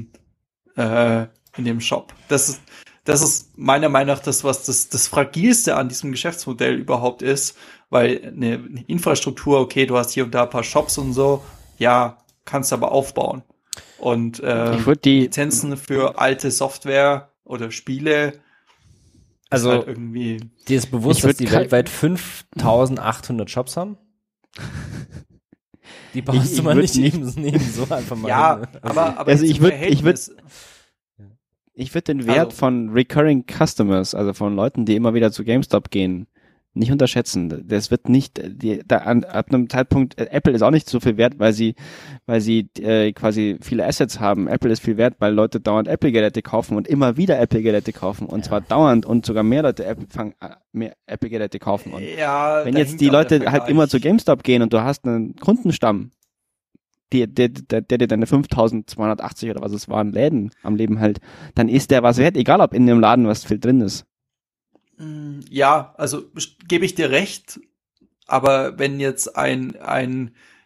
dem Shop. Das ist meiner Meinung nach das, was das Fragilste an diesem Geschäftsmodell überhaupt ist, weil eine Infrastruktur, okay, du hast hier und da ein paar Shops und so, ja, kannst aber aufbauen. Und die Lizenzen für alte Software oder Spiele, also halt irgendwie. Dir ist bewusst, dass die weltweit 5.800 Shops haben? Die brauchst du mal nicht nehmen, so einfach mal. Ja, hin. Aber also ich würde den Wert von Recurring Customers, also von Leuten, die immer wieder zu GameStop gehen, nicht unterschätzen. Das wird nicht, ab einem Zeitpunkt, Apple ist auch nicht so viel wert, weil sie quasi viele Assets haben. Apple ist viel wert, weil Leute dauernd Apple-Geräte kaufen und immer wieder Apple-Geräte kaufen und zwar dauernd und sogar mehr Leute mehr Apple-Geräte kaufen. Und wenn jetzt die Leute halt immer zu GameStop gehen und du hast einen Kundenstamm, der dir deine 5.280 oder was es waren Läden am Leben hält, dann ist der was wert, egal ob in dem Laden was viel drin ist. Ja, also gebe ich dir recht, aber wenn jetzt eine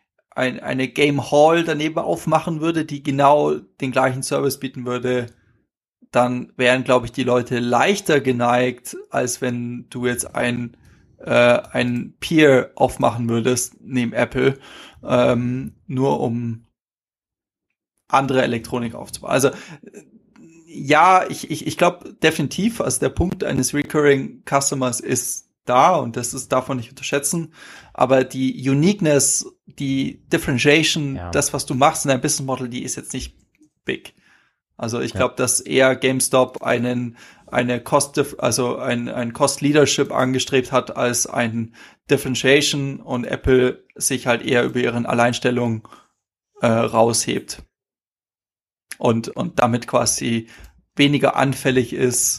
Game Hall daneben aufmachen würde, die genau den gleichen Service bieten würde, dann wären, glaube ich, die Leute leichter geneigt, als wenn du jetzt ein Peer aufmachen würdest neben Apple, nur um andere Elektronik aufzubauen. Also ja, ich glaube definitiv, also der Punkt eines Recurring Customers ist da und das ist davon nicht unterschätzen, aber die Uniqueness, die Differentiation, das, was du machst in deinem Business Model, die ist jetzt nicht big. Also ich glaube, dass eher GameStop ein Cost Leadership angestrebt hat als ein Differentiation und Apple sich halt eher über ihren Alleinstellung raushebt. Und damit quasi weniger anfällig ist.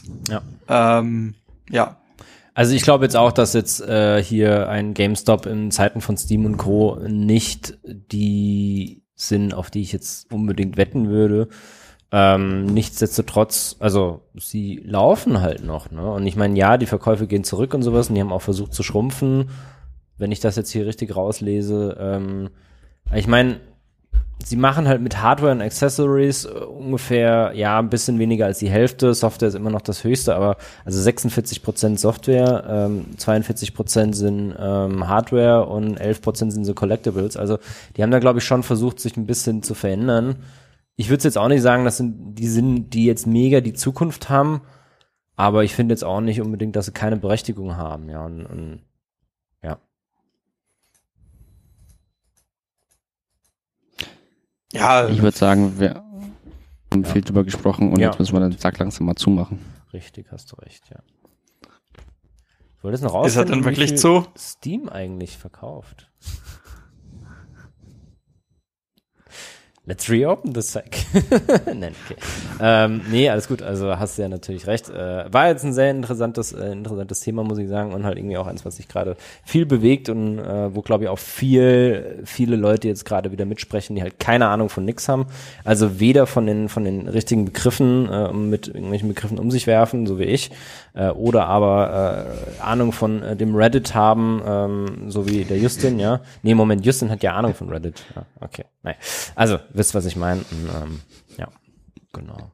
Ja. Also ich glaube jetzt auch, dass jetzt hier ein GameStop in Zeiten von Steam und Co. nicht die sind, auf die ich jetzt unbedingt wetten würde. Nichtsdestotrotz, also sie laufen halt noch, ne? Und ich meine, ja, die Verkäufe gehen zurück und sowas und die haben auch versucht zu schrumpfen, wenn ich das jetzt hier richtig rauslese. Ich meine, sie machen halt mit Hardware und Accessories ungefähr, ein bisschen weniger als die Hälfte. Software ist immer noch das Höchste, aber also 46% Software, 42% sind Hardware und 11% sind so Collectibles. Also die haben da, glaube ich, schon versucht, sich ein bisschen zu verändern. Ich würde jetzt auch nicht sagen, die jetzt mega die Zukunft haben, aber ich finde jetzt auch nicht unbedingt, dass sie keine Berechtigung haben. Ja, und ja, ich würde sagen, wir haben viel drüber gesprochen und jetzt müssen wir den Sack langsam mal zumachen. Richtig, hast du recht, ja. Ich wollte jetzt noch rausfinden, ist er denn wirklich zu? Steam eigentlich verkauft. Let's reopen the sack. Nein, okay. Nee, alles gut, also hast du ja natürlich recht. War jetzt ein sehr interessantes Thema, muss ich sagen, und halt irgendwie auch eins, was sich gerade viel bewegt und wo, glaube ich, auch viele Leute jetzt gerade wieder mitsprechen, die halt keine Ahnung von nix haben. Also weder von den richtigen Begriffen, mit irgendwelchen Begriffen um sich werfen, so wie ich, oder aber Ahnung von dem Reddit haben, so wie der Justin, ja. Nee, Moment, Justin hat ja Ahnung von Reddit. Ja, okay, nein. Also, wisst, was ich meine. Ja, genau.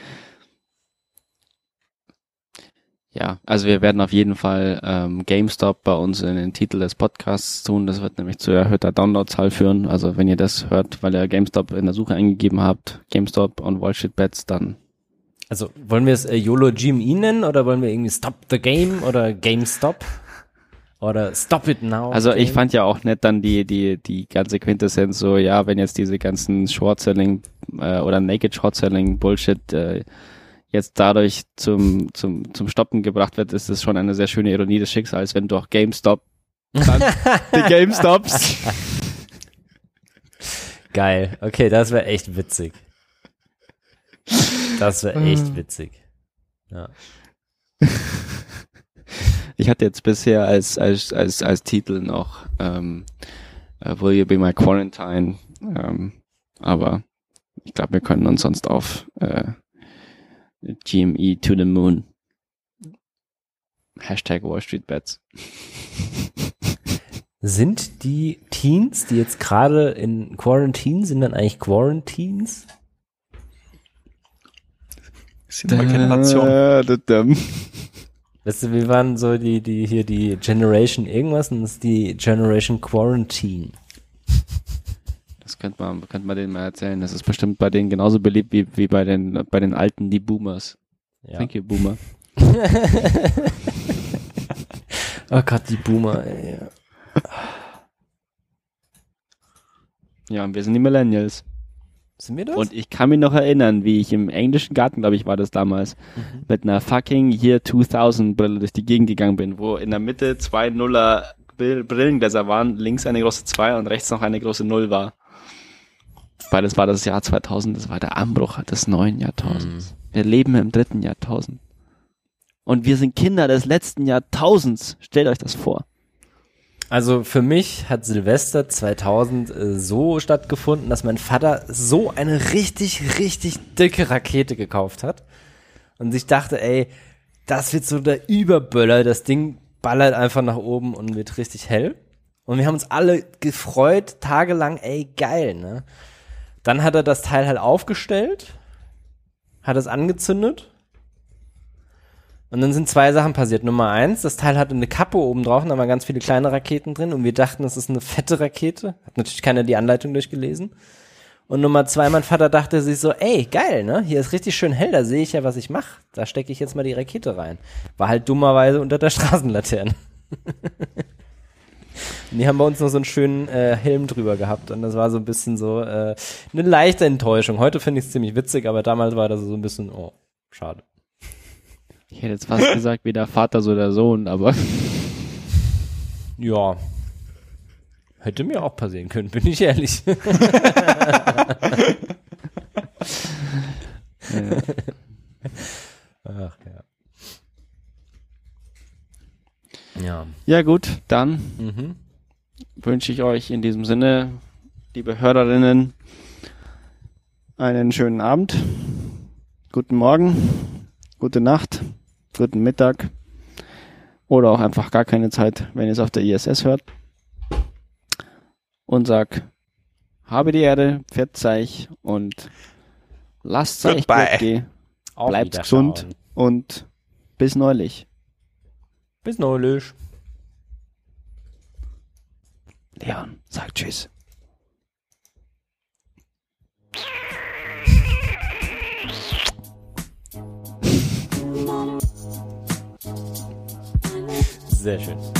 Ja, also wir werden auf jeden Fall GameStop bei uns in den Titel des Podcasts tun. Das wird nämlich zu erhöhter Downloadzahl führen. Also wenn ihr das hört, weil ihr GameStop in der Suche eingegeben habt, GameStop und Wallshit Bets, dann... Also wollen wir es YOLO GME nennen oder wollen wir irgendwie Stop the Game oder GameStop? Oder Stop It Now. Also ich fand ja auch nett dann die ganze Quintessenz so, ja, wenn jetzt diese ganzen Short-Selling oder Naked Short-Selling Bullshit jetzt dadurch zum Stoppen gebracht wird, ist das schon eine sehr schöne Ironie des Schicksals, wenn durch GameStop dann die GameStops. Geil. Okay, das wäre echt witzig. Das wäre echt witzig. Ja. Ich hatte jetzt bisher als Titel noch Will You Be My Quarantine, aber ich glaube, wir können uns sonst auf GME to the Moon #WallStreetBets. Sind die Teens, die jetzt gerade in Quarantine sind, dann eigentlich Quarantines? Das sind neue Generation. Weißt du, wir waren so die Generation irgendwas und das ist die Generation Quarantine. Das könnte man denen mal erzählen. Das ist bestimmt bei denen genauso beliebt wie bei den Alten, die Boomers. Ja. Thank you, Boomer. Oh Gott, die Boomer, ey. Ja, und wir sind die Millennials. Sind wir das? Und ich kann mich noch erinnern, wie ich im englischen Garten, glaube ich, war das damals, mit einer fucking Year 2000 Brille durch die Gegend gegangen bin, wo in der Mitte 2 Nuller Brillengläser waren, links eine große 2 und rechts noch eine große 0 war. Weil das war das Jahr 2000, das war der Anbruch des neuen Jahrtausends. Wir leben im 3. Jahrtausend. Und wir sind Kinder des letzten Jahrtausends. Stellt euch das vor. Also für mich hat Silvester 2000 so stattgefunden, dass mein Vater so eine richtig, richtig dicke Rakete gekauft hat und sich dachte, ey, das wird so der Überböller, das Ding ballert einfach nach oben und wird richtig hell. Und wir haben uns alle gefreut, tagelang, ey, geil, ne? Dann hat er das Teil halt aufgestellt, hat es angezündet. Und dann sind 2 Sachen passiert. Nummer 1, das Teil hatte eine Kappe oben drauf und da waren ganz viele kleine Raketen drin und wir dachten, das ist eine fette Rakete. Hat natürlich keiner die Anleitung durchgelesen. Und Nummer 2, mein Vater dachte sich so, ey, geil, ne? Hier ist richtig schön hell, da sehe ich ja, was ich mache. Da stecke ich jetzt mal die Rakete rein. War halt dummerweise unter der Straßenlaterne. Und die haben bei uns noch so einen schönen Helm drüber gehabt und das war so ein bisschen so eine leichte Enttäuschung. Heute finde ich es ziemlich witzig, aber damals war das so ein bisschen, oh, schade. Ich hätte jetzt fast gesagt, wie der Vater, so der Sohn, aber... Ja. Hätte mir auch passieren können, bin ich ehrlich. Ach ja. Ja. Ja gut, dann wünsche ich euch in diesem Sinne, liebe Hörerinnen, einen schönen Abend, guten Morgen, gute Nacht, guten Mittag oder auch einfach gar keine Zeit, wenn ihr es auf der ISS hört. Und sag, habe die Ehre, pfiat euch und lasst euch gut gehen, bleibt gesund und bis neulich. Bis neulich. Leon, sag tschüss. Sehr schön.